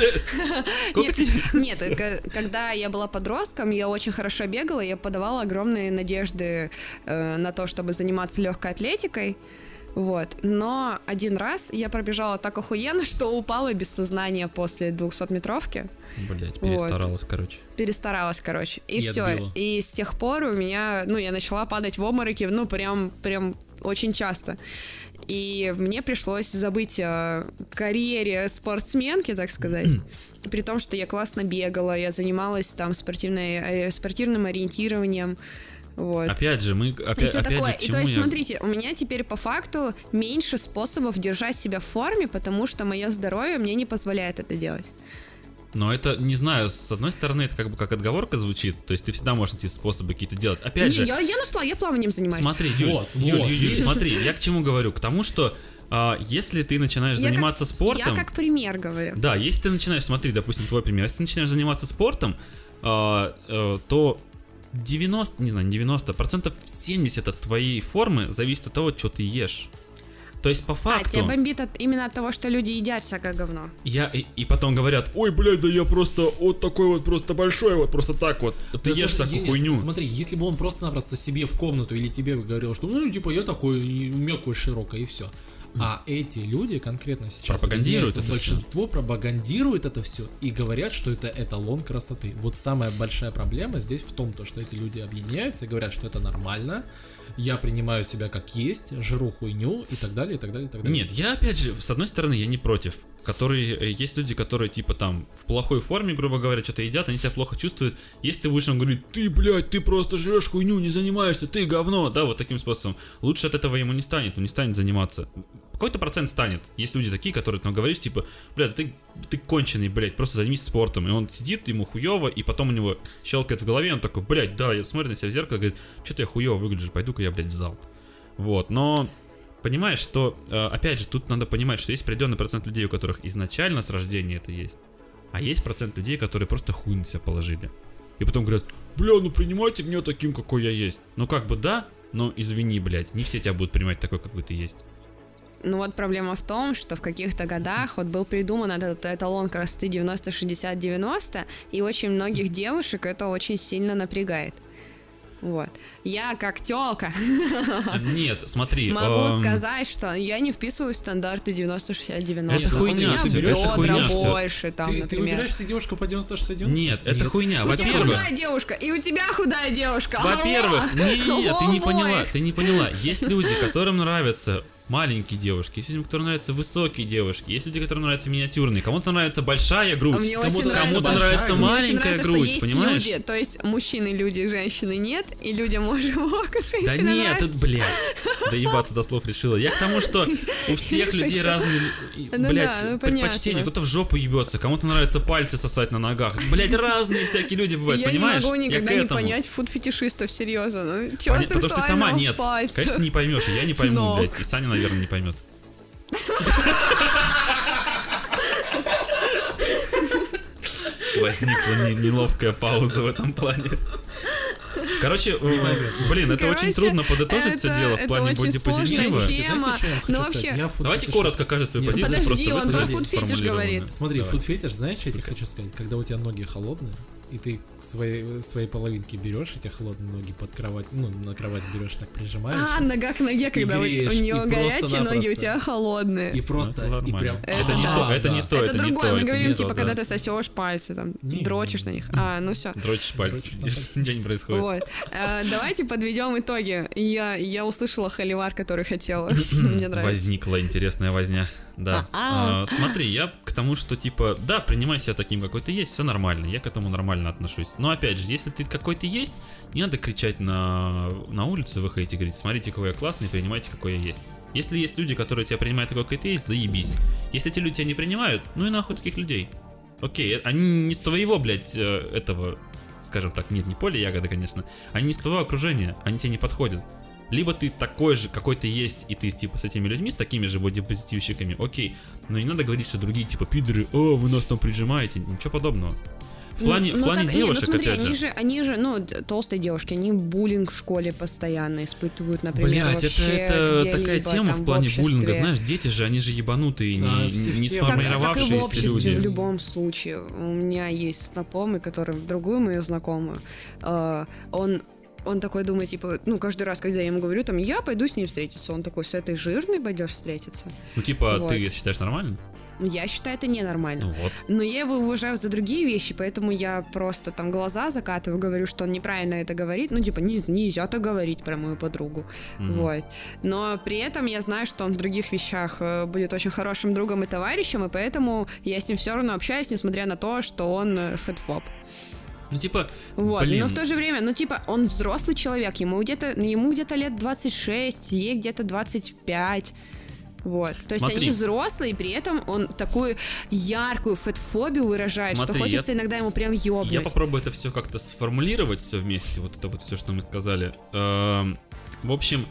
S1: Нет, когда я была подростком, я очень хорошо бегала, я подавала огромные надежды на то, чтобы заниматься легкой атлетикой. Вот. Но один раз я пробежала так охуенно, что упала без сознания после 200-метровки.
S2: Блять, перестаралась,
S1: вот.
S2: короче.
S1: Перестаралась, короче. И
S3: Не
S1: все.
S3: отбила.
S1: И с тех пор у меня, ну, я начала падать в обмороки, ну, прям очень часто. И мне пришлось забыть о карьере спортсменки, так сказать. При том, что я классно бегала, я занималась там спортивным ориентированием. Вот.
S2: Опять же, мы... Опять же,
S1: и то есть, смотрите, у меня теперь по факту меньше способов держать себя в форме, потому что мое здоровье мне не позволяет это делать.
S2: Но это, не знаю, с одной стороны, это как бы как отговорка звучит, то есть ты всегда можешь эти способы какие-то делать. Опять же...
S1: Я нашла, я плаванием занимаюсь.
S2: Смотри, Юль, Юль, смотри, я к чему говорю? К тому, что если ты начинаешь заниматься спортом...
S1: Я как пример говорю.
S2: Да, если ты начинаешь, смотри, допустим, твой пример, если ты начинаешь заниматься спортом, то 90% 70 от твоей формы зависит от того, что ты ешь. То есть по факту...
S1: тебя бомбит именно от того, что люди едят всякое говно.
S2: И потом говорят: ой, блядь, да я просто вот такой вот просто большой, вот просто так вот. Ты ешь всякую хуйню.
S3: Смотри, если бы он просто-напросто себе в комнату или тебе говорил, что ну типа я такой, у меня кое широкое и все. А эти люди конкретно сейчас
S2: пропагандируют это
S3: большинство пропагандирует это все и говорят, что это эталон красоты. Вот самая большая проблема здесь в том, что эти люди объединяются и говорят, что это нормально. Я принимаю себя как есть, жру хуйню и так далее, и так далее, и так далее.
S2: Нет, я опять же, с одной стороны, я не против. Есть люди, которые типа там в плохой форме, грубо говоря, что-то едят, они себя плохо чувствуют. Если ты будешь им говорить: ты, блядь, ты просто жрешь хуйню, не занимаешься, ты говно, да, вот таким способом. Лучше от этого ему не станет, он не станет заниматься. Какой-то процент станет. Есть люди такие, которые ты говоришь, типа: блядь, ты конченый, блядь, просто займись спортом. И он сидит, ему хуёво, и потом у него щелкает в голове, он такой: блядь, да, я смотрю на себя в зеркало, говорит: что-то я хуёво выгляжу, пойду-ка я, блядь, в зал. Вот, но понимаешь, что, опять же, тут надо понимать, что есть определенный процент людей, у которых изначально с рождения это есть, а есть процент людей, которые просто хуй на себя положили. И потом говорят: бля, ну принимайте меня таким, какой я есть. Ну как бы да, но извини, блядь, не все тебя будут принимать такой, какой ты есть.
S1: Ну вот проблема в том, что в каких-то годах вот был придуман этот эталон красоты 90-60-90, и очень многих девушек это очень сильно напрягает. Вот. Я как тёлка
S2: Нет, смотри,
S1: могу сказать, что я не вписываюсь в стандарты 90-60-90.
S2: Это хуйня,
S1: у меня
S2: всё, это хуйня,
S1: бедра
S2: всё.
S1: больше, там,
S3: Ты
S1: например.
S3: выбираешь себе девушку по 90-60-90?
S2: Нет, это хуйня.
S1: У тебя
S2: Во-первых,
S1: худая девушка, и у тебя худая девушка.
S2: Во-первых, нет, ты не поняла,
S1: Ой.
S2: ты не поняла. Есть люди, которым нравятся маленькие девушки, есть люди, которым нравятся высокие девушки, есть люди, которым нравятся миниатюрные, кому-то нравится большая грудь,
S1: Мне очень
S2: кому-то
S1: нравится
S2: нравится
S1: Мне очень
S2: маленькая
S1: нравится, что
S2: грудь,
S1: есть
S2: понимаешь?
S1: люди, то есть мужчины люди, женщины нет, и людям может женщины
S2: Да нет,
S1: нравится.
S2: тут, блядь, доебаться до слов решила. Я к тому, что у всех
S1: Я
S2: людей
S1: шучу.
S2: разные,
S1: Ну
S2: блядь,
S1: да, ну
S2: предпочтения.
S1: понятно.
S2: Кто-то в жопу ебется, кому-то нравится пальцы сосать на ногах. Блядь, разные всякие люди бывают,
S1: Я
S2: понимаешь?
S1: не могу
S2: Я
S1: никогда
S2: к
S1: не
S2: этому.
S1: понять фуд-фетишистов, серьезно. Ну, чё
S2: Потому что ты сама
S1: сексуального
S2: нет.
S1: пальца?
S2: Конечно, ты не поймешь, и я не пойму,
S1: Ног.
S2: блядь. И Саня, наверное, не поймет. Возникла неловкая пауза в этом плане. Короче, блин, это очень трудно подытожить все дело в плане бодипозитива.
S1: сложная тема. Ну вообще,
S2: Давайте коротко кажешь свою позицию,
S1: подожди,
S2: просто
S1: он про
S2: выскажите
S1: фуд-фетиш
S2: сформулированно.
S1: говорит.
S3: Смотри,
S2: Давай.
S3: фуд-фетиш, знаешь, что я тебе хочу сказать? Когда у тебя ноги холодные, и ты к своей половинке берешь эти холодные ноги под кровать, ну, на кровать берешь, так прижимаешь.
S1: нога к ноге, когда у
S3: греешь, и
S1: нее горячие
S3: просто-напросто.
S1: ноги, у тебя холодные.
S3: И просто,
S2: Ну, это
S3: и прям...
S2: нормально. Это не то, это не то,
S1: Это
S2: это не
S1: другое,
S2: то.
S1: мы
S2: это
S1: говорим,
S2: не
S1: типа,
S2: то,
S1: когда
S2: да.
S1: ты сосешь пальцы, там,
S3: Не,
S1: дрочишь на них. Ну все.
S2: Дрочишь пальцы, ничего не происходит.
S1: Вот. Давайте подведем итоги. Я услышала холивар, который хотела. Мне нравится.
S2: Возникла интересная возня. Да. Смотри, я к тому, что типа, да, принимай себя таким, какой ты есть, все нормально. Я к этому нормально отношусь. Но опять же, если ты какой ты есть, не надо кричать на улице, выходить и говорить: смотрите, какой я классный, принимайте, какой я есть. Если есть люди, которые тебя принимают такой, какой ты есть, заебись. Если эти люди тебя не принимают, ну и нахуй таких людей. Окей, они не с твоего, блядь, этого, скажем так, нет, не поля ягоды, конечно, они не с твоего окружения, они тебе не подходят. Либо ты такой же, какой ты есть, и ты типа с этими людьми, с такими же бодипозитивщиками, окей, но не надо говорить, что другие типа пидоры, вы нас там прижимаете, ничего подобного. В плане девушек,
S1: смотри,
S2: опять же.
S1: Они же, толстые девушки, они буллинг в школе постоянно испытывают, например,
S2: Блять, это такая тема в плане буллинга, знаешь, дети же, они же ебанутые, не сформировавшиеся люди.
S1: В любом случае, у меня есть знакомый, который другую мою знакомую, он такой думает, типа, каждый раз, когда я ему говорю, там, я пойду с ней встретиться, он такой, с этой жирной пойдешь встретиться.
S2: Ну, типа, вот. Ты считаешь нормально?
S1: Я считаю, это ненормально.
S2: Ну, вот.
S1: Но я его уважаю за другие вещи, поэтому я просто там глаза закатываю, говорю, что он неправильно это говорит. Нельзя так говорить про мою подругу. Вот. Но при этом я знаю, что он в других вещах будет очень хорошим другом и товарищем, и поэтому я с ним все равно общаюсь, несмотря на то, что он фэтфоб. Вот,
S2: блин.
S1: но в то же время, он взрослый человек, ему где-то лет 26, ей где-то 25. Вот. То есть они взрослые, и при этом он такую яркую фэтфобию выражает, что хочется иногда ему прям ёбнуть.
S2: Я попробую это все как-то сформулировать все вместе, вот это вот все, что мы сказали. В общем,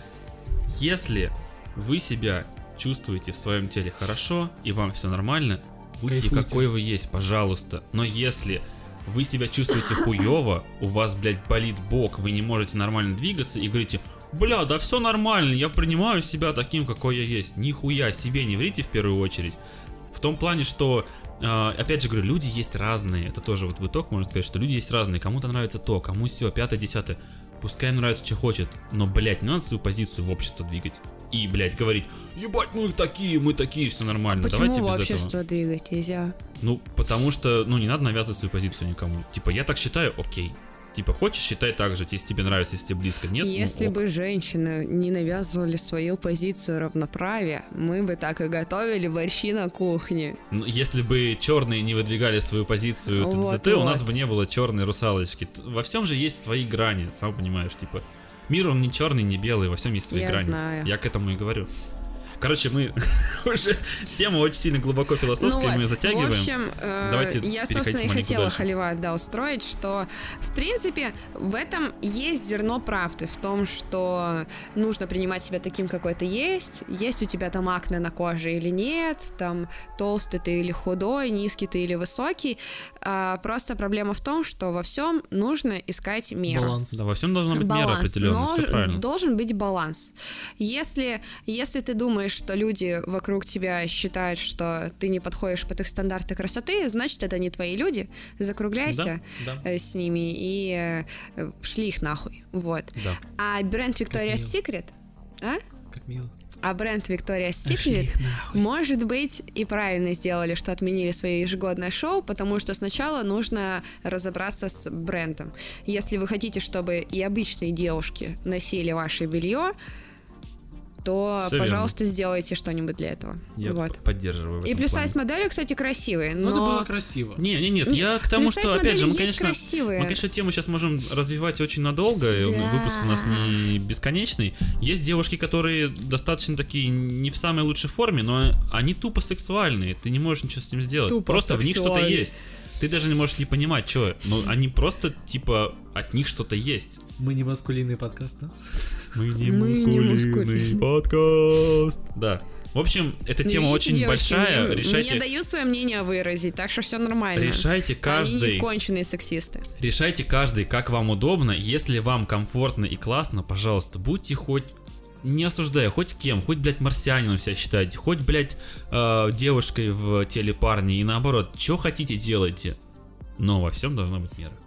S2: если вы себя чувствуете в своем теле хорошо, и вам все нормально, будьте какой вы есть, пожалуйста. Но если вы себя чувствуете хуёво, у вас, блядь, болит бок, вы не можете нормально двигаться и говорите: бля, да все нормально, я принимаю себя таким, какой я есть. Нихуя себе не врите в первую очередь. В том плане, что, опять же говорю, люди есть разные. Это тоже вот в итог можно сказать, что люди есть разные. Кому-то нравится то, кому все, 5-10. Пускай им нравится, что хочет. Но, блядь, не надо свою позицию в общество двигать. И, блядь, говорить: ебать, мы такие, все нормально.
S1: Почему
S2: давайте без
S1: общество
S2: этого.
S1: Двигать нельзя?
S2: Потому что, не надо навязывать свою позицию никому. Типа, я так считаю, окей. Типа, хочешь, считай так же, если тебе нравится, если тебе близко. Нет,
S1: если бы женщины не навязывали свою позицию равноправия, мы бы так и готовили борщи на кухне.
S2: Если бы черные не выдвигали свою позицию у нас бы не было черной русалочки. Во всем же есть свои грани, сам понимаешь, типа. Мир, он не черный, не белый, во всем есть свои грани.
S1: Знаю.
S2: Я к этому и говорю. Короче, мы уже тему очень сильно глубоко философскую мы затягиваем.
S1: В общем,
S2: давайте
S1: я, собственно, и хотела
S2: дальше.
S1: холивар, устроить, что, в принципе, в этом есть зерно правды, в том, что нужно принимать себя таким, какой ты есть у тебя там акне на коже или нет, там толстый ты или худой, низкий ты или высокий. Просто проблема в том, что во всем нужно искать меру.
S3: Баланс.
S2: Да, во всем должна быть мера определенная, все правильно.
S1: Должен быть баланс. Если ты думаешь, что люди вокруг тебя считают, что ты не подходишь под их стандарты красоты, значит, это не твои люди. Закругляйся с ними и шли их нахуй. Вот. Да. А бренд Victoria's Secret...
S3: Как мило.
S1: А бренд Victoria's Secret, может быть, и правильно сделали, что отменили свое ежегодное шоу, потому что сначала нужно разобраться с брендом. Если вы хотите, чтобы и обычные девушки носили ваше белье, то, все пожалуйста, верно. Сделайте что-нибудь для этого.
S2: Я поддерживаю.
S1: И плюс-сайз модели, кстати, красивые. Но
S3: это было красиво.
S2: Нет, я к тому, что, опять же, мы, конечно, тему сейчас можем развивать очень надолго, выпуск у нас не бесконечный. Есть девушки, которые достаточно такие не в самой лучшей форме, но они тупо сексуальные, ты не можешь ничего с этим сделать. Просто в них что-то есть. Ты даже не можешь не понимать, что, но они просто, типа, от них что-то есть.
S3: Мы не маскулинный подкаст, да?
S2: Мы не маскулинный подкаст. Да. В общем, эта тема очень девушки, большая.
S1: Мне дают свое мнение выразить, так что все нормально.
S2: Решайте каждый.
S1: Они не конченые сексисты.
S2: Решайте каждый, как вам удобно. Если вам комфортно и классно, пожалуйста, будьте хоть... Не осуждаю, хоть кем, хоть, блядь, марсианином себя считайте, хоть, блядь, девушкой в теле парня и наоборот, что хотите делайте, но во всем должна быть мера.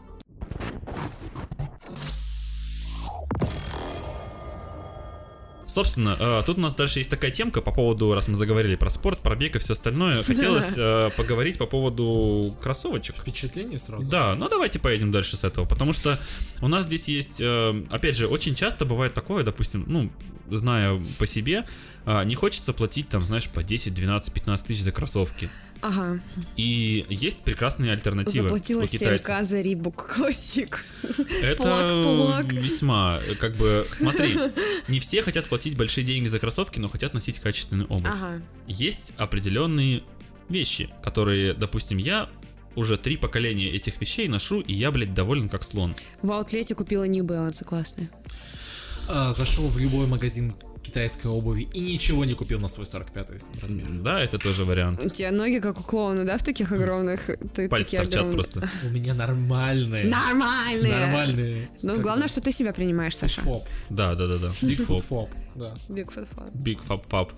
S2: Собственно, тут у нас дальше есть такая темка по поводу, раз мы заговорили про спорт, про бег и все остальное, хотелось поговорить по поводу кроссовочек.
S3: Впечатление сразу?
S2: Да, ну давайте поедем дальше с этого, потому что у нас здесь есть, опять же, очень часто бывает такое, допустим, зная по себе, не хочется платить там, знаешь, по 10, 12, 15 тысяч за кроссовки.
S1: Ага.
S2: И есть прекрасные альтернативы.
S1: Заплатила 7К за Reebok Classic.
S2: Это весьма, как бы, смотри, не все хотят платить большие деньги за кроссовки, но хотят носить качественную обувь.
S1: Ага.
S2: Есть определенные вещи, которые, допустим, я уже 3 поколения этих вещей ношу, и я, блядь, доволен как слон.
S1: В аутлете купила New Balance, классные.
S3: Зашел в любой магазин китайской обуви и ничего не купил на свой 45-й размер.
S2: Да, это тоже вариант.
S1: У тебя ноги как у клоуна, да, в таких огромных?
S2: Пальцы торчат просто.
S3: У меня нормальные. Нормальные.
S1: Ну, главное, что ты себя принимаешь, Саша.
S3: Фоп.
S2: Да. Big Fop.
S3: Фоп, да.
S1: Big Fat Fat.
S2: Big Fop Fop.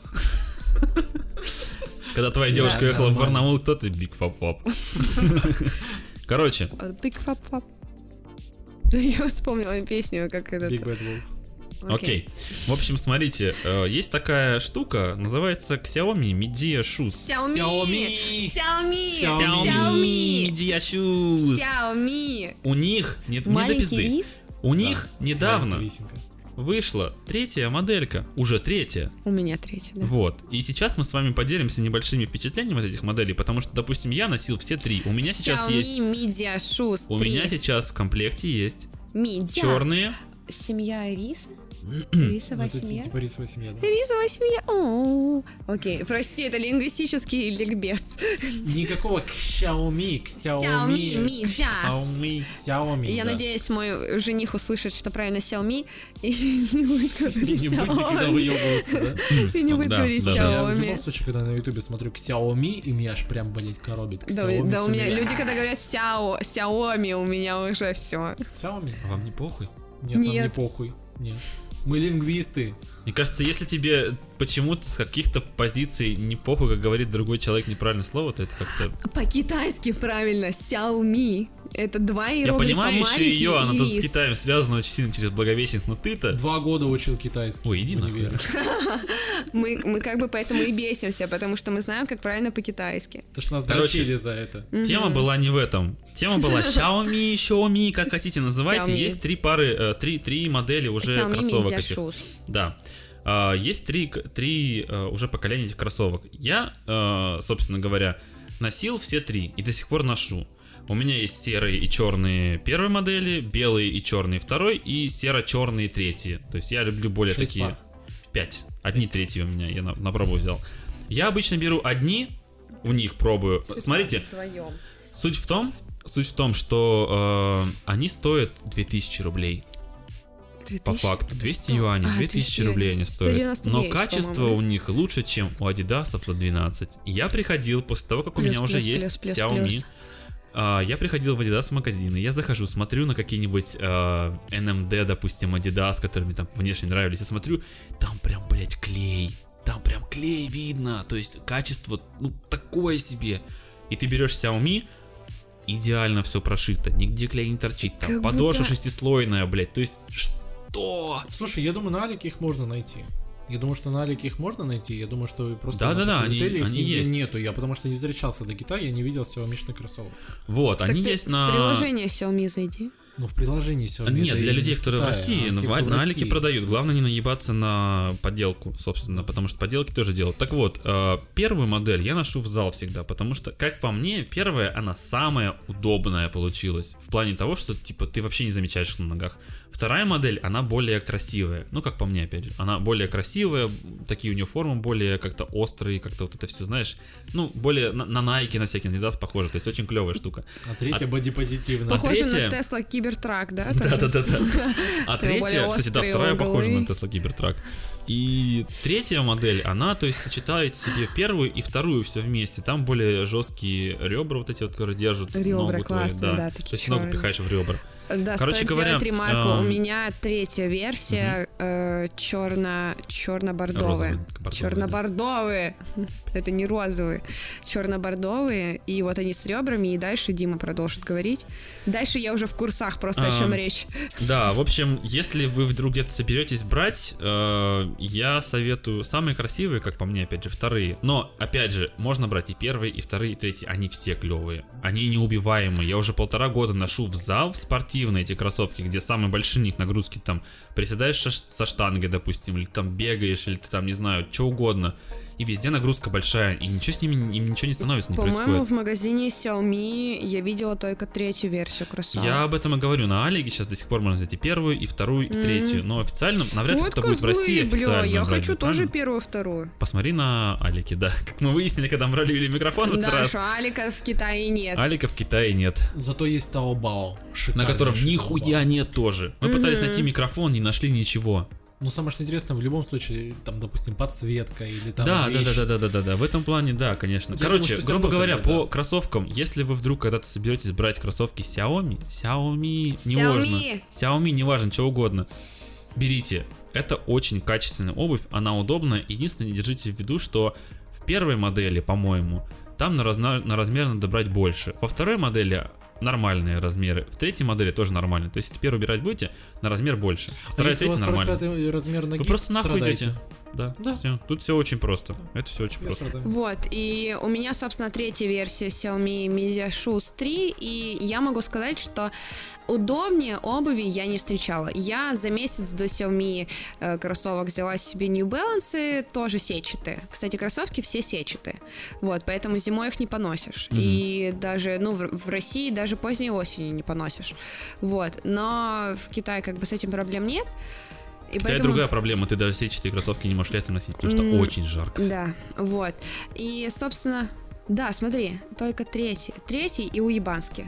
S2: Когда твоя девушка ехала в Барнаул, кто ты? Big Fop Fop. Короче.
S1: Big Fat Fat. Я вспомнила песню, как этот...
S3: Big Bad Wolf.
S2: Окей. В общем, смотрите, есть такая штука, называется Xiaomi Midea Shoes.
S1: Xiaomi.
S2: Midea Shoes.
S1: Xiaomi.
S2: У них, не до
S1: Маленький
S2: пизды,
S1: рис?
S2: у них недавно
S3: Висенка.
S2: вышла 3-я моделька, уже 3-я.
S1: У меня 3-я, да.
S2: Вот. И сейчас мы с вами поделимся небольшими впечатлениями от этих моделей, потому что, допустим, я носил все 3. У меня сейчас
S1: Xiaomi
S2: есть...
S1: Midea Shoes 3.
S2: У меня сейчас в комплекте есть
S1: Midea.
S2: черные.
S1: Семья риса? Рисовая
S3: Это
S1: семья?
S3: типа рисовая семья, да?
S1: Рисовая семья. О, окей, прости, это лингвистический ликбез.
S3: Никакого Xiaomi.
S1: Xiaomi Midea.
S3: Xiaomi,
S1: Я
S3: да.
S1: надеюсь, мой жених услышит, что правильно Xiaomi, и не будет
S3: И
S1: говорить
S3: не будет никогда
S1: Xiaomi.
S3: выебываться, да?
S1: И не будет
S2: Да,
S1: говорить
S2: да, да.
S3: Я в любом
S1: Xiaomi.
S3: случае, когда на ютубе смотрю Xiaomi, и меня аж прям, блять, коробит.
S1: Да,
S3: Xiaomi,
S1: да, у меня
S3: Xiaomi.
S1: люди, когда говорят Xiaomi, у меня уже все.
S3: Xiaomi?
S2: А вам не похуй?
S3: Нет, нам не
S1: Нет.
S3: похуй. Нет. Мы лингвисты.
S2: Мне кажется, если тебе почему-то с каких-то позиций не похуй, как говорит другой человек неправильное слово, то это как-то...
S1: По-китайски правильно, Xiaomi. Это два
S2: Я
S1: иероглифа,
S2: понимаю еще
S1: маленький
S2: ее, она
S1: и
S2: тут с
S1: рис.
S2: Китаем связана очень сильно через Благовещенск, но ты-то...
S3: 2 года учил китайский.
S2: Ой, иди
S3: в
S2: нахуй.
S3: универе.
S1: Мы как бы поэтому и бесимся, потому что мы знаем, как правильно по-китайски.
S3: То, что нас
S2: Короче,
S3: дрочили за это.
S2: Тема была не в этом. Тема была Xiaomi, как хотите называйте.
S1: Xiaomi.
S2: Есть 3 пары, 3 модели уже
S1: Xiaomi
S2: кроссовок
S1: Midea
S2: этих.
S1: Shoes.
S2: Да. Есть 3 уже поколения этих кроссовок. Я, собственно говоря, носил все 3 и до сих пор ношу. У меня есть серые и черные первой модели, белые и черные второй и серо-черные третьи. То есть я люблю более
S3: 6
S2: такие...
S3: пар.
S2: 5. Одни третьи у меня, я на пробу взял. Я обычно беру одни, у них пробую. Смотрите,
S1: Вдвоем.
S2: суть в том, что они стоят 2000 рублей.
S1: 2000?
S2: По факту. 200
S1: 100.
S2: юаней,
S1: А,
S2: 2000 рублей они стоят.
S1: 199,
S2: Но качество
S1: по-моему,
S2: у них лучше, чем у Адидасов за 12. Я приходил после того, как у
S1: Плюс,
S2: меня уже
S1: плюс,
S2: есть
S1: плюс,
S2: Xiaomi.
S1: плюс.
S2: Я приходил в Adidas магазины, я захожу, смотрю на какие-нибудь NMD, допустим, Adidas, которые мне там внешне нравились, и смотрю, там прям, блять, клей. Там прям клей видно, то есть качество, ну, такое себе. И ты берешь Xiaomi, идеально все прошито, нигде клей не торчит, там
S1: Как
S2: подошва
S1: будто-
S2: шестислойная, блять, то есть что?
S3: Слушай, я думаю, на Алике их можно найти. Я думаю, что на Алике их можно найти. Я думаю, что просто
S2: Да-да-да,
S3: на Посмотрели, их
S2: они
S3: нигде
S2: есть.
S3: нету. Я потому что не встречался до Китая, я не видел Xiaomi-шных кроссовок.
S2: Вот,
S1: Так
S2: они
S1: ты
S2: есть
S1: в
S2: на...
S1: приложение Xiaomi зайди.
S3: Ну, в приложении Xiaomi.
S2: Нет,
S3: это
S2: для
S3: и
S2: людей,
S3: не в
S2: которые в
S3: Китае,
S2: России,
S3: а те, кто в
S2: на Алике
S3: России.
S2: продают. Главное не наебаться на подделку, собственно, потому что подделки тоже делают. Так вот, первую модель я ношу в зал всегда, потому что, как по мне, первая, она самая удобная получилась. В плане того, что, типа, ты вообще не замечаешь их на ногах. Вторая модель, она более красивая. Ну, как по мне, опять же. Она более красивая, такие у нее формы более как-то острые, как-то вот это все, знаешь, ну, более на Nike, на всякие Adidas похоже. То есть очень клевая штука.
S3: А третья бодипозитивная.
S1: Похоже
S2: третья-
S1: на Tesla Cybertruck, да?
S2: Да-да-да. А
S1: Более
S2: третья, кстати, да,
S1: острые
S2: вторая
S1: углы.
S2: похожа на Tesla Cybertruck. И третья модель, она, то есть, сочетает в себе первую и вторую все вместе. Там более жесткие ребра, вот эти вот, которые держат
S1: Ребра
S2: ногу твою,
S1: классные, да, такие
S2: То есть ногу
S1: чёрные.
S2: пихаешь в ребра.
S1: Да,
S2: Короче
S1: стоит
S2: говоря,
S1: сделать ремарку. У
S2: эм,
S1: меня третья версия черно-бордовые.
S2: Розовый,
S1: Черно-бордовые. Это не розовые. Черно-бордовые. И вот они с ребрами. И дальше Дима продолжит говорить. Дальше я уже в курсах просто о чем речь.
S2: Да, в общем, если вы вдруг где-то соберетесь брать, я советую самые красивые, как по мне, опять же, вторые. Но, опять же, можно брать и первые, и вторые, и третьи. Они все клевые. Они неубиваемые. Я уже 1,5 года ношу в зал в спортивные эти кроссовки, где самые большие них нагрузки, там, приседаешь со штангой, допустим, или там бегаешь, или ты там, не знаю, что угодно. и везде нагрузка большая, и ничего с ними, им ничего не становится, не
S1: По-моему,
S2: происходит.
S1: в магазине Xiaomi я видела только 3-ю версию кроссовок.
S2: Я об этом и говорю, на Алиге сейчас до сих пор можно найти 1-ю, и 2-ю, и 3-ю, но официально, навряд ли
S1: Вот
S2: это будет в России
S1: козлы,
S2: официально.
S1: я
S2: брать,
S1: хочу
S2: правильно?
S1: тоже 1-ю, 2-ю.
S2: Посмотри на Алике, да. Как мы выяснили, когда мы ролили микрофон в этот
S1: Да,
S2: раз.
S1: что Алика в Китае нет.
S2: Алика в Китае нет.
S3: Зато есть Taobao.
S2: На котором
S3: Шикарнейший
S2: нихуя
S3: Taobao.
S2: нет тоже. Мы пытались найти микрофон, не нашли ничего.
S3: Ну, самое что интересное, в любом случае, там, допустим, подсветка или там
S2: Да.
S3: вещь.
S2: В этом плане, да, конечно.
S3: Я
S2: Короче,
S3: думаю, что всё
S2: грубо
S3: равно
S2: говоря,
S3: как бы,
S2: по
S3: да.
S2: кроссовкам, если вы вдруг когда-то соберетесь брать кроссовки Xiaomi, Xiaomi, неважно, что угодно, берите. Это очень качественная обувь, она удобная. Единственное, держите в виду, что в первой модели, по-моему, там на размер надо брать больше. Во второй модели нормальные размеры. В третьей модели тоже нормальные. То есть, если первую убирать будете, на размер больше. Вторая,
S3: если у
S2: третья
S3: вас
S2: нормально.
S3: 45-й размер ноги,
S2: Вы просто нахуй
S3: страдаете.
S2: идете. Да,
S3: Да.
S2: все. Тут все очень просто. Это все очень
S3: Я
S2: просто.
S3: страдаю.
S1: Вот, и у меня, собственно, 3-я версия Xiaomi Media Shoes 3, и я могу сказать, что удобнее обуви я не встречала. Я за месяц до Xiaomi кроссовок взяла себе New Balance, тоже сетчатые. Кстати, кроссовки все сетчатые. Вот, поэтому зимой их не поносишь. И даже, ну, в России даже поздней осенью не поносишь. Вот, но в Китае как бы с этим проблем нет. И
S2: Это другая проблема, ты даже сетчатые кроссовки не можешь летом носить, потому что очень жарко.
S1: Да, вот. И, собственно, да, смотри, только третий и уебанский.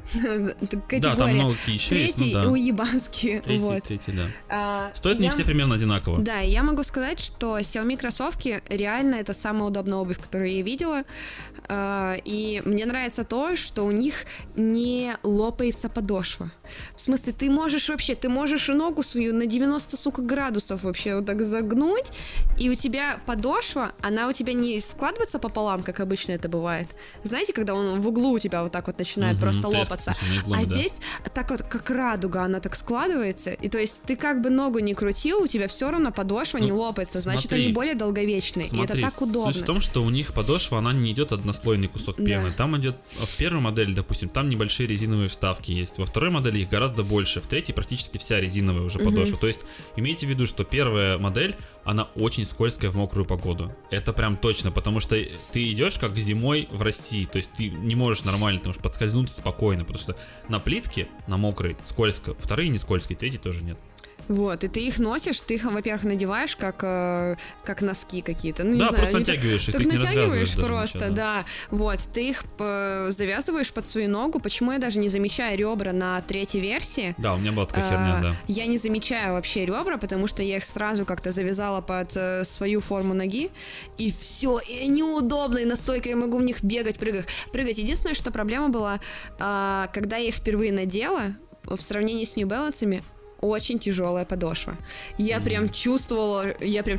S2: Да, там много какие еще есть, ну
S1: Третий
S2: да.
S1: и уебанский. Вот.
S2: Третий, да.
S1: А,
S2: Стоят они
S1: я-
S2: все примерно одинаково.
S1: Да, и я могу сказать, что Xiaomi кроссовки реально это самая удобная обувь, которую я видела. И мне нравится то, что у них не лопается подошва. В смысле, ты можешь ногу свою на 90, сука, градусов вообще вот так загнуть, и у тебя подошва, она у тебя не складывается пополам, как обычно это бывает. Знаете, когда он в углу у тебя вот так вот начинает просто лопаться. А здесь так вот, как радуга, она так складывается. И то есть ты как бы ногу не крутил, у тебя все равно подошва не лопается. Значит,
S2: смотри.
S1: они более долговечные. И
S2: Смотри,
S1: это так удобно.
S2: суть в том, что у них подошва, она не идет однослойный кусок пены.
S1: Да.
S2: Там идет, в первой модели, допустим, там небольшие резиновые вставки есть. Во второй модели их гораздо больше. В третьей практически вся резиновая уже подошва. То есть имейте в виду, что первая модель, она очень скользкая в мокрую погоду. Это прям точно, потому что ты идешь как зимой в России. То есть ты не можешь нормально, ты можешь подскользнуться спокойно, потому что на плитке, на мокрой, скользко. Вторые не скользкие, третьи тоже нет.
S1: Вот, и ты их носишь, ты их, во-первых, надеваешь как носки какие-то. Ну, не
S2: Да,
S1: знаю,
S2: просто
S1: они
S2: натягиваешь их,
S1: так
S2: ты их не
S1: натягиваешь
S2: развязываешь даже
S1: просто,
S2: ничего,
S1: да. Вот, ты их завязываешь под свою ногу. Почему я даже не замечаю ребра на 3-й версии?
S2: Да, у меня была такая херня, да.
S1: Я не замечаю вообще ребра, потому что я их сразу как-то завязала под свою форму ноги, и все, и они удобные, настолько я могу в них бегать, прыгать. Единственное, что проблема была, когда я их впервые надела, в сравнении с New Balance'ами, очень тяжелая подошва. Я прям чувствовала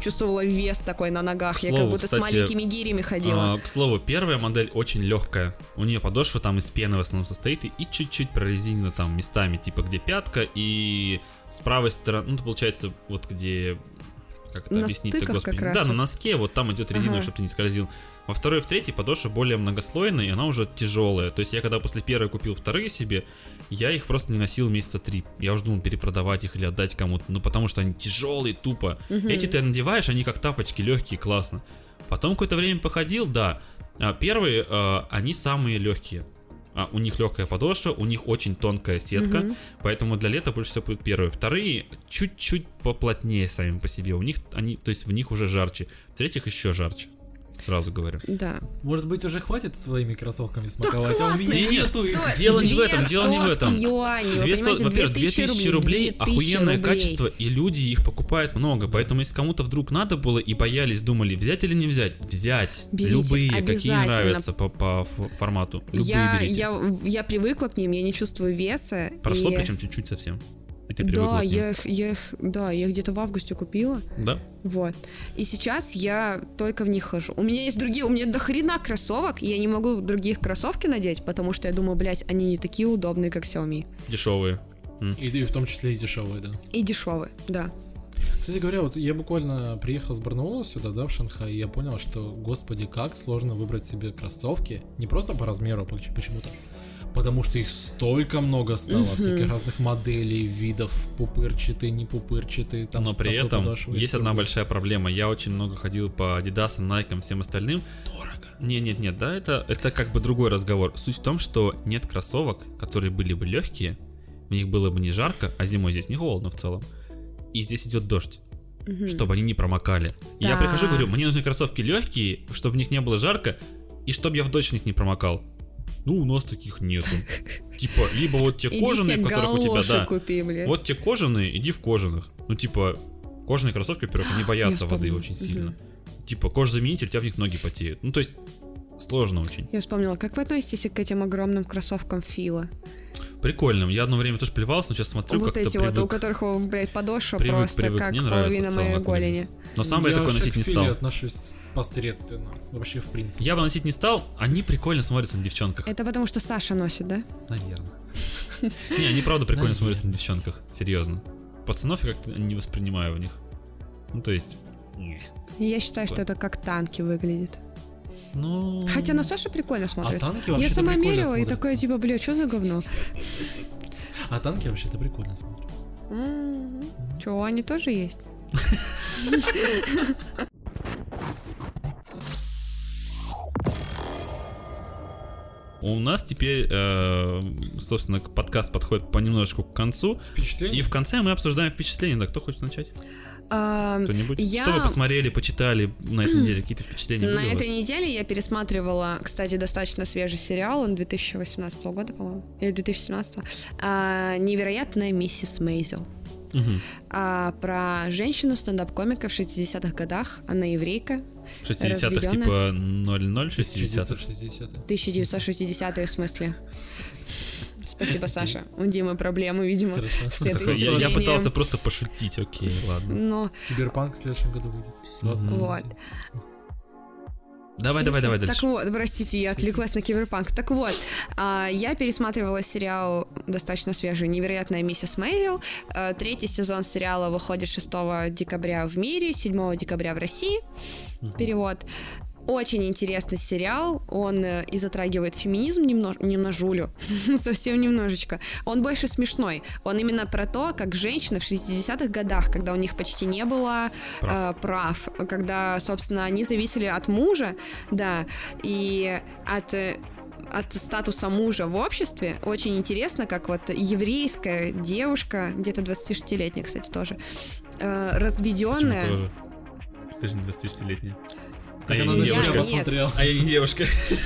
S1: вес такой на ногах. Я как
S2: слову,
S1: будто
S2: кстати,
S1: с маленькими гирями ходила.
S2: К слову, первая модель очень легкая. У нее подошва там из пены в основном состоит и чуть-чуть прорезинена там местами, типа где пятка и с правой стороны, ну, это получается вот где, как это
S1: На
S2: объяснить-то,
S1: стыках
S2: господи.
S1: как раз
S2: Да, на
S1: вот.
S2: носке, вот там идет резина,
S1: Ага.
S2: чтобы ты не скользил. Во второй и в третьей подошва более многослойная, и она уже тяжелая. То есть я когда после первой купил вторые себе, я их просто не носил месяца 3. Я уже думал перепродавать их или отдать кому-то, ну потому что они тяжелые, тупо. Эти ты надеваешь, они как тапочки, легкие, классно. Потом какое-то время походил, да. Первые, они самые легкие. У них легкая подошва, у них очень тонкая сетка, поэтому для лета больше всего будут первые. Вторые чуть-чуть поплотнее сами по себе. У них то есть в них уже жарче. В-третьих, еще жарче. Сразу говорю.
S1: Да.
S3: Может быть, уже хватит своими кроссовками смаковать, а у
S1: классно,
S3: меня
S2: нет,
S3: нету их.
S1: стоит
S2: дело не в этом,
S1: 200
S2: дело не в этом.
S1: юаней, вы
S2: 200,
S1: понимаете,
S2: во-первых, 2000 рублей,
S1: 2000
S2: охуенное
S1: рублей.
S2: качество, и люди их покупают много. Поэтому, если кому-то вдруг надо было и боялись, думали, взять или не взять, взять.
S1: Берите,
S2: Любые, какие
S1: обязательно.
S2: нравятся по формату. Любые берите.
S1: Я привыкла к ним, я не чувствую веса.
S2: Прошло,
S1: и-
S2: причем чуть-чуть совсем. И ты привыкла
S1: Да,
S2: к ним.
S1: я их где-то в августе купила.
S2: Да?
S1: Вот. И сейчас я только в них хожу. У меня есть другие, у меня до хрена кроссовок, и я не могу других кроссовки надеть, потому что я думаю, блядь, они не такие удобные, как Xiaomi.
S2: Дешевые.
S3: И в том числе и дешевые, да.
S1: И дешевые, да.
S3: Кстати говоря, вот я буквально приехал с Барнаула сюда, да, в Шанхай, и я понял, что, господи, как сложно выбрать себе кроссовки. Не просто по размеру почему-то, потому что их столько много стало, всяких разных моделей, видов, пупырчатые, не пупырчатые. Там
S2: но при этом есть одна большая проблема. Я очень много ходил по Adidas, Nike, всем остальным.
S3: Дорого.
S2: Нет, да, это как бы другой разговор. Суть в том, что нет кроссовок, которые были бы легкие, в них было бы не жарко, а зимой здесь не холодно в целом. И здесь идет дождь, чтобы они не промокали. И я прихожу и говорю, мне нужны кроссовки легкие, чтобы в них не было жарко, и чтобы я в дождь в них не промокал. Ну, у нас таких нету. Типа, либо вот те кожаные, в которых у тебя, да.
S1: Купи,
S2: вот те кожаные, иди в кожаных. Ну, типа, кожаные кроссовки, во-первых, они боятся воды очень сильно. Типа, кожзаменитель, у тебя в них ноги потеют. Ну, то есть, сложно очень.
S1: Я вспомнила, как вы относитесь к этим огромным кроссовкам Фила?
S2: Прикольным. Я одно время тоже плевался, но сейчас смотрю,
S1: вот
S2: как-то
S1: эти
S2: привык.
S1: Вот, у которых, блядь, подошва просто как
S2: Мне
S1: половина моей голени.
S2: Но сам бы я такой носить не стал.
S3: Я отношусь посредственно, вообще в принципе.
S2: Я бы носить не стал, они прикольно смотрятся на девчонках.
S1: Это потому, что Саша носит, да?
S2: Наверное. Не, они правда прикольно смотрятся на девчонках, серьезно. Пацанов я как-то не воспринимаю в них. Ну, то есть...
S1: Я считаю, что это как танки выглядит.
S2: Ну...
S1: Хотя на Саше прикольно смотрится.
S3: А танки вообще-то
S1: я сама
S3: прикольно
S1: мерила
S3: смотрятся.
S1: и такая, типа, бля, что за говно?
S3: А танки вообще-то прикольно смотрятся.
S1: Че, они тоже есть?
S2: У нас теперь, собственно, подкаст подходит понемножку к концу.
S3: Впечатление?
S2: И в конце мы обсуждаем впечатления. Да, кто хочет начать? Кто-нибудь?
S1: Я...
S2: Что вы посмотрели, почитали на этой неделе? Какие-то впечатления были
S1: На
S2: у вас?
S1: этой неделе я пересматривала, кстати, достаточно свежий сериал, он 2018 года, по-моему, или 2017. «Невероятная миссис Мейзел». Про женщину стендап-комика в 60-х годах. Она еврейка.
S2: В 60-х типа 00-60-х?
S1: 1960-е в смысле. Спасибо, Саша. У Димы проблемы, видимо.
S2: Я пытался просто пошутить, окей, ладно.
S1: Но...
S3: Киберпанк в следующем году выйдет.
S1: Вот.
S2: Давай дальше.
S1: Так вот, простите, я отвлеклась на Киберпанк. Так вот, я пересматривала сериал достаточно свежий «Невероятная миссис Мейзел». 3-й сезон сериала выходит 6 декабря в мире, 7 декабря в России. Перевод. Очень интересный сериал, он и затрагивает феминизм немножулю, совсем немножечко. Он больше смешной, он именно про то, как женщины в 60-х годах, когда у них почти не было прав, когда, собственно, они зависели от мужа, да, и от статуса мужа в обществе. Очень интересно, как вот еврейская девушка, где-то 26-летняя, кстати, тоже, разведенная.
S2: Почему тоже? Ты же не 26-летняя.
S3: А я не девушка.
S2: Посмотрел. А я не девушка.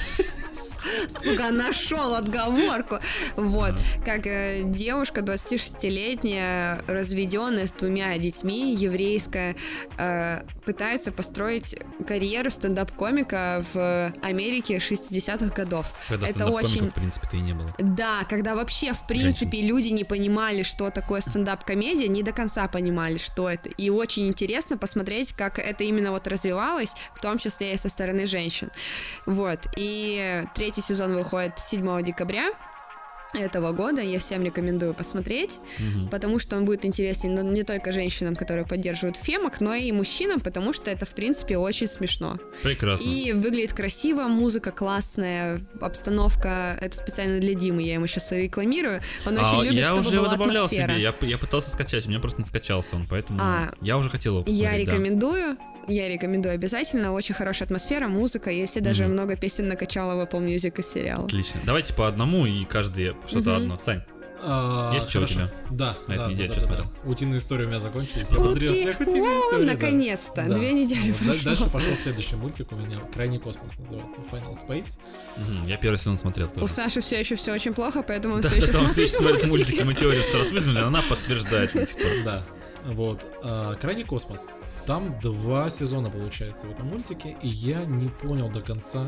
S1: Сука, нашел отговорку. Вот, как девушка 26-летняя, разведенная, с 2 детьми, еврейская, пытается построить карьеру стендап-комика в Америке 60-х годов.
S2: Когда
S1: это
S2: стендап-комиков,
S1: очень...
S2: в принципе-то и не было.
S1: Да, когда вообще, в принципе, люди не понимали, что такое стендап-комедия, не до конца понимали, что это. И очень интересно посмотреть, как это именно вот развивалось, в том числе и со стороны женщин. Вот, и 3-й сезон выходит 7 декабря этого года. Я всем рекомендую посмотреть, потому что он будет интересен не только женщинам, которые поддерживают фемок, но и мужчинам, потому что это, в принципе, очень смешно.
S2: Прекрасно.
S1: И выглядит красиво, музыка классная, обстановка, это специально для Димы, я ему сейчас рекламирую. Он очень любит, чтобы была
S2: добавлял
S1: атмосфера.
S2: Себе, я пытался скачать, у меня просто не скачался он, поэтому я уже хотел его посмотреть.
S1: Я рекомендую обязательно. Очень хорошая атмосфера, музыка. Я себе даже много песен накачала в Apple Music из сериала.
S2: Отлично. Давайте по одному и каждый что-то одно. Сань, есть что у тебя?
S3: Да.
S2: На этой неделе что смотрел?
S3: Утиные истории у меня закончились. Я посмотрел всех утиных историй.
S1: Наконец-то. 2 недели прошло.
S3: Дальше пошел следующий мультик у меня. «Крайний космос» называется. Final Space.
S2: Я первый сезон смотрел тоже.
S1: У Саши все еще все очень плохо, поэтому он
S2: да,
S1: все еще
S2: он все еще смотрит мультики. Мы теорию что рассмотрели, она подтверждается до сих пор.
S3: Да. Вот. «Крайний космос». Там 2 сезона, получается, в этом мультике, и я не понял до конца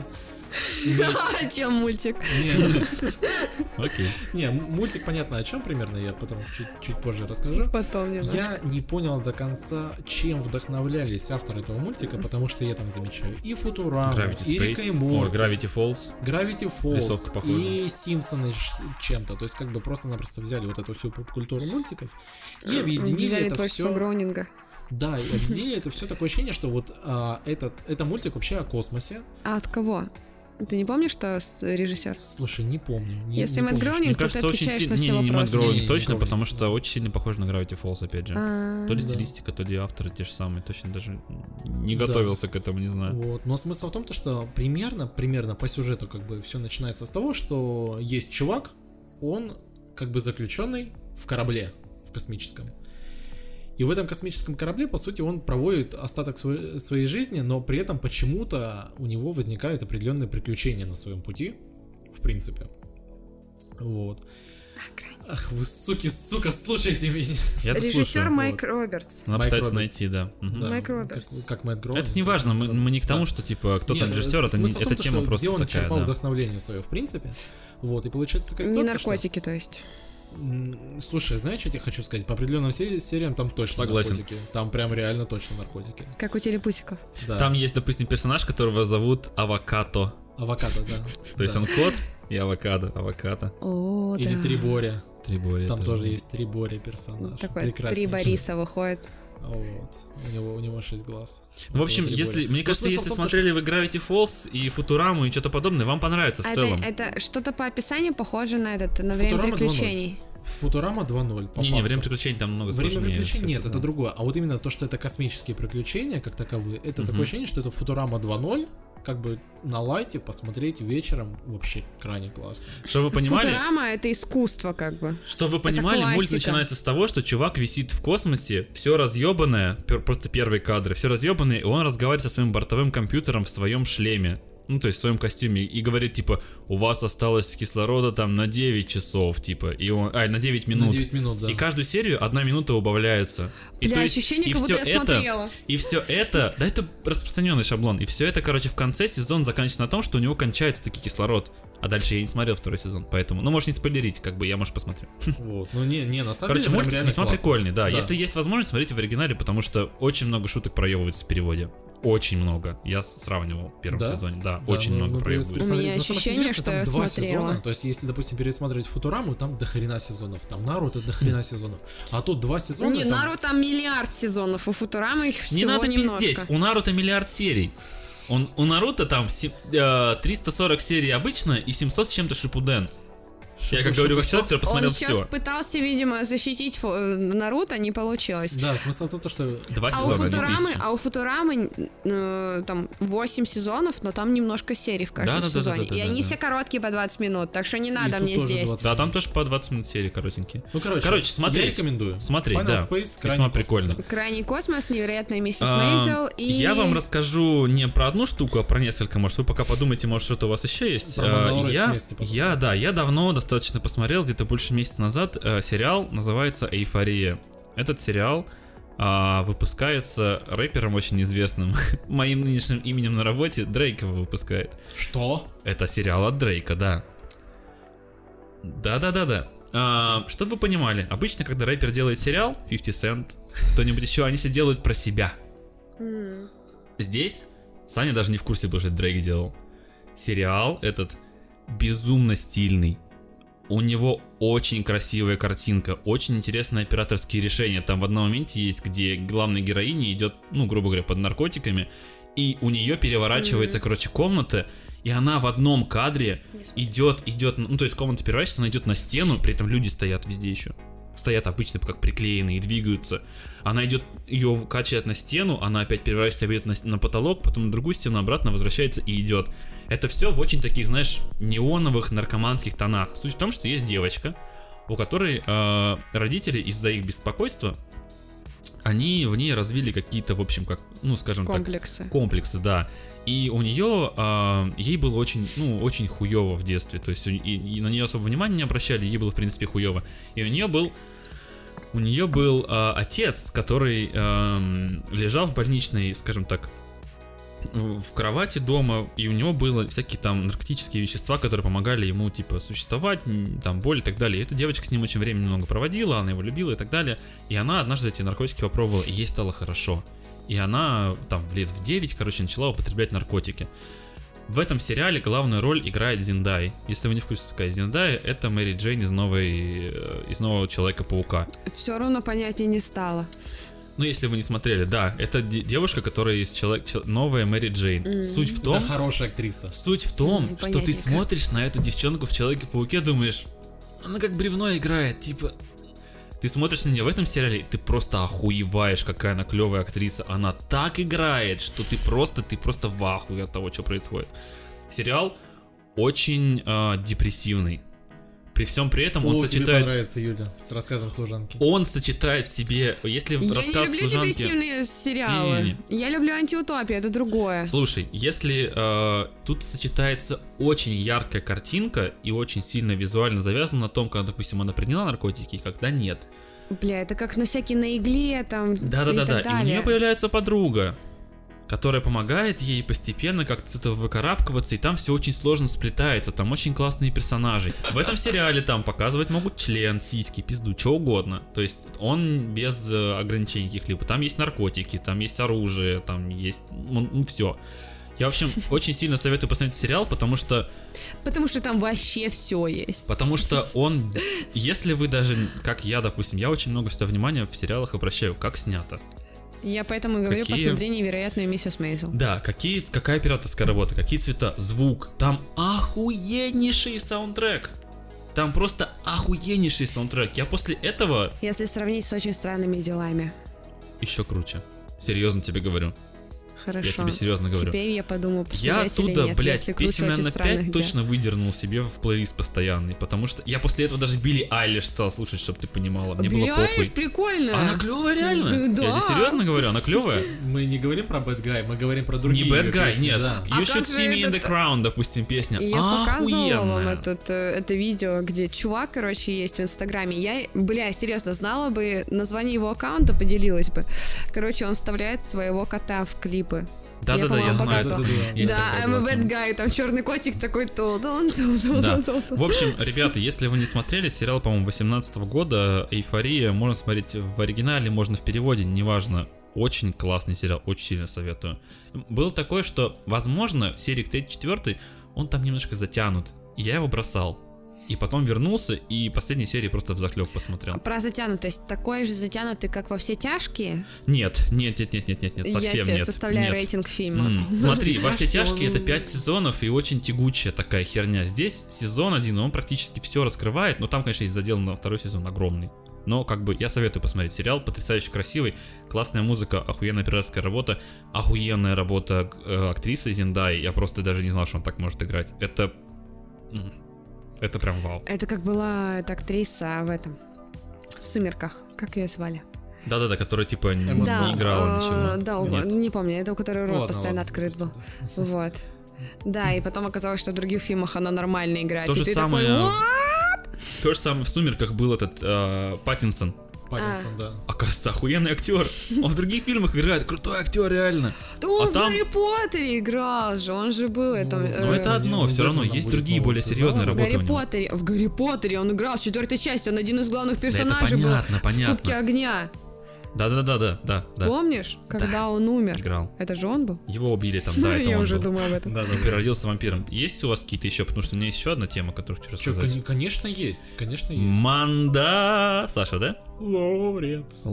S1: О чем мультик?
S2: Окей.
S3: Не, мультик понятно о чем примерно, я потом чуть позже расскажу.
S1: Потом немножко.
S3: Я не понял до конца, чем вдохновлялись авторы этого мультика, потому что я там замечаю и Футураму, и Рика и Морти,
S2: Gravity Falls,
S3: и Симпсоны чем-то. То есть как бы просто-напросто взяли вот эту всю поп-культуру мультиков и объединили
S1: взяли
S3: это
S1: творчество
S3: все.
S1: Гроунинга.
S3: Да, и объединили это все такое ощущение, что вот это мультик вообще о космосе.
S1: А от кого? Ты не помнишь, что режиссер?
S3: Слушай, не помню.
S1: Если
S3: не
S1: Мэтт
S3: помню.
S1: Гроунинг,
S2: Мне
S1: то ты
S2: кажется, очень
S1: отвечаешь
S2: сильно...
S1: на все
S2: Не Мэтт
S1: вопросы.
S2: Гроунинг
S3: Не
S2: точно,
S3: Гроунинг.
S2: потому что очень сильно похож на Gravity Falls, опять же.
S1: А,
S2: То ли
S3: Да.
S2: стилистика, то ли авторы те же самые. Точно даже не
S3: Да.
S2: готовился к этому, не знаю.
S3: Вот. Но смысл в том, что примерно по сюжету как бы все начинается с того, что есть чувак, он как бы заключенный в корабле в космическом. И в этом космическом корабле, по сути, он проводит остаток своей жизни, но при этом почему-то у него возникают определенные приключения на своем пути, в принципе. Вот. Ах, вы, сука, слушайте меня.
S2: Я-то
S1: Режиссер
S2: слушаю.
S1: Майк Робертс.
S2: Надо
S3: Майк
S2: пытаться
S3: Робертс.
S2: найти, да. Мгм.
S3: Да,
S1: Майк Робертс.
S3: Как Мэтт Гроунинг.
S2: Это не важно, мы не к тому,
S3: Да.
S2: что типа кто там
S3: Нет,
S2: режиссер,
S3: смысл в том,
S2: эта тема
S3: что
S2: просто
S3: где он
S2: такая,
S3: черпал
S2: да.
S3: вдохновение свое, в принципе. Вот, и получается такая
S1: Не
S3: ситуация, что...
S1: наркотики, то есть.
S3: Слушай, знаешь, что я тебе хочу сказать? По определенным сериям там точно
S2: Согласен.
S3: наркотики. Там прям реально точно наркотики.
S1: Как у телепусиков.
S3: Да.
S2: Там есть, допустим, персонаж, которого зовут Авокато.
S3: Авокадо, да.
S2: То есть
S3: Да.
S2: он кот и авокадо.
S1: О,
S3: Или
S1: да.
S3: Триборя.
S2: Трибори.
S3: Там тоже есть Триборя персонаж.
S1: Такой
S3: Прекраснейший.
S1: 3 Бориса выходит.
S3: Вот. У него 6 глаз.
S2: В общем,
S3: Вот,
S2: если,
S3: Триборя.
S2: мне
S3: Ну,
S2: кажется,
S3: смысл
S2: если
S3: в том,
S2: смотрели вы Gravity Falls и Футураму и что-то подобное, вам понравится в
S1: А
S2: целом.
S1: это что-то по описанию похоже на на время
S3: Футурама 2.0.
S1: приключений.
S3: Футурама 2.0. по
S2: Не,
S3: факту.
S2: время приключений там много
S3: Время
S2: сложнее.
S3: приключений нет,
S2: всё
S3: это другое. А вот именно то, что это космические приключения, как таковые, это такое ощущение, что это Футурама 2.0, как бы на лайте посмотреть вечером вообще крайне классно.
S2: Чтобы вы понимали,
S1: Футурама — это искусство, как бы.
S2: чтобы вы понимали, мульт
S1: классика.
S2: начинается с того, что чувак висит в космосе, все разъебанное, просто первые кадры, все разъебанное, и он разговаривает со своим бортовым компьютером в своем шлеме. Ну, то есть в своем костюме, и говорит, типа, у вас осталось кислорода там на 9 часов, типа, и он, на 9 минут.
S3: На 9 минут, да.
S2: И каждую серию 1 минута убавляется. И
S1: Бля,
S2: то есть,
S1: ощущение,
S2: и
S1: как будто
S2: всё
S1: я смотрела.
S2: И все это, да, это распространенный шаблон. И все это, короче, в конце сезон заканчивается на том, что у него кончается таки кислород. А дальше я не смотрел второй сезон, поэтому, ну, можешь не спойлерить, как бы, я, может, посмотрю.
S3: Вот. Ну не, на самом
S2: Короче,
S3: деле,
S2: мульт
S3: прям реально
S2: весьма
S3: классно.
S2: прикольный, да.
S3: Да.
S2: Если есть возможность, смотрите в оригинале, потому что очень много шуток проебывается в переводе. Очень много. Я сравнивал в первом
S3: Да?
S2: сезоне, да,
S3: Да,
S2: очень
S3: ну,
S2: много
S3: ну,
S2: проебывается.
S3: пересмотреть.
S1: У меня
S3: Но самое
S1: ощущение,
S3: интересное,
S1: что
S3: там
S1: я
S3: 2
S1: смотрела.
S3: сезона. То есть, если, допустим, пересматривать Футураму, там дохрена сезонов. Там Наруто дохрена сезонов. А тут 2 сезона.
S1: Не,
S3: там-
S1: Наруто там миллиард сезонов, у Футурамы их всего
S2: Не надо
S1: немножко.
S2: пиздеть, у Наруто миллиард серий. У Наруто там 340 серий обычно и 700 с чем-то Шипуден. Я как говорю, как человек, который посмотрел
S1: Он сейчас
S2: все.
S1: пытался, видимо, защитить Наруто, не получилось.
S3: Да, смысл в том, что...
S2: 2
S1: А у
S2: сезона,
S1: Футурамы, там 8 сезонов, но там немножко серий в каждом
S2: Да-да-да-да-да-да,
S1: сезоне. И они
S2: да.
S1: все короткие по 20 минут, так что не надо
S3: тут
S1: мне
S3: тоже
S1: здесь.
S3: 20.
S2: Да, там тоже по 20 минут серии коротенькие.
S3: Ну, короче,
S2: Короче, смотреть.
S3: я рекомендую.
S2: Смотреть,
S3: Final
S2: да.
S3: Space,
S2: Весьма
S3: крайне
S2: прикольно.
S1: Крайний космос, невероятная миссис
S2: А,
S1: Мейзел и...
S2: Я вам расскажу не про одну штуку, а про несколько. Может, вы пока подумаете, может, что-то у вас еще есть.
S3: Про Мандалорец вместе посмотрим.
S2: Я давно достаточно посмотрел, где-то больше месяца назад, сериал называется «Эйфория». Этот сериал выпускается рэпером очень известным, моим нынешним именем на работе, Дрейк его выпускает.
S3: Что?
S2: Это сериал от Дрейка, да. Да. Чтобы вы понимали, обычно, когда рэпер делает сериал, 50 Cent, кто-нибудь еще, они все делают про себя. Здесь Саня даже не в курсе был, что это Дрейк делал. Сериал этот безумно стильный. У него очень красивая картинка, очень интересные операторские решения. Там в одном моменте есть, где главная героиня идет, ну, грубо говоря, под наркотиками, и у нее переворачивается, короче, комната, и она в одном кадре идет, ну, то есть комната переворачивается, она идет на стену, при этом люди стоят везде еще. Стоят обычно как приклеенные и двигаются. Она идет, ее качает на стену, она опять переворачивается, идет на потолок, потом на другую стену обратно возвращается и идет. Это все в очень таких, знаешь, неоновых наркоманских тонах. Суть в том, что есть девочка, у которой родители из-за их беспокойства, они в ней развили какие-то, в общем, как, ну, скажем
S1: Комплексы.
S2: так, комплексы, да. И у нее, ей было очень, ну, очень хуево в детстве. То есть и на нее особо внимания не обращали, ей было, в принципе, хуево. И у нее был отец, который лежал в больничной, скажем так, в кровати дома, и у него было всякие там наркотические вещества, которые помогали ему, типа, существовать, там, боль и так далее. И эта девочка с ним очень времени много проводила, она его любила и так далее. И она однажды эти наркотики попробовала, и ей стало хорошо. И она там лет в 9, короче, начала употреблять наркотики. В этом сериале главную роль играет Зендай. Если вы не в курсе, такая Зендай, это Мэри Джейн из нового Человека-паука.
S1: Все равно понятия не стало.
S2: Ну, если вы не смотрели, да, это девушка, которая есть новая Мэри Джейн. Суть в том...
S3: Это хорошая актриса.
S2: Суть в том, что ты
S1: понятненько.
S2: смотришь на эту девчонку в Человеке-пауке, думаешь, она как бревно играет, типа... Ты смотришь на нее в этом сериале, и ты просто охуеваешь, какая она клевая актриса. Она так играет, что ты просто в ахуе от того, что происходит. Сериал очень депрессивный. При всем при этом он
S3: Тебе
S2: сочетает...
S3: понравится, Юля, с рассказом служанки.
S2: Он сочетает в себе, если
S1: Я не
S2: рассказ
S1: люблю
S2: служанки...
S1: депрессивные сериалы.
S2: Не-не-не.
S1: Я люблю антиутопию, это другое.
S2: Слушай, если тут сочетается очень яркая картинка и очень сильно визуально завязано на том, когда, допустим, она приняла наркотики, и когда нет.
S1: Бля, это как на всякие на игле там.
S2: Да-да-да-да,
S1: и так
S2: и у
S1: далее.
S2: нее появляется подруга, которая помогает ей постепенно как-то с этого выкарабкиваться, и там все очень сложно сплетается, там очень классные персонажи. В этом сериале там показывать могут член, сиськи, пизду, что угодно. То есть он без ограничений каких-либо. Там есть наркотики, там есть оружие, там есть, ну все. Я, в общем, очень сильно советую посмотреть сериал, потому что
S1: там вообще все есть.
S2: Потому что он, если вы даже, как я, допустим, я очень много всегда внимания в сериалах обращаю, как снято.
S1: Я поэтому и говорю,
S2: Какие?
S1: посмотри «Невероятную миссис Мейзел».
S2: Да, какая операторская работа, какие цвета, звук, там охуеннейший саундтрек. Там просто охуеннейший саундтрек. Я после этого
S1: Если сравнить с «Очень странными делами».
S2: еще круче. Серьезно тебе говорю.
S1: Хорошо.
S2: Я тебе серьезно говорю.
S1: Теперь я подумаю,
S2: Я
S1: посмотреть или
S2: оттуда,
S1: нет,
S2: блядь,
S1: если круче
S2: песен,
S1: «Очень
S2: наверное,
S1: странных
S2: 5
S1: дел».
S2: точно выдернул себе в плейлист постоянный, потому что я после этого даже Билли Айлиш стал слушать, чтобы ты понимала. Мне
S1: Билли
S2: было похуй.
S1: Айлиш прикольно.
S2: Она клевая реально?
S1: Да.
S2: Я тебе серьезно говорю, она клевая.
S3: Мы не говорим про Bad Guy, мы говорим про другие
S2: Не Bad
S3: её
S2: Guy,
S3: песни,
S2: нет.
S3: да.
S2: You
S1: А
S2: should
S1: как же
S2: see me in the
S1: этот-
S2: crown, допустим, песня.
S1: Я показывала вам
S2: Охуенная.
S1: это видео, где чувак, короче, есть в Инстаграме. Я, серьезно, знала бы название его аккаунта, поделилась бы. Короче, он вставляет своего кота в клипы.
S2: Да-да-да,
S1: по-моему,
S2: я знаю.
S1: показывала.
S3: Да-да-да.
S2: Есть
S1: Да,
S2: такое
S1: I'm a
S2: было.
S1: bad guy, там черный котик такой
S2: Да. В общем, ребята, если вы не смотрели сериал, по-моему, 18 года «Эйфория», можно смотреть в оригинале, можно в переводе, неважно. Очень классный сериал, очень сильно советую. Было такое, что, возможно, серии к 3-4 он там немножко затянут. И я его бросал. И потом вернулся, и последние серии просто взахлёб посмотрел.
S1: Про затянутость. Такой же затянутый, как «Во все тяжкие»?
S2: Нет, совсем
S1: Я себе
S2: нет.
S1: составляю
S2: нет.
S1: рейтинг фильма.
S2: Смотри, «Во все тяжкие» это
S1: он-
S2: 5 сезонов и очень тягучая такая херня. Здесь сезон один, он практически все раскрывает, но там, конечно, есть задел на второй сезон огромный. Но как бы я советую посмотреть сериал, потрясающе красивый, классная музыка, охуенная операторская работа, охуенная работа актрисы Зендай. Я просто даже не знал, что он так может играть. Это прям вау.
S1: Это как была эта актриса в этом, в «Сумерках». Как ее звали?
S2: Да-да-да, которая типа не
S3: Да,
S2: играла ничего.
S1: Да,
S2: Нет.
S1: не помню, это у которой рот
S3: Ладно,
S1: постоянно
S3: ладно,
S1: открыт был.
S3: просто.
S1: Вот. Да, и потом оказалось, что в других фильмах она нормально играет.
S2: То
S1: И
S2: же
S1: ты
S2: самое,
S1: такой, «What?»
S2: то же самое в «Сумерках» был этот Паттинсон.
S3: Паттинсон, да.
S2: Оказывается, охуенный актер. Он в других фильмах играет, крутой актер, реально.
S1: Да он
S2: А
S1: в
S2: там-
S1: «Гарри Поттере» играл же, он же был это.
S2: Но это одно,
S3: он
S2: все равно
S3: Бэтменом
S2: есть
S3: будет
S2: другие,
S3: новый,
S2: более
S3: ты
S2: серьезные
S3: знала?
S2: работы у него.
S1: В «Гарри Поттере» он играл в 4-й части, он один из главных
S2: это
S1: персонажей
S2: понятно,
S1: был
S2: понятно.
S1: в «Кубке огня».
S2: Да.
S1: Помнишь, когда он умер?
S2: Играл.
S1: Это же он был?
S2: Его убили там, да, это
S1: Я
S2: он
S1: уже
S2: был.
S1: думаю об этом.
S3: Да,
S2: Он переродился вампиром. Есть у вас какие-то еще? Потому что у меня есть еще одна тема, которую хочу
S3: Чё,
S2: рассказать.
S3: конечно есть, конечно есть.
S2: Манда. Саша, да?
S3: Ловрец.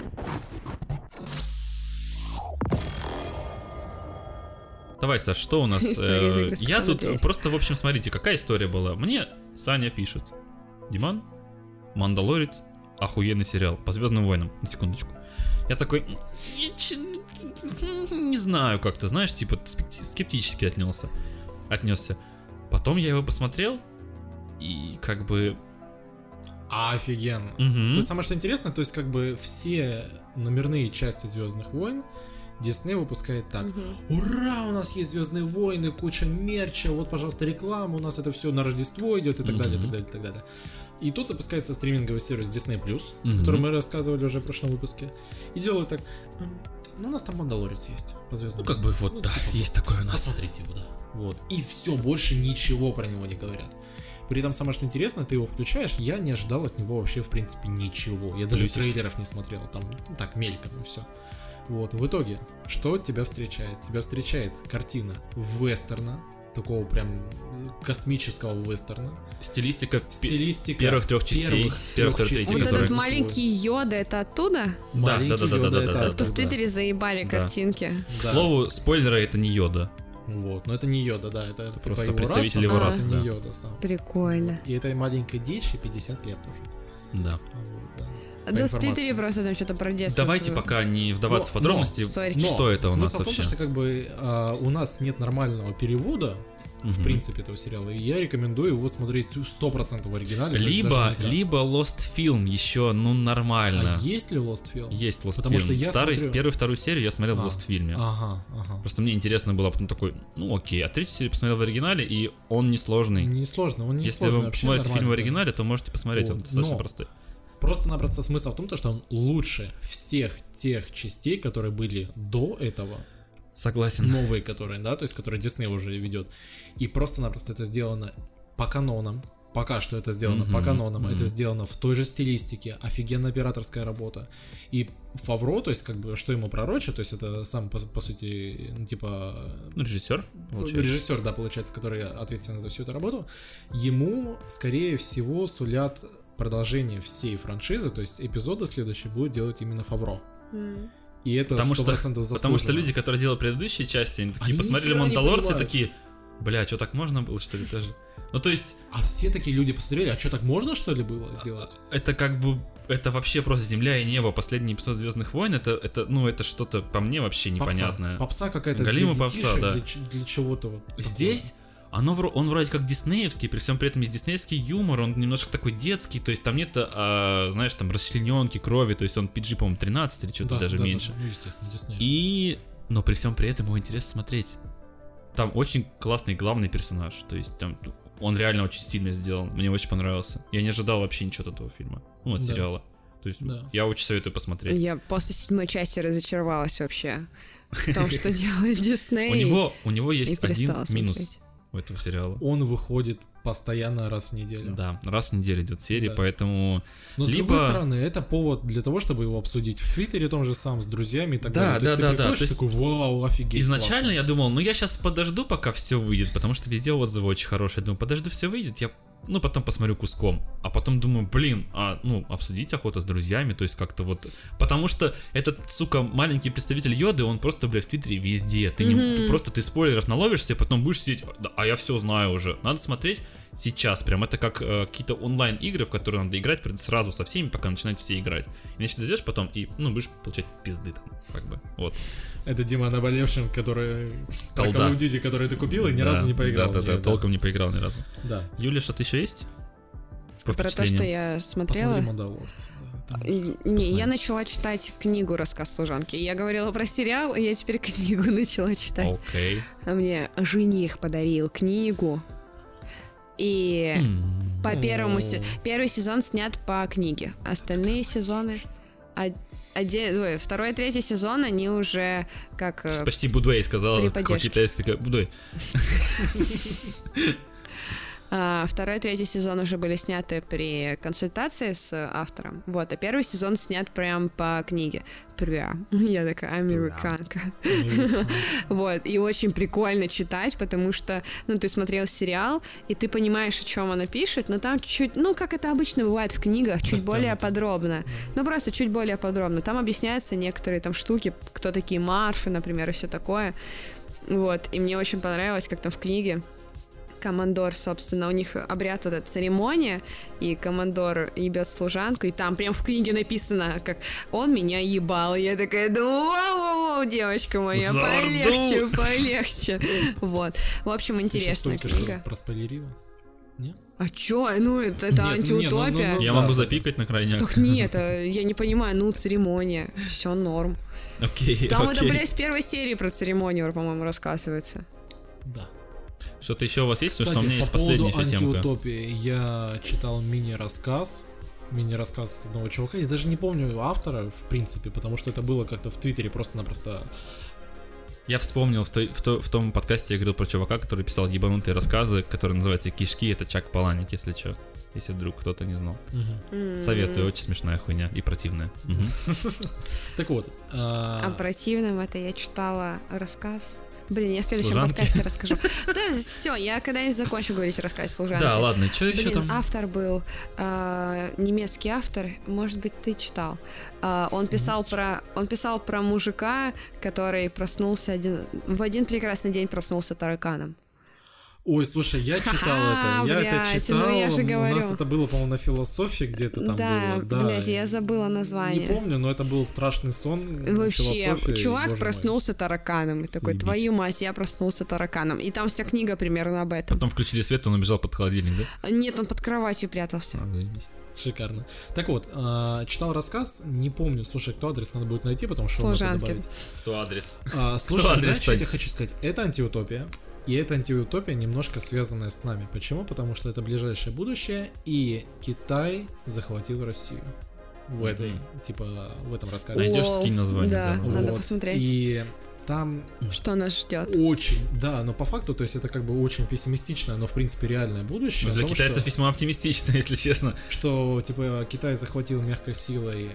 S2: Давай, Саш, что у нас?
S1: История из «Игры с
S2: Я
S1: котой
S2: тут
S1: дверь».
S2: просто, в общем, смотрите, какая история была. Мне Саня пишет. Диман, «Мандалорец», охуенный сериал по «Звездным войнам». На секундочку. Я такой, не знаю, как-то, знаешь, типа скептически отнесся. Потом я его посмотрел, и как бы...
S3: Офигенно.
S2: Мгм.
S3: То есть самое что интересно, то есть как бы все номерные части Звездных войн Дисней выпускает так. Ура, у нас есть Звездные войны, куча мерча, вот, пожалуйста, реклама, у нас это все на Рождество идет и так далее, и так далее, и так далее. И тут запускается стриминговый сервис Disney+, о котором мы рассказывали уже в прошлом выпуске. И делают так, ну у нас там Мандалорец есть по Звездным
S2: Ну, как бы, вот, да, есть такое у нас.
S3: Посмотрите его, да. Вот. И все, больше ничего про него не говорят. При этом самое что интересно, ты его включаешь, я не ожидал от него вообще в принципе ничего. Я даже
S2: Плюсик.
S3: трейлеров не смотрел, там так мельком и все. Вот, в итоге, что тебя встречает? Тебя встречает картина вестерна, такого прям космического вестерна.
S2: Стилистика первых трех частей.
S1: Вот этот маленький Йода, это оттуда?
S2: Да.
S1: То в Твиттере заебали картинки.
S2: К слову, спойлеры, это не Йода.
S3: Вот, но это не Йода, да, это
S2: просто представитель его расы,
S3: это не Йода сам.
S1: Прикольно.
S3: И этой маленькой дичи 50 лет уже.
S2: Да.
S1: Да, в Твиттере просто там что-то про детство.
S2: Давайте пока не вдаваться в подробности, что это у нас вообще.
S3: Смысл в том, что как бы у нас нет нормального перевода, в принципе, этого сериала, и я рекомендую его смотреть 100% в оригинале.
S2: Либо Lost Film еще, нормально.
S3: А есть ли Lost Film?
S2: Есть Lost
S3: Потому
S2: Film.
S3: Что я
S2: первую и вторую серию я смотрел в Lost Film.
S3: Ага.
S2: Просто мне интересно было, потом такой, окей, а третью серию посмотрел в оригинале, и он несложный.
S3: Он не
S2: Если
S3: сложный,
S2: вы смотрите фильм в оригинале, то можете посмотреть, он достаточно простой.
S3: Просто-напросто смысл в том, что он лучше всех тех частей, которые были до этого.
S2: Согласен.
S3: Новые, которые, да, то есть которые Disney уже ведет. И просто-напросто это сделано по канонам. Пока что это сделано по канонам. Это сделано в той же стилистике. Офигенная операторская работа. И Фавро, то есть как бы, что ему пророчат, то есть это сам, по сути,
S2: режиссер, получается.
S3: Режиссер, да, получается, который ответственен за всю эту работу. Ему, скорее всего, сулят продолжение всей франшизы, то есть эпизоды следующие будут делать именно Фавро. И это 100% заслуженно.
S2: Потому что люди, которые делали предыдущие части, они такие посмотрели «Мандалорца», такие, что так можно было, что ли, даже? То есть...
S3: А все такие люди посмотрели, а что, так можно, что ли, было сделать?
S2: Это как бы... Это вообще просто земля и небо. Последний эпизод «Звездных войн», это что-то по мне вообще непонятное.
S3: Попса какая-то
S2: для детишек,
S3: да. Для чего-то вот.
S2: Здесь... Он вроде как диснеевский, при всем при этом есть диснеевский юмор, он немножко такой детский, то есть там нет, знаешь, там расчлененки, крови, то есть он PG, по-моему, 13 или что-то даже меньше.
S3: Да, естественно, Дисней.
S2: Но при всем при этом его интересно смотреть. Там очень классный главный персонаж, то есть там он реально очень сильно сделан, мне очень понравился. Я не ожидал вообще ничего от этого фильма, от сериала. То есть я очень советую посмотреть.
S1: Я после 7-й части разочаровалась вообще в том, что делает Дисней.
S2: У него есть один минус у этого сериала.
S3: Он выходит постоянно раз в неделю.
S2: Да, раз в неделю идет серия, поэтому...
S3: Но с другой стороны, это повод для того, чтобы его обсудить в Твиттере том же самом, с друзьями и так далее.
S2: Да.
S3: То есть такой, вау, офигеть,
S2: изначально
S3: классно.
S2: Я думал, я сейчас подожду, пока все выйдет, потому что везде отзывы очень хорошие. Я думаю, подожду, все выйдет, я потом посмотрю куском. А потом думаю, обсудить охота с друзьями, то есть как-то вот... Потому что этот, маленький представитель Йоды, он просто, в Твиттере везде. Ты спойлеров наловишься, и потом будешь сидеть, а я все знаю уже. Надо смотреть сейчас прям. Это как какие-то онлайн-игры, в которые надо играть сразу со всеми, пока начинают все играть. Иначе ты зайдешь потом и, будешь получать пизды там, как бы, вот.
S3: Это Дима наболевшим, который... Call of Duty, который ты купил и ни разу не поиграл.
S2: Да, толком не поиграл ни разу.
S3: Да.
S2: Юля, что-то еще есть?
S1: Про то, что я смотрела?
S3: Посмотри «Мандалорца».
S1: Я начала читать книгу «Рассказ служанки». Я говорила про сериал, и я теперь книгу начала читать.
S2: Окей.
S1: А мне жених подарил книгу. И по первый сезон снят по книге. Остальные сезоны... Второй и третий сезон, они уже как...
S2: Почти Будвей сказала,
S1: как
S2: китайский, такая, Будвей.
S1: Второй и третий сезон уже были сняты при консультации с автором. Вот, а первый сезон снят прям по книге. Я такая американка. Вот, и очень прикольно читать, потому что, ты смотрел сериал, и ты понимаешь, о чем она пишет, но там чуть, как это обычно бывает в книгах, чуть более подробно. Просто чуть более подробно. Там объясняются некоторые там штуки, кто такие марфы, например, и все такое. Вот, и мне очень понравилось, как там в книге командор, собственно, у них обряд вот эта церемония, и командор ебет служанку, и там прям в книге написано, как он меня ебал. И я такая, воу, девочка моя, полегче. Вот. В общем, интересная книга.
S3: Проспойлерила? Нет?
S1: А чё? Это антиутопия.
S2: Я могу запикать на крайняк.
S1: Так нет, я не понимаю, церемония, все норм.
S2: Окей.
S1: Там это, блядь, в первой серии про церемонию, по-моему, рассказывается.
S3: Да.
S2: Что-то еще у вас есть?
S3: Кстати,
S2: потому что у меня есть последняя еще темка.
S3: По поводу антиутопии, я читал мини-рассказ одного чувака, я даже не помню автора, в принципе, потому что это было как-то в Твиттере просто-напросто...
S2: Я вспомнил, в том подкасте я говорил про чувака, который писал ебанутые рассказы, которые называются «Кишки», это Чак Паланик, если что. Если вдруг кто-то не знал. Советую, очень смешная хуйня и противная.
S3: Так вот.
S1: О противном это я читала рассказ Блин, я в следующем
S2: Служанки.
S1: подкасте расскажу. Да, все, я когда-нибудь закончу говорить рассказать служанки.
S2: Да, ладно, что еще
S1: Блин,
S2: там?
S1: автор был, немецкий автор, может быть, ты читал. Он писал про мужика, который проснулся в один прекрасный день проснулся тараканом.
S3: Ой, слушай, я читал это. Я
S1: блядь,
S3: это читал.
S1: ну я же
S3: У
S1: говорю.
S3: нас это было, по-моему, на философии где-то там было. Да,
S1: блядь, я забыла название.
S3: Не помню, но это был страшный сон.
S1: Вообще,
S3: философии,
S1: чувак
S3: боже
S1: проснулся тараканом. И такой,
S2: Съебись.
S1: твою мать, я проснулся тараканом. И там вся книга примерно об этом.
S2: Потом включили свет, он убежал под холодильник, да?
S1: Нет, он под кроватью прятался.
S2: Заебись.
S3: мой. Шикарно. Так вот, читал рассказ, не помню, слушай, кто адрес надо будет найти, потому что надо
S1: Служанки.
S3: добавить.
S2: Кто адрес?
S3: Слушай,
S2: адрес,
S3: знаешь, что я
S2: Сань?
S3: тебе хочу сказать? Это антиутопия. И эта антиутопия немножко связанная с нами. Почему? Потому что это ближайшее будущее, и Китай захватил Россию. В этой, типа, в этом рассказе.
S2: Найдешь,
S1: Лол,
S2: скинь название,
S1: да.
S2: да.
S1: Надо
S3: Вот.
S1: посмотреть.
S3: И там
S1: Что нас ждет?
S3: очень, да, но по факту, то есть это как бы очень пессимистичное, но в принципе реальное будущее.
S2: Для
S3: о том,
S2: китайцев
S3: что,
S2: весьма оптимистично, если честно.
S3: что, типа, Китай захватил мягкой силой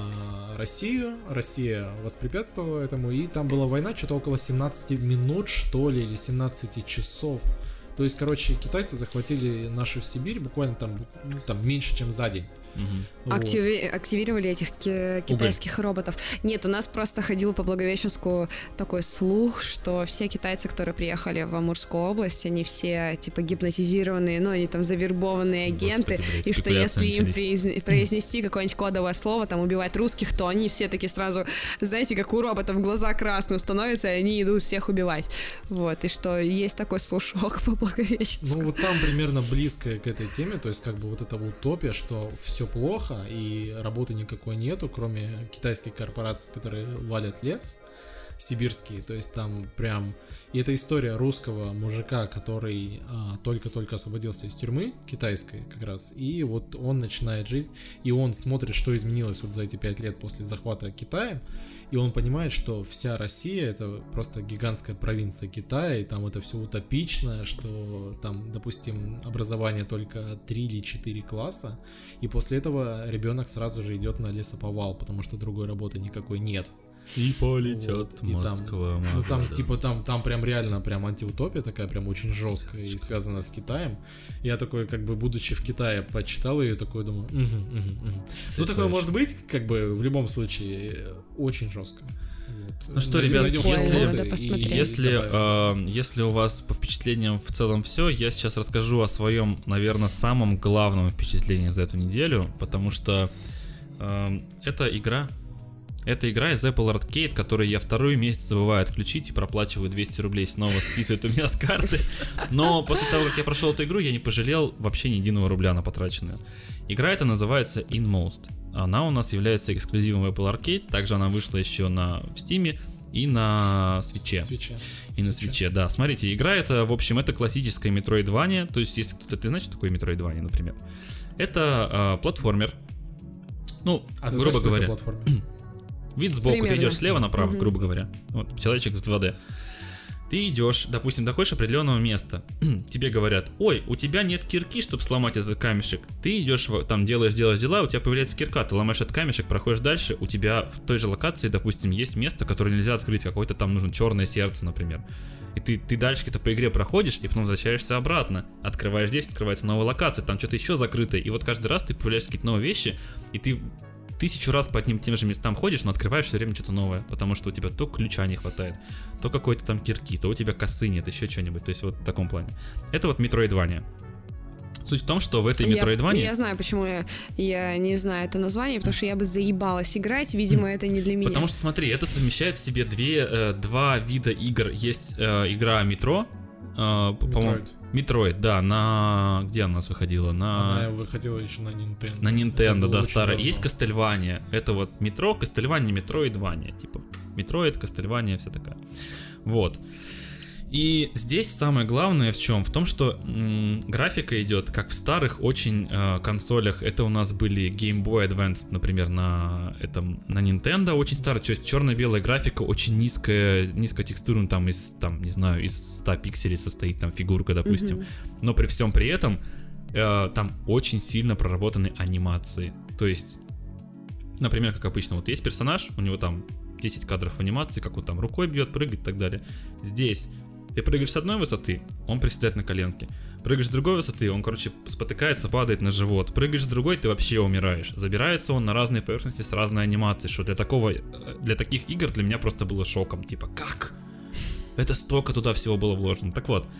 S3: Россию, Россия воспрепятствовала этому, и там была война что-то около 17 минут, что ли, или 17 часов. То есть, короче, китайцы захватили нашу Сибирь буквально там меньше, чем за день. Вот.
S1: Активировали этих китайских роботов. Нет, у нас просто ходил по Благовещенску такой слух, что все китайцы, которые приехали в Амурскую область, они все типа гипнотизированные, ну, они там завербованные агенты,
S2: Господи, блядь,
S1: и что если им
S2: спекуляции
S1: произнести какое-нибудь кодовое слово, там, убивать русских, то они все таки сразу, знаете, как у роботов глаза красные становятся, и они идут всех убивать. Вот, и что есть такой слушок по Благовещенску.
S3: Ну, вот там примерно близко к этой теме, то есть как бы вот эта утопия, что все плохо и работы никакой нету, кроме китайских корпораций, которые валят лес сибирский, то есть там прям... И это история русского мужика, который только-только освободился из тюрьмы китайской как раз, и вот он начинает жизнь, и он смотрит, что изменилось вот за эти 5 лет после захвата Китаем, и он понимает, что вся Россия — это просто гигантская провинция Китая, и там это все утопично, что там, допустим, образование только 3 или 4 класса, и после этого ребенок сразу же идет на лесоповал, потому что другой работы никакой нет.
S2: И полетят
S3: Вот, и
S2: Москва.
S3: Ну там типа там прям реально прям антиутопия такая прям очень жесткая и связана с Китаем. Я такой как бы будучи в Китае почитал ее, такой думаю, ну такое может быть как бы в любом случае очень жестко. Вот.
S2: Ну что, ребят,
S1: Надо посмотреть.
S2: если у вас по впечатлениям в целом все, я сейчас расскажу о своем, наверное, самом главном впечатлении за эту неделю, потому что это игра из Apple Arcade, которую я второй месяц забываю отключить и проплачиваю 200 рублей, снова списывает у меня с карты. Но после того, как я прошел эту игру, я не пожалел вообще ни единого рубля на потраченное. Игра эта называется Inmost. Она у нас является эксклюзивом Apple Arcade. Также она вышла еще в Steam и на Switch. И на Switch, да. Смотрите, игра это, в общем, это классическая Metroidvania. То есть, если кто-то... Ты знаешь, что такое Metroidvania, например? Это платформер. Ну, грубо говоря. Вид сбоку,
S1: Примерно.
S2: ты идешь слева направо, грубо говоря. Вот, человечек в 2D. Ты идешь, допустим, доходишь определенного места. Тебе говорят: ой, у тебя нет кирки, чтобы сломать этот камешек. Ты идешь, там делаешь дела, у тебя появляется кирка, ты ломаешь этот камешек, проходишь дальше, у тебя в той же локации, допустим, есть место, которое нельзя открыть, какое-то там нужно черное сердце, например. И ты дальше где-то по игре проходишь, и потом возвращаешься обратно. Открываешь здесь, открывается новая локация, там что-то еще закрытое. И вот каждый раз ты появляешься какие-то новые вещи, и ты 1000 раз по одним тем же местам ходишь, но открываешь все время что-то новое, потому что у тебя то ключа не хватает, то какой-то там кирки, то у тебя косы нет, еще что-нибудь, то есть вот в таком плане. Это вот Metroidvania. Суть в том, что в этой Metroidvania...
S1: Я знаю, почему я не знаю это название, потому что я бы заебалась играть, видимо, это не для меня.
S2: Потому что, смотри, это совмещает в себе два вида игр. Есть игра Метро, по-моему... Metroid, да, где она у нас выходила?
S3: Она выходила еще на Nintendo.
S2: На Nintendo, да, старая.
S3: Давно.
S2: Есть Castlevania. Это вот Метро, Castlevania, Metroidvania. Типа Metroid, Castlevania, вся такая. Вот. И здесь самое главное в чем? В том, что графика идет как в старых очень консолях. Это у нас были Game Boy Advance, например, на Nintendo. Очень старая, то есть черно-белая графика, очень низкотекстурная, там из 100 пикселей состоит там фигурка, допустим. Но при всем при этом там очень сильно проработаны анимации. То есть, например, как обычно, вот есть персонаж, у него там 10 кадров анимации, как он там рукой бьет, прыгает и так далее. Здесь ты прыгаешь с одной высоты, он приседает на коленке. Прыгаешь с другой высоты, он, короче, спотыкается, падает на живот. Прыгаешь с другой, ты вообще умираешь. Забирается он на разные поверхности с разной анимацией, что для таких игр для меня просто было шоком. Типа, как? Это столько туда всего было вложено. Так вот,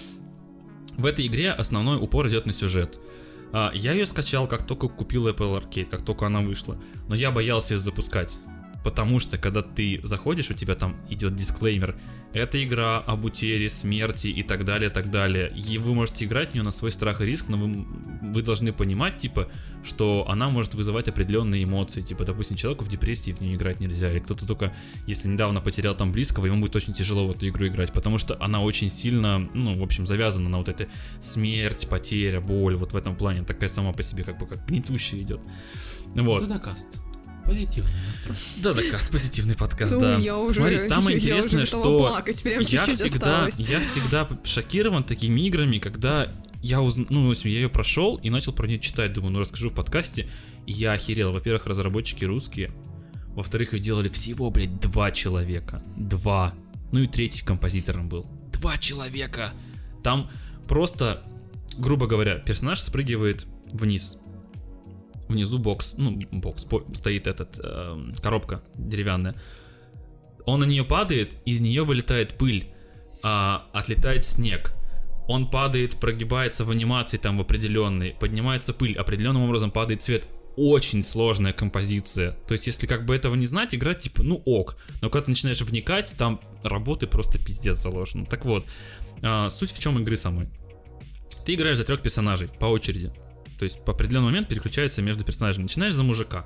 S2: в этой игре основной упор идет на сюжет. Я ее скачал, как только купил Apple Arcade, как только она вышла. Но я боялся ее запускать. Потому что, когда ты заходишь, у тебя там идет дисклеймер. Это игра об утере, смерти и так далее, так далее. И вы можете играть в нее на свой страх и риск, но вы должны понимать, типа, что она может вызывать определенные эмоции. Типа, допустим, человеку в депрессии в нее играть нельзя. Или кто-то только, если недавно потерял там близкого, ему будет очень тяжело в эту игру играть. Потому что она очень сильно, ну, в общем, завязана на вот этой смерть, потеря, боль. Вот в этом плане такая сама по себе, как бы, как гнетущая идет. Вот.
S3: Дадакаст. Позитивный настрой.
S2: Дадакаст, позитивный подкаст, да. Смотри, самое интересное, что я всегда шокирован такими играми, когда я ее прошел и начал про нее читать, думаю, расскажу в подкасте, и я охерел. Во-первых, разработчики русские, во-вторых, ее делали всего, блядь, 2 человека. 2. Ну и третий композитором был. 2 человека. Там просто, грубо говоря, персонаж спрыгивает вниз. Внизу стоит коробка деревянная. Он на нее падает, из нее вылетает пыль, отлетает снег. Он падает, прогибается в анимации там в определенной, поднимается пыль, определенным образом падает цвет. Очень сложная композиция. То есть, если как бы этого не знать, играть типа, ну ок. Но когда ты начинаешь вникать, там работы просто пиздец заложено. Так вот, суть в чем игры самой. Ты играешь за 3 персонажей по очереди. То есть, по определенный момент переключается между персонажами. Начинаешь за мужика.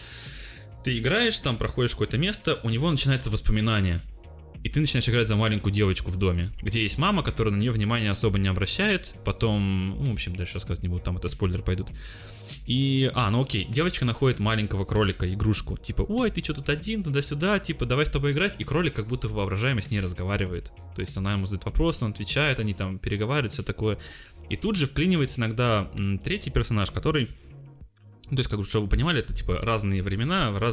S2: Ты играешь, там проходишь какое-то место, у него начинается воспоминание. И ты начинаешь играть за маленькую девочку в доме, где есть мама, которая на нее внимания особо не обращает. Потом, в общем, дальше рассказывать не буду, там это спойлеры пойдут. И, окей, девочка находит маленького кролика, игрушку. Типа, ой, ты что тут один, туда-сюда, типа, давай с тобой играть. И кролик как будто воображаемо с ней разговаривает. То есть она ему задает вопрос, он отвечает, они там переговаривают, все такое. И тут же вклинивается иногда третий персонаж, который, то есть, как бы, чтобы вы понимали, это типа разные времена, в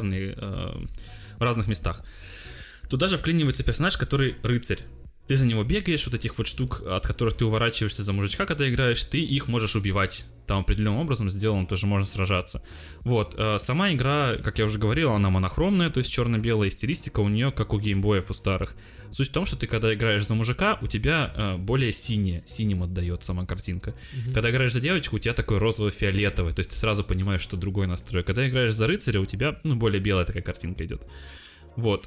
S2: разных местах. Туда же вклинивается персонаж, который рыцарь. Ты за него бегаешь, вот этих вот штук, от которых ты уворачиваешься за мужичка, когда играешь, ты их можешь убивать. Там определенным образом сделано, тоже можно сражаться. Вот, сама игра, как я уже говорил, она монохромная, то есть черно-белая, стилистика у нее, как у геймбоев у старых. Суть в том, что ты, когда играешь за мужика, у тебя более синим отдает сама картинка. Когда играешь за девочку, у тебя такой розово-фиолетовый, то есть ты сразу понимаешь, что другой настрой. Когда играешь за рыцаря, у тебя, более белая такая картинка идет. Вот,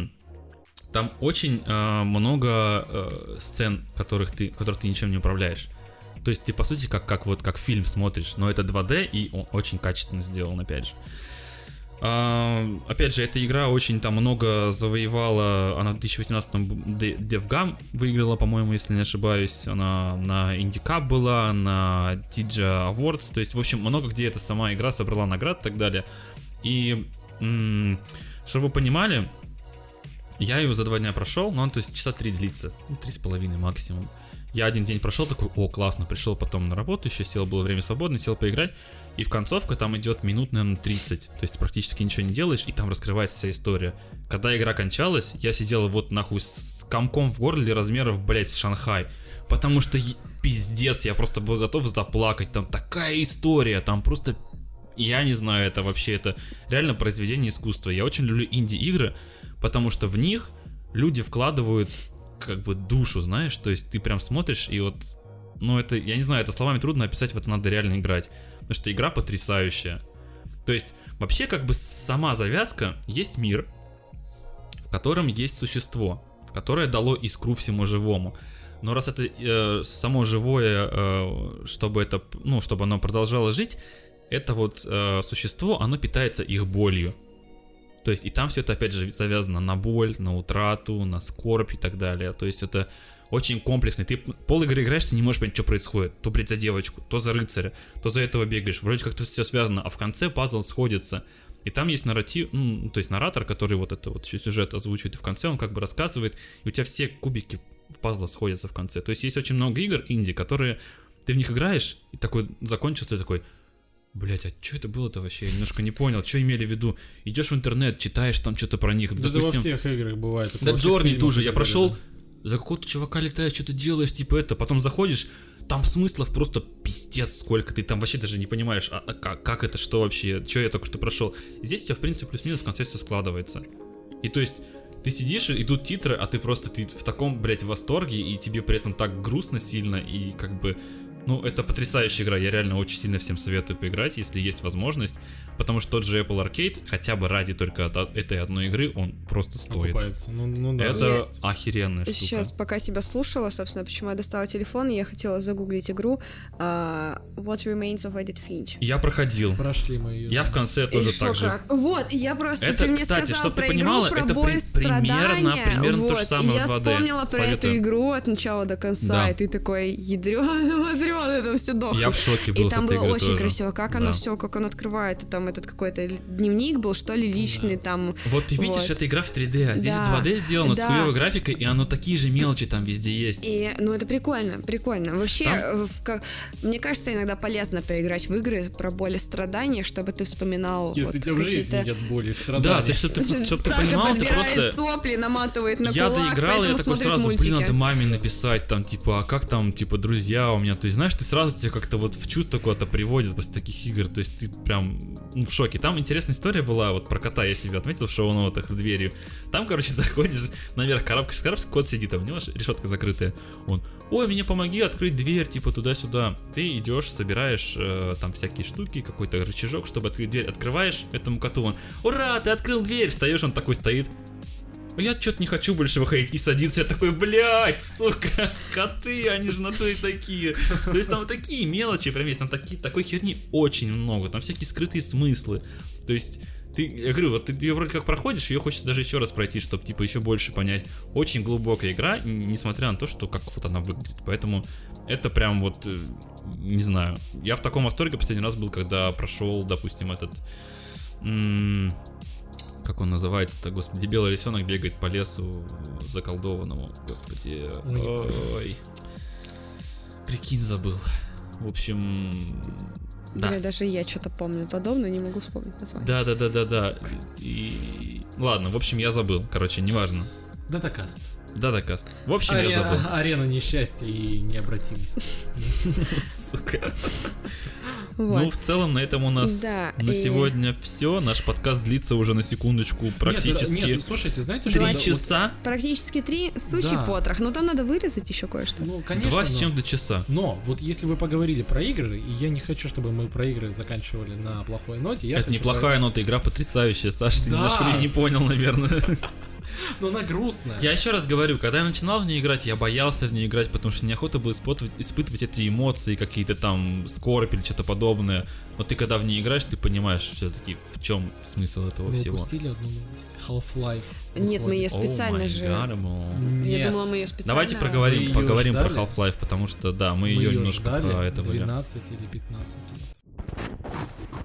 S2: там очень много сцен, в которых ты ничем не управляешь. То есть ты, по сути, как фильм смотришь, но это 2D, и он очень качественно сделан, опять же. Опять же, эта игра очень там много завоевала. Она в 2018-м DevGam выиграла, по-моему, если не ошибаюсь. Она на Indie Cup была, на TGA Awards. То есть, в общем, много где эта сама игра собрала наград и так далее. И, чтобы вы понимали, я ее за 2 дня прошел, но он, то есть, часа 3 длится, 3,5 максимум. Я один день прошел, такой, классно, пришел потом на работу, еще сел, было время свободное, сел поиграть, и в концовке там идет минут, наверное, 30, то есть практически ничего не делаешь, и там раскрывается вся история. Когда игра кончалась, я сидел вот нахуй с комком в горле размеров, блять, с Шанхай, потому что пиздец, я просто был готов заплакать, там такая история, там просто, я не знаю, это вообще, это реально произведение искусства. Я очень люблю инди-игры, потому что в них люди вкладывают как бы душу, знаешь, то есть ты прям смотришь и вот, это, я не знаю, это словами трудно описать, в это надо реально играть, потому что игра потрясающая. То есть вообще как бы сама завязка, есть мир, в котором есть существо, которое дало искру всему живому. Но раз это само живое, чтобы оно продолжало жить, это вот существо, оно питается их болью. То есть и там все это опять же завязано на боль, на утрату, на скорбь и так далее. То есть это очень комплексно. Ты пол игры играешь, ты не можешь понять, что происходит. То, блядь, за девочку, то за рыцаря, то за этого бегаешь. Вроде как-то все связано, а в конце пазл сходится. И там есть нарратив, то есть наратор, который вот это вот еще сюжет озвучивает, и в конце он как бы рассказывает, и у тебя все кубики пазла сходятся в конце. То есть есть очень много игр инди, которые ты в них играешь, и такой закончился, ты такой, блять, а что это было-то вообще? Я немножко не понял, что имели в виду. Идешь в интернет, читаешь там что-то про них.
S3: Да,
S2: допустим,
S3: это во всех играх бывает.
S2: да Джорни тоже, я прошел, за какого-то чувака летаешь, что-то делаешь, типа это, потом заходишь, там смыслов просто пиздец сколько, ты там вообще даже не понимаешь, как это, что вообще, что я только что прошел. Здесь у тебя, в принципе, плюс-минус в конце все складывается. И то есть, ты сидишь, идут титры, а ты в таком, блять, восторге, и тебе при этом так грустно сильно, и как бы... Ну, это потрясающая игра, я реально очень сильно всем советую поиграть, если есть возможность, потому что тот же Apple Arcade, хотя бы ради только этой одной игры, он просто стоит.
S3: Окупается. Ну да.
S2: Это
S1: Есть.
S2: охеренная штука.
S1: Сейчас, пока себя слушала, собственно, почему я достала телефон, я хотела загуглить игру What Remains of Edith Finch.
S2: Я проходил.
S3: Прошли мы ее.
S2: Я в конце тоже так же.
S1: Вот, я просто,
S2: Это,
S1: ты мне
S2: кстати,
S1: сказал
S2: чтоб ты
S1: про
S2: понимала,
S1: игру, про
S2: это
S1: боль, страдания.
S2: примерно
S1: вот,
S2: то же самое
S1: и я
S2: в 2D.
S1: вспомнила про
S2: Советую.
S1: эту игру от начала до конца,
S2: Да.
S1: и ты такой, ядрёно, это все дохло.
S2: Я в шоке был
S1: И
S2: с
S1: там
S2: этой
S1: было
S2: игры
S1: очень
S2: тоже.
S1: красиво, как оно
S2: Да.
S1: все, как он открывает, и там этот какой-то дневник был, что ли, личный там.
S2: Вот ты видишь,
S1: Вот.
S2: это игра в 3D, а здесь
S1: Да.
S2: в 2D сделано с
S1: Да.
S2: хуёвой графикой, и оно такие же мелочи там везде есть.
S1: И, ну, это прикольно. Вообще,
S2: Там-
S1: мне кажется, иногда полезно поиграть в игры про боль и страдания, чтобы ты вспоминал
S3: Если
S1: вот
S3: у тебя в жизни
S1: какие-то...
S3: нет боли и
S2: Да,
S3: страданий.
S2: ты чтоб ты
S1: Саша
S2: понимал, ты
S1: подбирает
S2: просто...
S1: сопли, наматывает на
S2: Я
S1: кулак,
S2: доиграл, и я
S1: поэтому
S2: такой
S1: смотрит
S2: сразу,
S1: мультики.
S2: надо маме написать, там, типа, а как там, типа, друзья у меня, то есть, знаешь, ты сразу тебя как-то вот в чувство куда-то приводит после таких игр, то есть, ты прям в шоке. Там интересная история была, вот про кота я себе отметил в шоу-нотах с дверью. Там, короче, заходишь наверх, карабкаешься, кот сидит, а у него решетка закрытая. Он, ой, мне помоги открыть дверь, типа, туда-сюда. Ты идешь, собираешь там всякие штуки, какой-то рычажок, чтобы открыть дверь, открываешь этому коту, он, ура, ты открыл дверь, встаешь, он такой стоит. Я что-то не хочу больше выходить. И садится, я такой, блядь, сука, коты, они же на то и такие. То есть там такие мелочи прям есть, там такой херни очень много, там всякие скрытые смыслы. То есть, я говорю, вот ты ее вроде как проходишь, ее хочется даже еще раз пройти, чтобы типа еще больше понять. Очень глубокая игра, несмотря на то, что как вот она выглядит. Поэтому это прям вот, не знаю, я в таком восторге последний раз был, когда прошел, допустим, этот... Как он называется-то, господи, белый лисенок бегает по лесу заколдованному, господи, ой, прикинь, забыл. В общем, да.
S1: Бля, даже я что-то помню подобное, не могу вспомнить название.
S2: Да. И ладно, в общем, я забыл, короче, неважно.
S3: Датакаст.
S2: Датакаст. В общем, я забыл.
S3: Арена несчастья и необратимость.
S2: Сука.
S1: Вот.
S2: Ну, в целом, на этом у нас
S1: Да,
S2: на
S1: и-
S2: сегодня все. Наш подкаст длится уже на секундочку практически
S3: Нет, слушайте, знаете, что...
S2: 3 часа.
S1: Практически 3, сущий
S3: Да.
S1: потрох. Но там надо вырезать еще кое-что.
S3: Ну, конечно,
S2: 2 с
S3: но-
S2: чем-то часа.
S3: Но вот если вы поговорили про игры, и я не хочу, чтобы мы про игры заканчивали на плохой ноте, я
S2: Это
S3: хочу
S2: неплохая нота, игра потрясающая, Саш, ты
S3: Да.
S2: немножко меня не понял, наверное.
S3: Но она грустная.
S2: Я еще раз говорю, когда я начинал в нее играть, я боялся в нее играть, потому что неохота было испытывать эти эмоции, какие-то там скорбь или что-то подобное. Но ты когда в нее играешь, ты понимаешь все-таки, в чем смысл этого
S3: Мы
S2: всего.
S3: упустили одну новость. Half-Life.
S1: Нет, мы ее
S3: выходит.
S1: специально же... Я
S3: Нет.
S1: думала, мы ее специально...
S2: Давайте
S3: Мы
S2: поговорим
S3: её
S2: про
S3: ждали.
S2: Half-Life, потому что, да, мы
S3: Мы
S2: ее
S3: её
S2: немножко
S3: ждали
S2: про это были.
S3: 12 или 15 лет.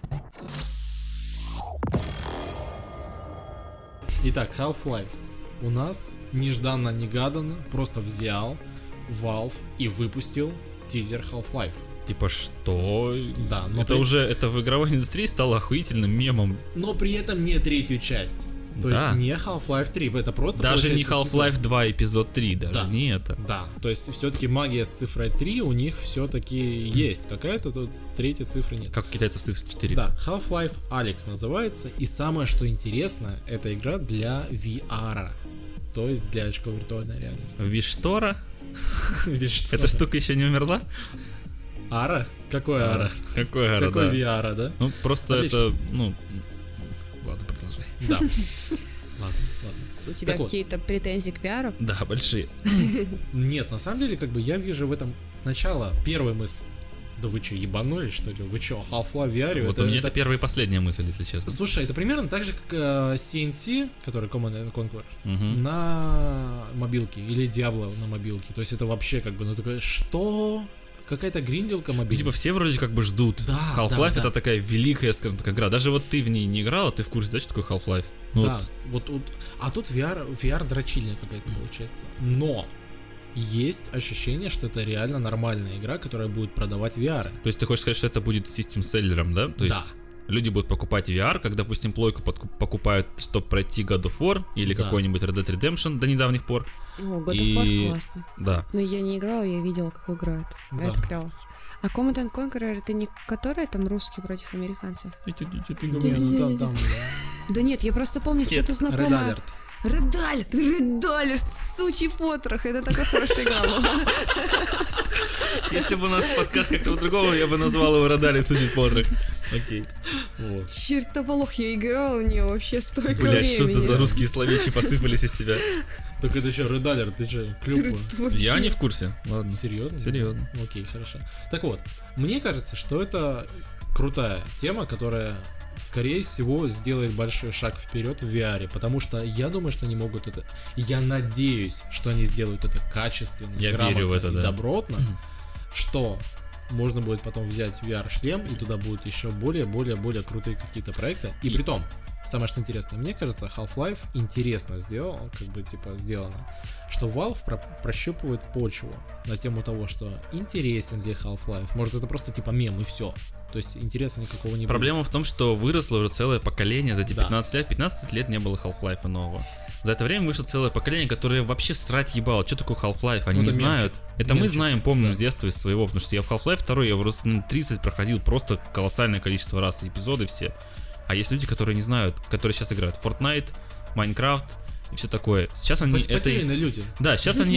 S3: Итак, Half-Life. У нас нежданно-негаданно просто взял Valve и выпустил тизер Half-Life.
S2: Типа что?
S3: Да, но
S2: Это
S3: при-
S2: уже, это в игровой индустрии стало охуительным мемом.
S3: Но при этом не третью часть. То
S2: Да.
S3: есть не Half-Life 3, это просто
S2: Даже не
S3: получается
S2: Half-Life 2 эпизод 3, даже
S3: Да.
S2: не это.
S3: Да, то есть все-таки магия с цифрой 3 у них все-таки есть. Какая-то тут третьей цифры нет.
S2: Как у китайцев с 4.
S3: Да, Half-Life Alyx называется. И самое, что интересно, это игра для VR. То есть для очков виртуальной реальности.
S2: Виштора?
S3: Видишь, что?
S2: Эта штука еще не умерла?
S3: Ара? Какой Ара?
S2: Какой ара,
S3: Какой
S2: да.
S3: VR, да?
S2: Ну, просто
S3: Отлично.
S2: это, ну... Ладно, продолжай.
S3: Да. Ладно.
S1: У тебя
S3: Так вот.
S1: какие-то претензии к VR?
S2: Да, большие.
S3: Нет, на самом деле, как бы я вижу в этом сначала первая мысль. Да вы что, ебанулись, что ли? Вы что, Half-Life VR?
S2: Вот у меня это первая и последняя мысль, если честно.
S3: Слушай, это примерно так же, как CNC, который Command and Conquer,
S2: Мгм.
S3: на мобилке, или Diablo на мобилке. То есть это вообще как бы, ну такое, что? Какая-то гринделка
S2: Ну,
S3: мобильная.
S2: типа все вроде как бы ждут.
S3: Да,
S2: Half-Life
S3: да,
S2: это
S3: да.
S2: такая великая, скажем так, игра. Даже вот ты в ней не играла, ты в курсе, да, что такое Half-Life? Ну
S3: Да,
S2: вот,
S3: вот. А тут VR дрочильня какая-то получается. Но есть ощущение, что это реально нормальная игра, которая будет продавать VR.
S2: То есть ты хочешь сказать, что это будет систем-селлером, да? То есть
S3: Да.
S2: люди будут покупать VR, как, допустим, плойку покупают, чтобы пройти God of War или
S3: Да.
S2: какой-нибудь Red Dead Redemption до недавних пор.
S1: О, God of
S2: И-
S1: War классный.
S2: Да.
S1: Но я не играла, я видела, как играют.
S3: Да.
S1: Это клево. А Command & Conqueror это не который там русский против американцев?
S3: Не, ну там
S1: Да нет, я просто помню, что-то
S3: Red
S1: знакомое.
S3: Alert.
S1: Редаль, сучий потрох, это такая хорошая игра была.
S2: Если бы у нас подкаст как-то по-другому, я бы назвал его Радали судить потрох. Окей.
S3: Вот.
S1: Чертополох, я играла в нее вообще столько
S2: Блять, что
S1: времени.
S2: это за русские словечки посыпались из тебя?
S3: Так это что, Red Alert, ты что, клюква?
S2: Я не в курсе. Ладно.
S3: Серьезно?
S2: Серьезно.
S3: Окей, хорошо. Так вот, мне кажется, что это крутая тема, которая, скорее всего, сделает большой шаг вперед в VR, потому что я думаю, что они могут это... Я надеюсь, что они сделают это качественно,
S2: Я
S3: грамотно
S2: верю в это,
S3: и
S2: да.
S3: добротно, что можно будет потом взять VR-шлем, и туда будут еще более крутые какие-то проекты. И притом, самое что интересное, мне кажется, Half-Life интересно сделал, сделано, что Valve прощупывает почву на тему того, что интересен ли Half-Life. Может, это просто типа мем и все. То есть интереса никакого не
S2: Проблема в том, что выросло уже целое поколение за эти
S3: Да.
S2: 15 лет. 15 лет не было Half-Life нового. За это время вышло целое поколение, которое вообще срать ебало. Что такое Half-Life? Они
S3: Ну,
S2: не
S3: это
S2: знают.
S3: мемчик.
S2: Это мы
S3: Мемчик,
S2: знаем, помним
S3: да.
S2: с детства из своего, потому что я в Half-Life 2 я просто 30 проходил просто колоссальное количество раз, эпизоды все. А есть люди, которые не знают, которые сейчас играют в Fortnite, Minecraft и все такое. Сейчас они
S3: будет. Потерянные люди.
S2: Да, сейчас они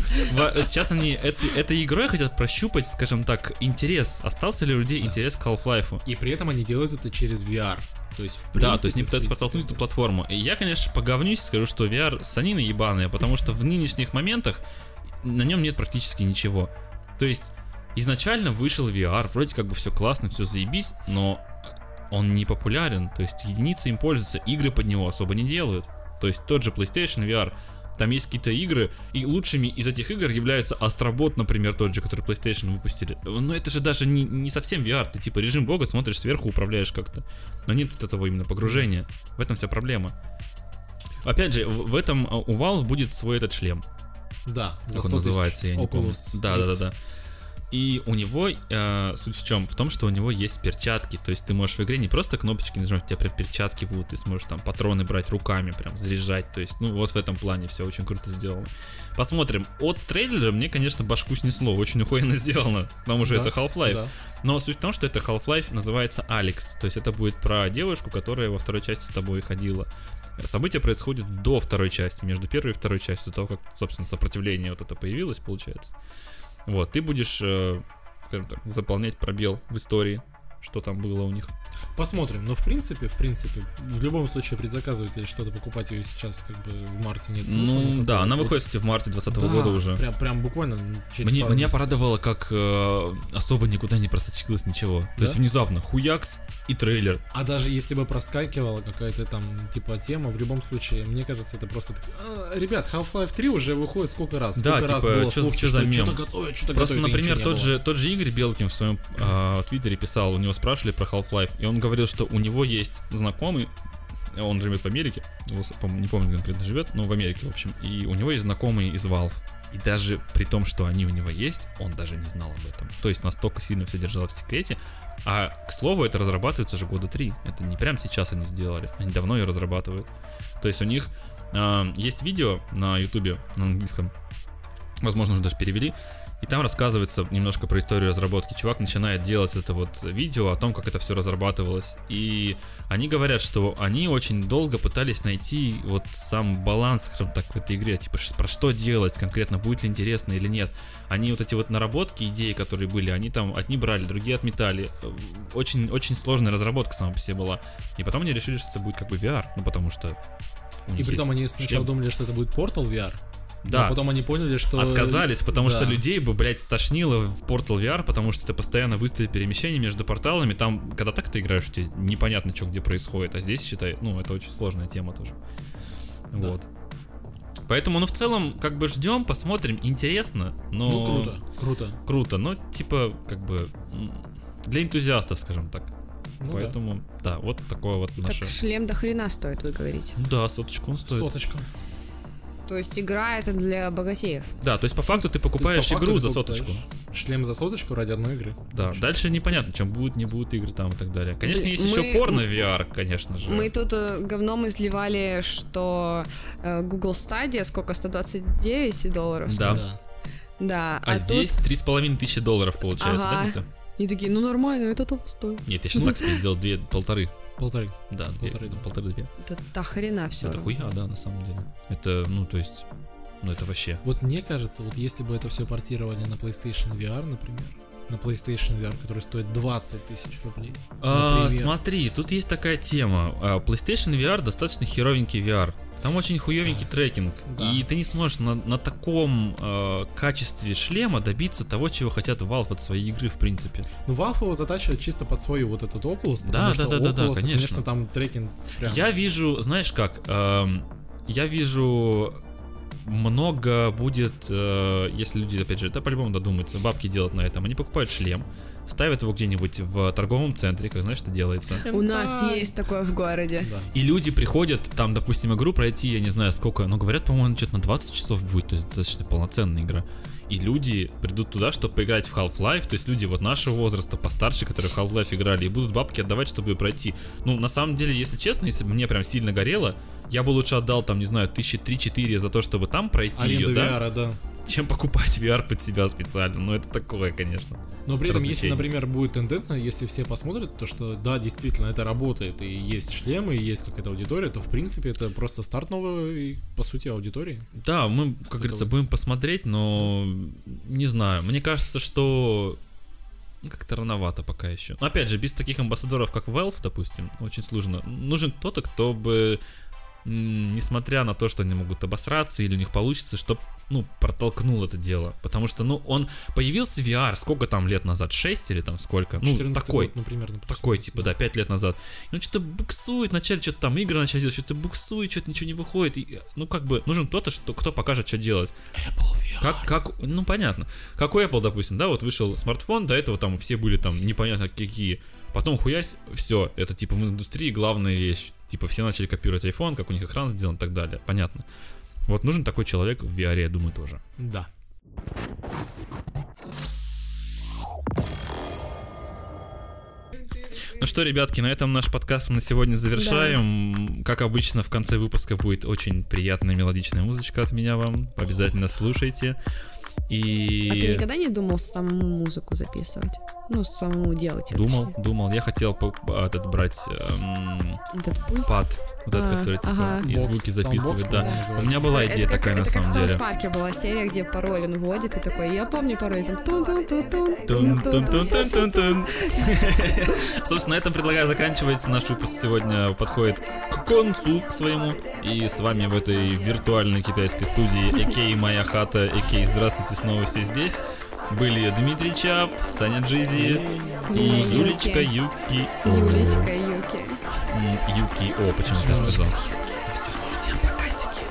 S2: этой игрой хотят прощупать, скажем так, интерес. Остался ли у людей интерес к Half-Life?
S3: И при этом они делают это через VR. То есть, в принципе,
S2: Да, то есть не пытаются подтолкнуть эту платформу. И я, конечно, поговнюсь, скажу, что VR санина ебаная, потому что в нынешних моментах на нем нет практически ничего. То есть изначально вышел VR, вроде как бы все классно, все заебись, но он не популярен, то есть единицы им пользуются, игры под него особо не делают. То есть тот же PlayStation VR, там есть какие-то игры, и лучшими из этих игр является Астробот, например, тот же, который PlayStation выпустили. Но это же даже не совсем VR, ты типа режим бога смотришь сверху, управляешь как-то. Но нет вот этого именно погружения. В этом вся проблема. Опять же, в этом у Valve будет свой этот шлем.
S3: Да, за
S2: Как
S3: 100
S2: он
S3: тысяч.
S2: называется, я не помню.
S3: Oculus
S2: Да.
S3: Rift.
S2: И у него суть в чем? В том, что у него есть перчатки. То есть ты можешь в игре не просто кнопочки нажимать, у тебя прям перчатки будут, ты сможешь там патроны брать руками, прям заряжать. То есть, ну вот в этом плане все очень круто сделано. Посмотрим. От трейлера мне, конечно, башку снесло. Очень охуенно сделано. Потому что
S3: Да,
S2: это Half-Life.
S3: да.
S2: Но суть в том, что это Half-Life называется Алекс. То есть это будет про девушку, которая во второй части с тобой ходила. События происходят до второй части, между первой и второй частью, до того, как, собственно, сопротивление вот это появилось, получается. Вот, ты будешь, скажем так, заполнять пробел в истории, что там было у них.
S3: Посмотрим. Но в принципе, в любом случае предзаказывать или что-то покупать ее сейчас как бы в марте нет смысла.
S2: Ну,
S3: никакого.
S2: да, она
S3: Вот.
S2: выходит, кстати, в марте 2020
S3: Да,
S2: года уже.
S3: Прям буквально через пару
S2: Меня
S3: месяцев.
S2: порадовало, как особо никуда не просочилось ничего. То
S3: Да?
S2: есть внезапно хуякс и трейлер.
S3: А даже если бы проскакивала какая-то там типа тема, в любом случае, мне кажется, это просто так, ребят, Half-Life 3 уже выходит сколько раз?
S2: Да,
S3: Сколько раз
S2: типа,
S3: было
S2: чё
S3: слухи,
S2: за мем?
S3: что-то готовят, что-то
S2: Просто,
S3: готовят, и
S2: например,
S3: ничего не было.
S2: тот же Игорь Белкин в своем твиттере писал, у него спрашивали про Half-Life, и он говорил, что у него есть знакомый, он живет в Америке, не помню, где конкретно живет, но в Америке, в общем, и у него есть знакомый из Valve. И даже при том, что они у него есть, он даже не знал об этом. То есть настолько сильно все держалось в секрете. А, к слову, это разрабатывается уже года 3. Это не прям сейчас они сделали. Они давно ее разрабатывают. То есть у них есть видео на ютубе на английском. Возможно, уже даже перевели. И там рассказывается немножко про историю разработки. Чувак начинает делать это вот видео о том, как это все разрабатывалось. И они говорят, что они очень долго пытались найти вот сам баланс, скажем так, в этой игре. Типа, про что делать конкретно, будет ли интересно или нет. Они вот эти вот наработки, идеи, которые были, они там одни брали, другие отметали. Очень, очень сложная разработка сама по себе была. И потом они решили, что это будет как бы VR. Ну, потому что у
S3: И
S2: них
S3: притом
S2: есть
S3: они сначала
S2: шлем.
S3: думали, что это будет Portal VR.
S2: Да.
S3: А потом они поняли, что...
S2: Отказались, потому
S3: Да.
S2: что людей бы, блядь, стошнило в Portal VR, потому что это постоянно быстрое перемещение между порталами. Там, когда так ты играешь, тебе непонятно, что где происходит. А здесь, считай, ну, это очень сложная тема тоже.
S3: Да.
S2: Вот. Поэтому, ну, в целом, как бы ждем, посмотрим. Интересно, но...
S3: Ну, круто.
S2: Круто, но, типа, как бы... Для энтузиастов, скажем так.
S3: Ну,
S2: Поэтому, да, вот такое вот наше...
S1: Так шлем до хрена стоит, вы говорите.
S2: Ну да, соточку он
S3: да.
S2: стоит.
S3: Соточку.
S1: То есть игра это для богатеев.
S2: Да, то есть по факту ты покупаешь игру за соточку.
S3: Шлем за соточку ради одной игры.
S2: Да, дальше непонятно, чем будут, не будут игры там и так далее. Конечно, есть еще порно VR, конечно же.
S1: Мы тут говном изливали, что Google Stadia сколько, $129?
S2: Да.
S1: Да.
S2: А здесь
S1: тут...
S2: $3500 получается,
S1: ага.
S2: да, где-то?
S1: И такие, ну нормально, это того стоит.
S2: Нет, я сейчас так сделал, полторы. Да, полторы-две.
S1: Это до хрена все.
S2: Это хуя, да, на самом деле. Это, ну, то есть, ну, это вообще.
S3: Вот мне кажется, вот если бы это все портировали на PlayStation VR, например, на PlayStation VR, который стоит 20 тысяч рублей.
S2: Смотри, тут есть такая тема. PlayStation VR достаточно херовенький VR. Там очень хуёвенький трекинг. Да. И ты не сможешь на таком качестве шлема добиться того, чего хотят Valve от своей игры, в принципе.
S3: Ну, Valve его затачивает чисто под свою вот этот Oculus, потому
S2: да,
S3: что Oculus, конечно, там трекинг прям...
S2: Я вижу, знаешь как, я вижу... Много будет, если люди, опять же, это по-любому додумаются, бабки делают на этом. Они покупают шлем, ставят его где-нибудь в торговом центре, как знаешь, что делается.
S1: У нас есть такое в городе.
S3: Да.
S2: И люди приходят, там, допустим, игру пройти, я не знаю сколько, но говорят, по-моему, что-то на 20 часов будет, то есть достаточно полноценная игра. И люди придут туда, чтобы поиграть в Half-Life, то есть люди вот нашего возраста, постарше, которые в Half-Life играли, и будут бабки отдавать, чтобы ее пройти. Ну, на самом деле, если честно, если бы мне прям сильно горело, я бы лучше отдал там, не знаю, 3-4 за то, чтобы там пройти ее, да? Чем покупать VR под себя специально. Ну, это такое, конечно.
S3: Но при этом, если, например, будет тенденция, если все посмотрят, то что, да, действительно, это работает, и есть шлемы, и есть какая-то аудитория, то, в принципе, это просто старт новой, по сути, аудитории.
S2: Да, мы, как говорится, будем посмотреть, но не знаю. Мне кажется, что как-то рановато пока еще. Но, опять же, без таких амбассадоров, как Valve, допустим, очень сложно. Нужен кто-то, кто бы... несмотря на то, что они могут обосраться или у них получится, чтобы, ну, протолкнул это дело. Потому что, ну, он появился VR, сколько там лет назад? 6 или там сколько? Ну, такой,
S3: год, ну, примерно,
S2: такой, типа, да, 5 лет назад. И он что-то буксует, вначале что-то там игры начали делать, что-то буксует, что-то ничего не выходит. И, ну, как бы, нужен кто-то, кто покажет, что делать.
S3: Apple VR.
S2: Ну, понятно. Как у Apple, допустим, да, вот вышел смартфон, до этого там все были там непонятно какие. Потом хуясь, все, это типа в индустрии главная вещь. Типа все начали копировать iPhone, как у них экран сделан и так далее. Понятно. Вот нужен такой человек в VR, я думаю, тоже.
S3: Да.
S2: Ну что, ребятки, на этом наш подкаст мы на сегодня завершаем. Да. Как обычно, в конце выпуска будет очень приятная мелодичная музычка от меня вам. Обязательно слушайте. И...
S1: А ты никогда не думал самому музыку записывать? Ну, самому делать?
S2: Думал. Я хотел брать
S1: этот пульт?
S2: пад, вот этот, который типа и звуки записывает, да. У меня была идея такая, на самом деле.
S1: Это как в Саус Парке была серия, где пароль он вводит и такой, я помню пароль, там тун-тун-тун-тун.
S2: Собственно, на этом предлагаю заканчивать. Наш выпуск сегодня подходит к концу к своему. И с вами в этой виртуальной китайской студии, а.к.а. моя хата, а.к.а. здравствуйте, снова все здесь. Были Дмитрий Чап, Саня Джизи и Юлечка Юки. Юки О, почему ты сказал? Всем заказики.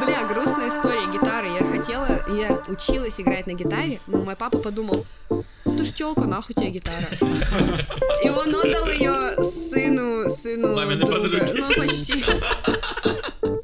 S1: Училась играть на гитаре, но мой папа подумал, Ты ж тёлка, нахуй тебе гитара. И он отдал ее сыну
S2: Маминой
S1: друга.
S2: подруги.
S1: Ну, почти.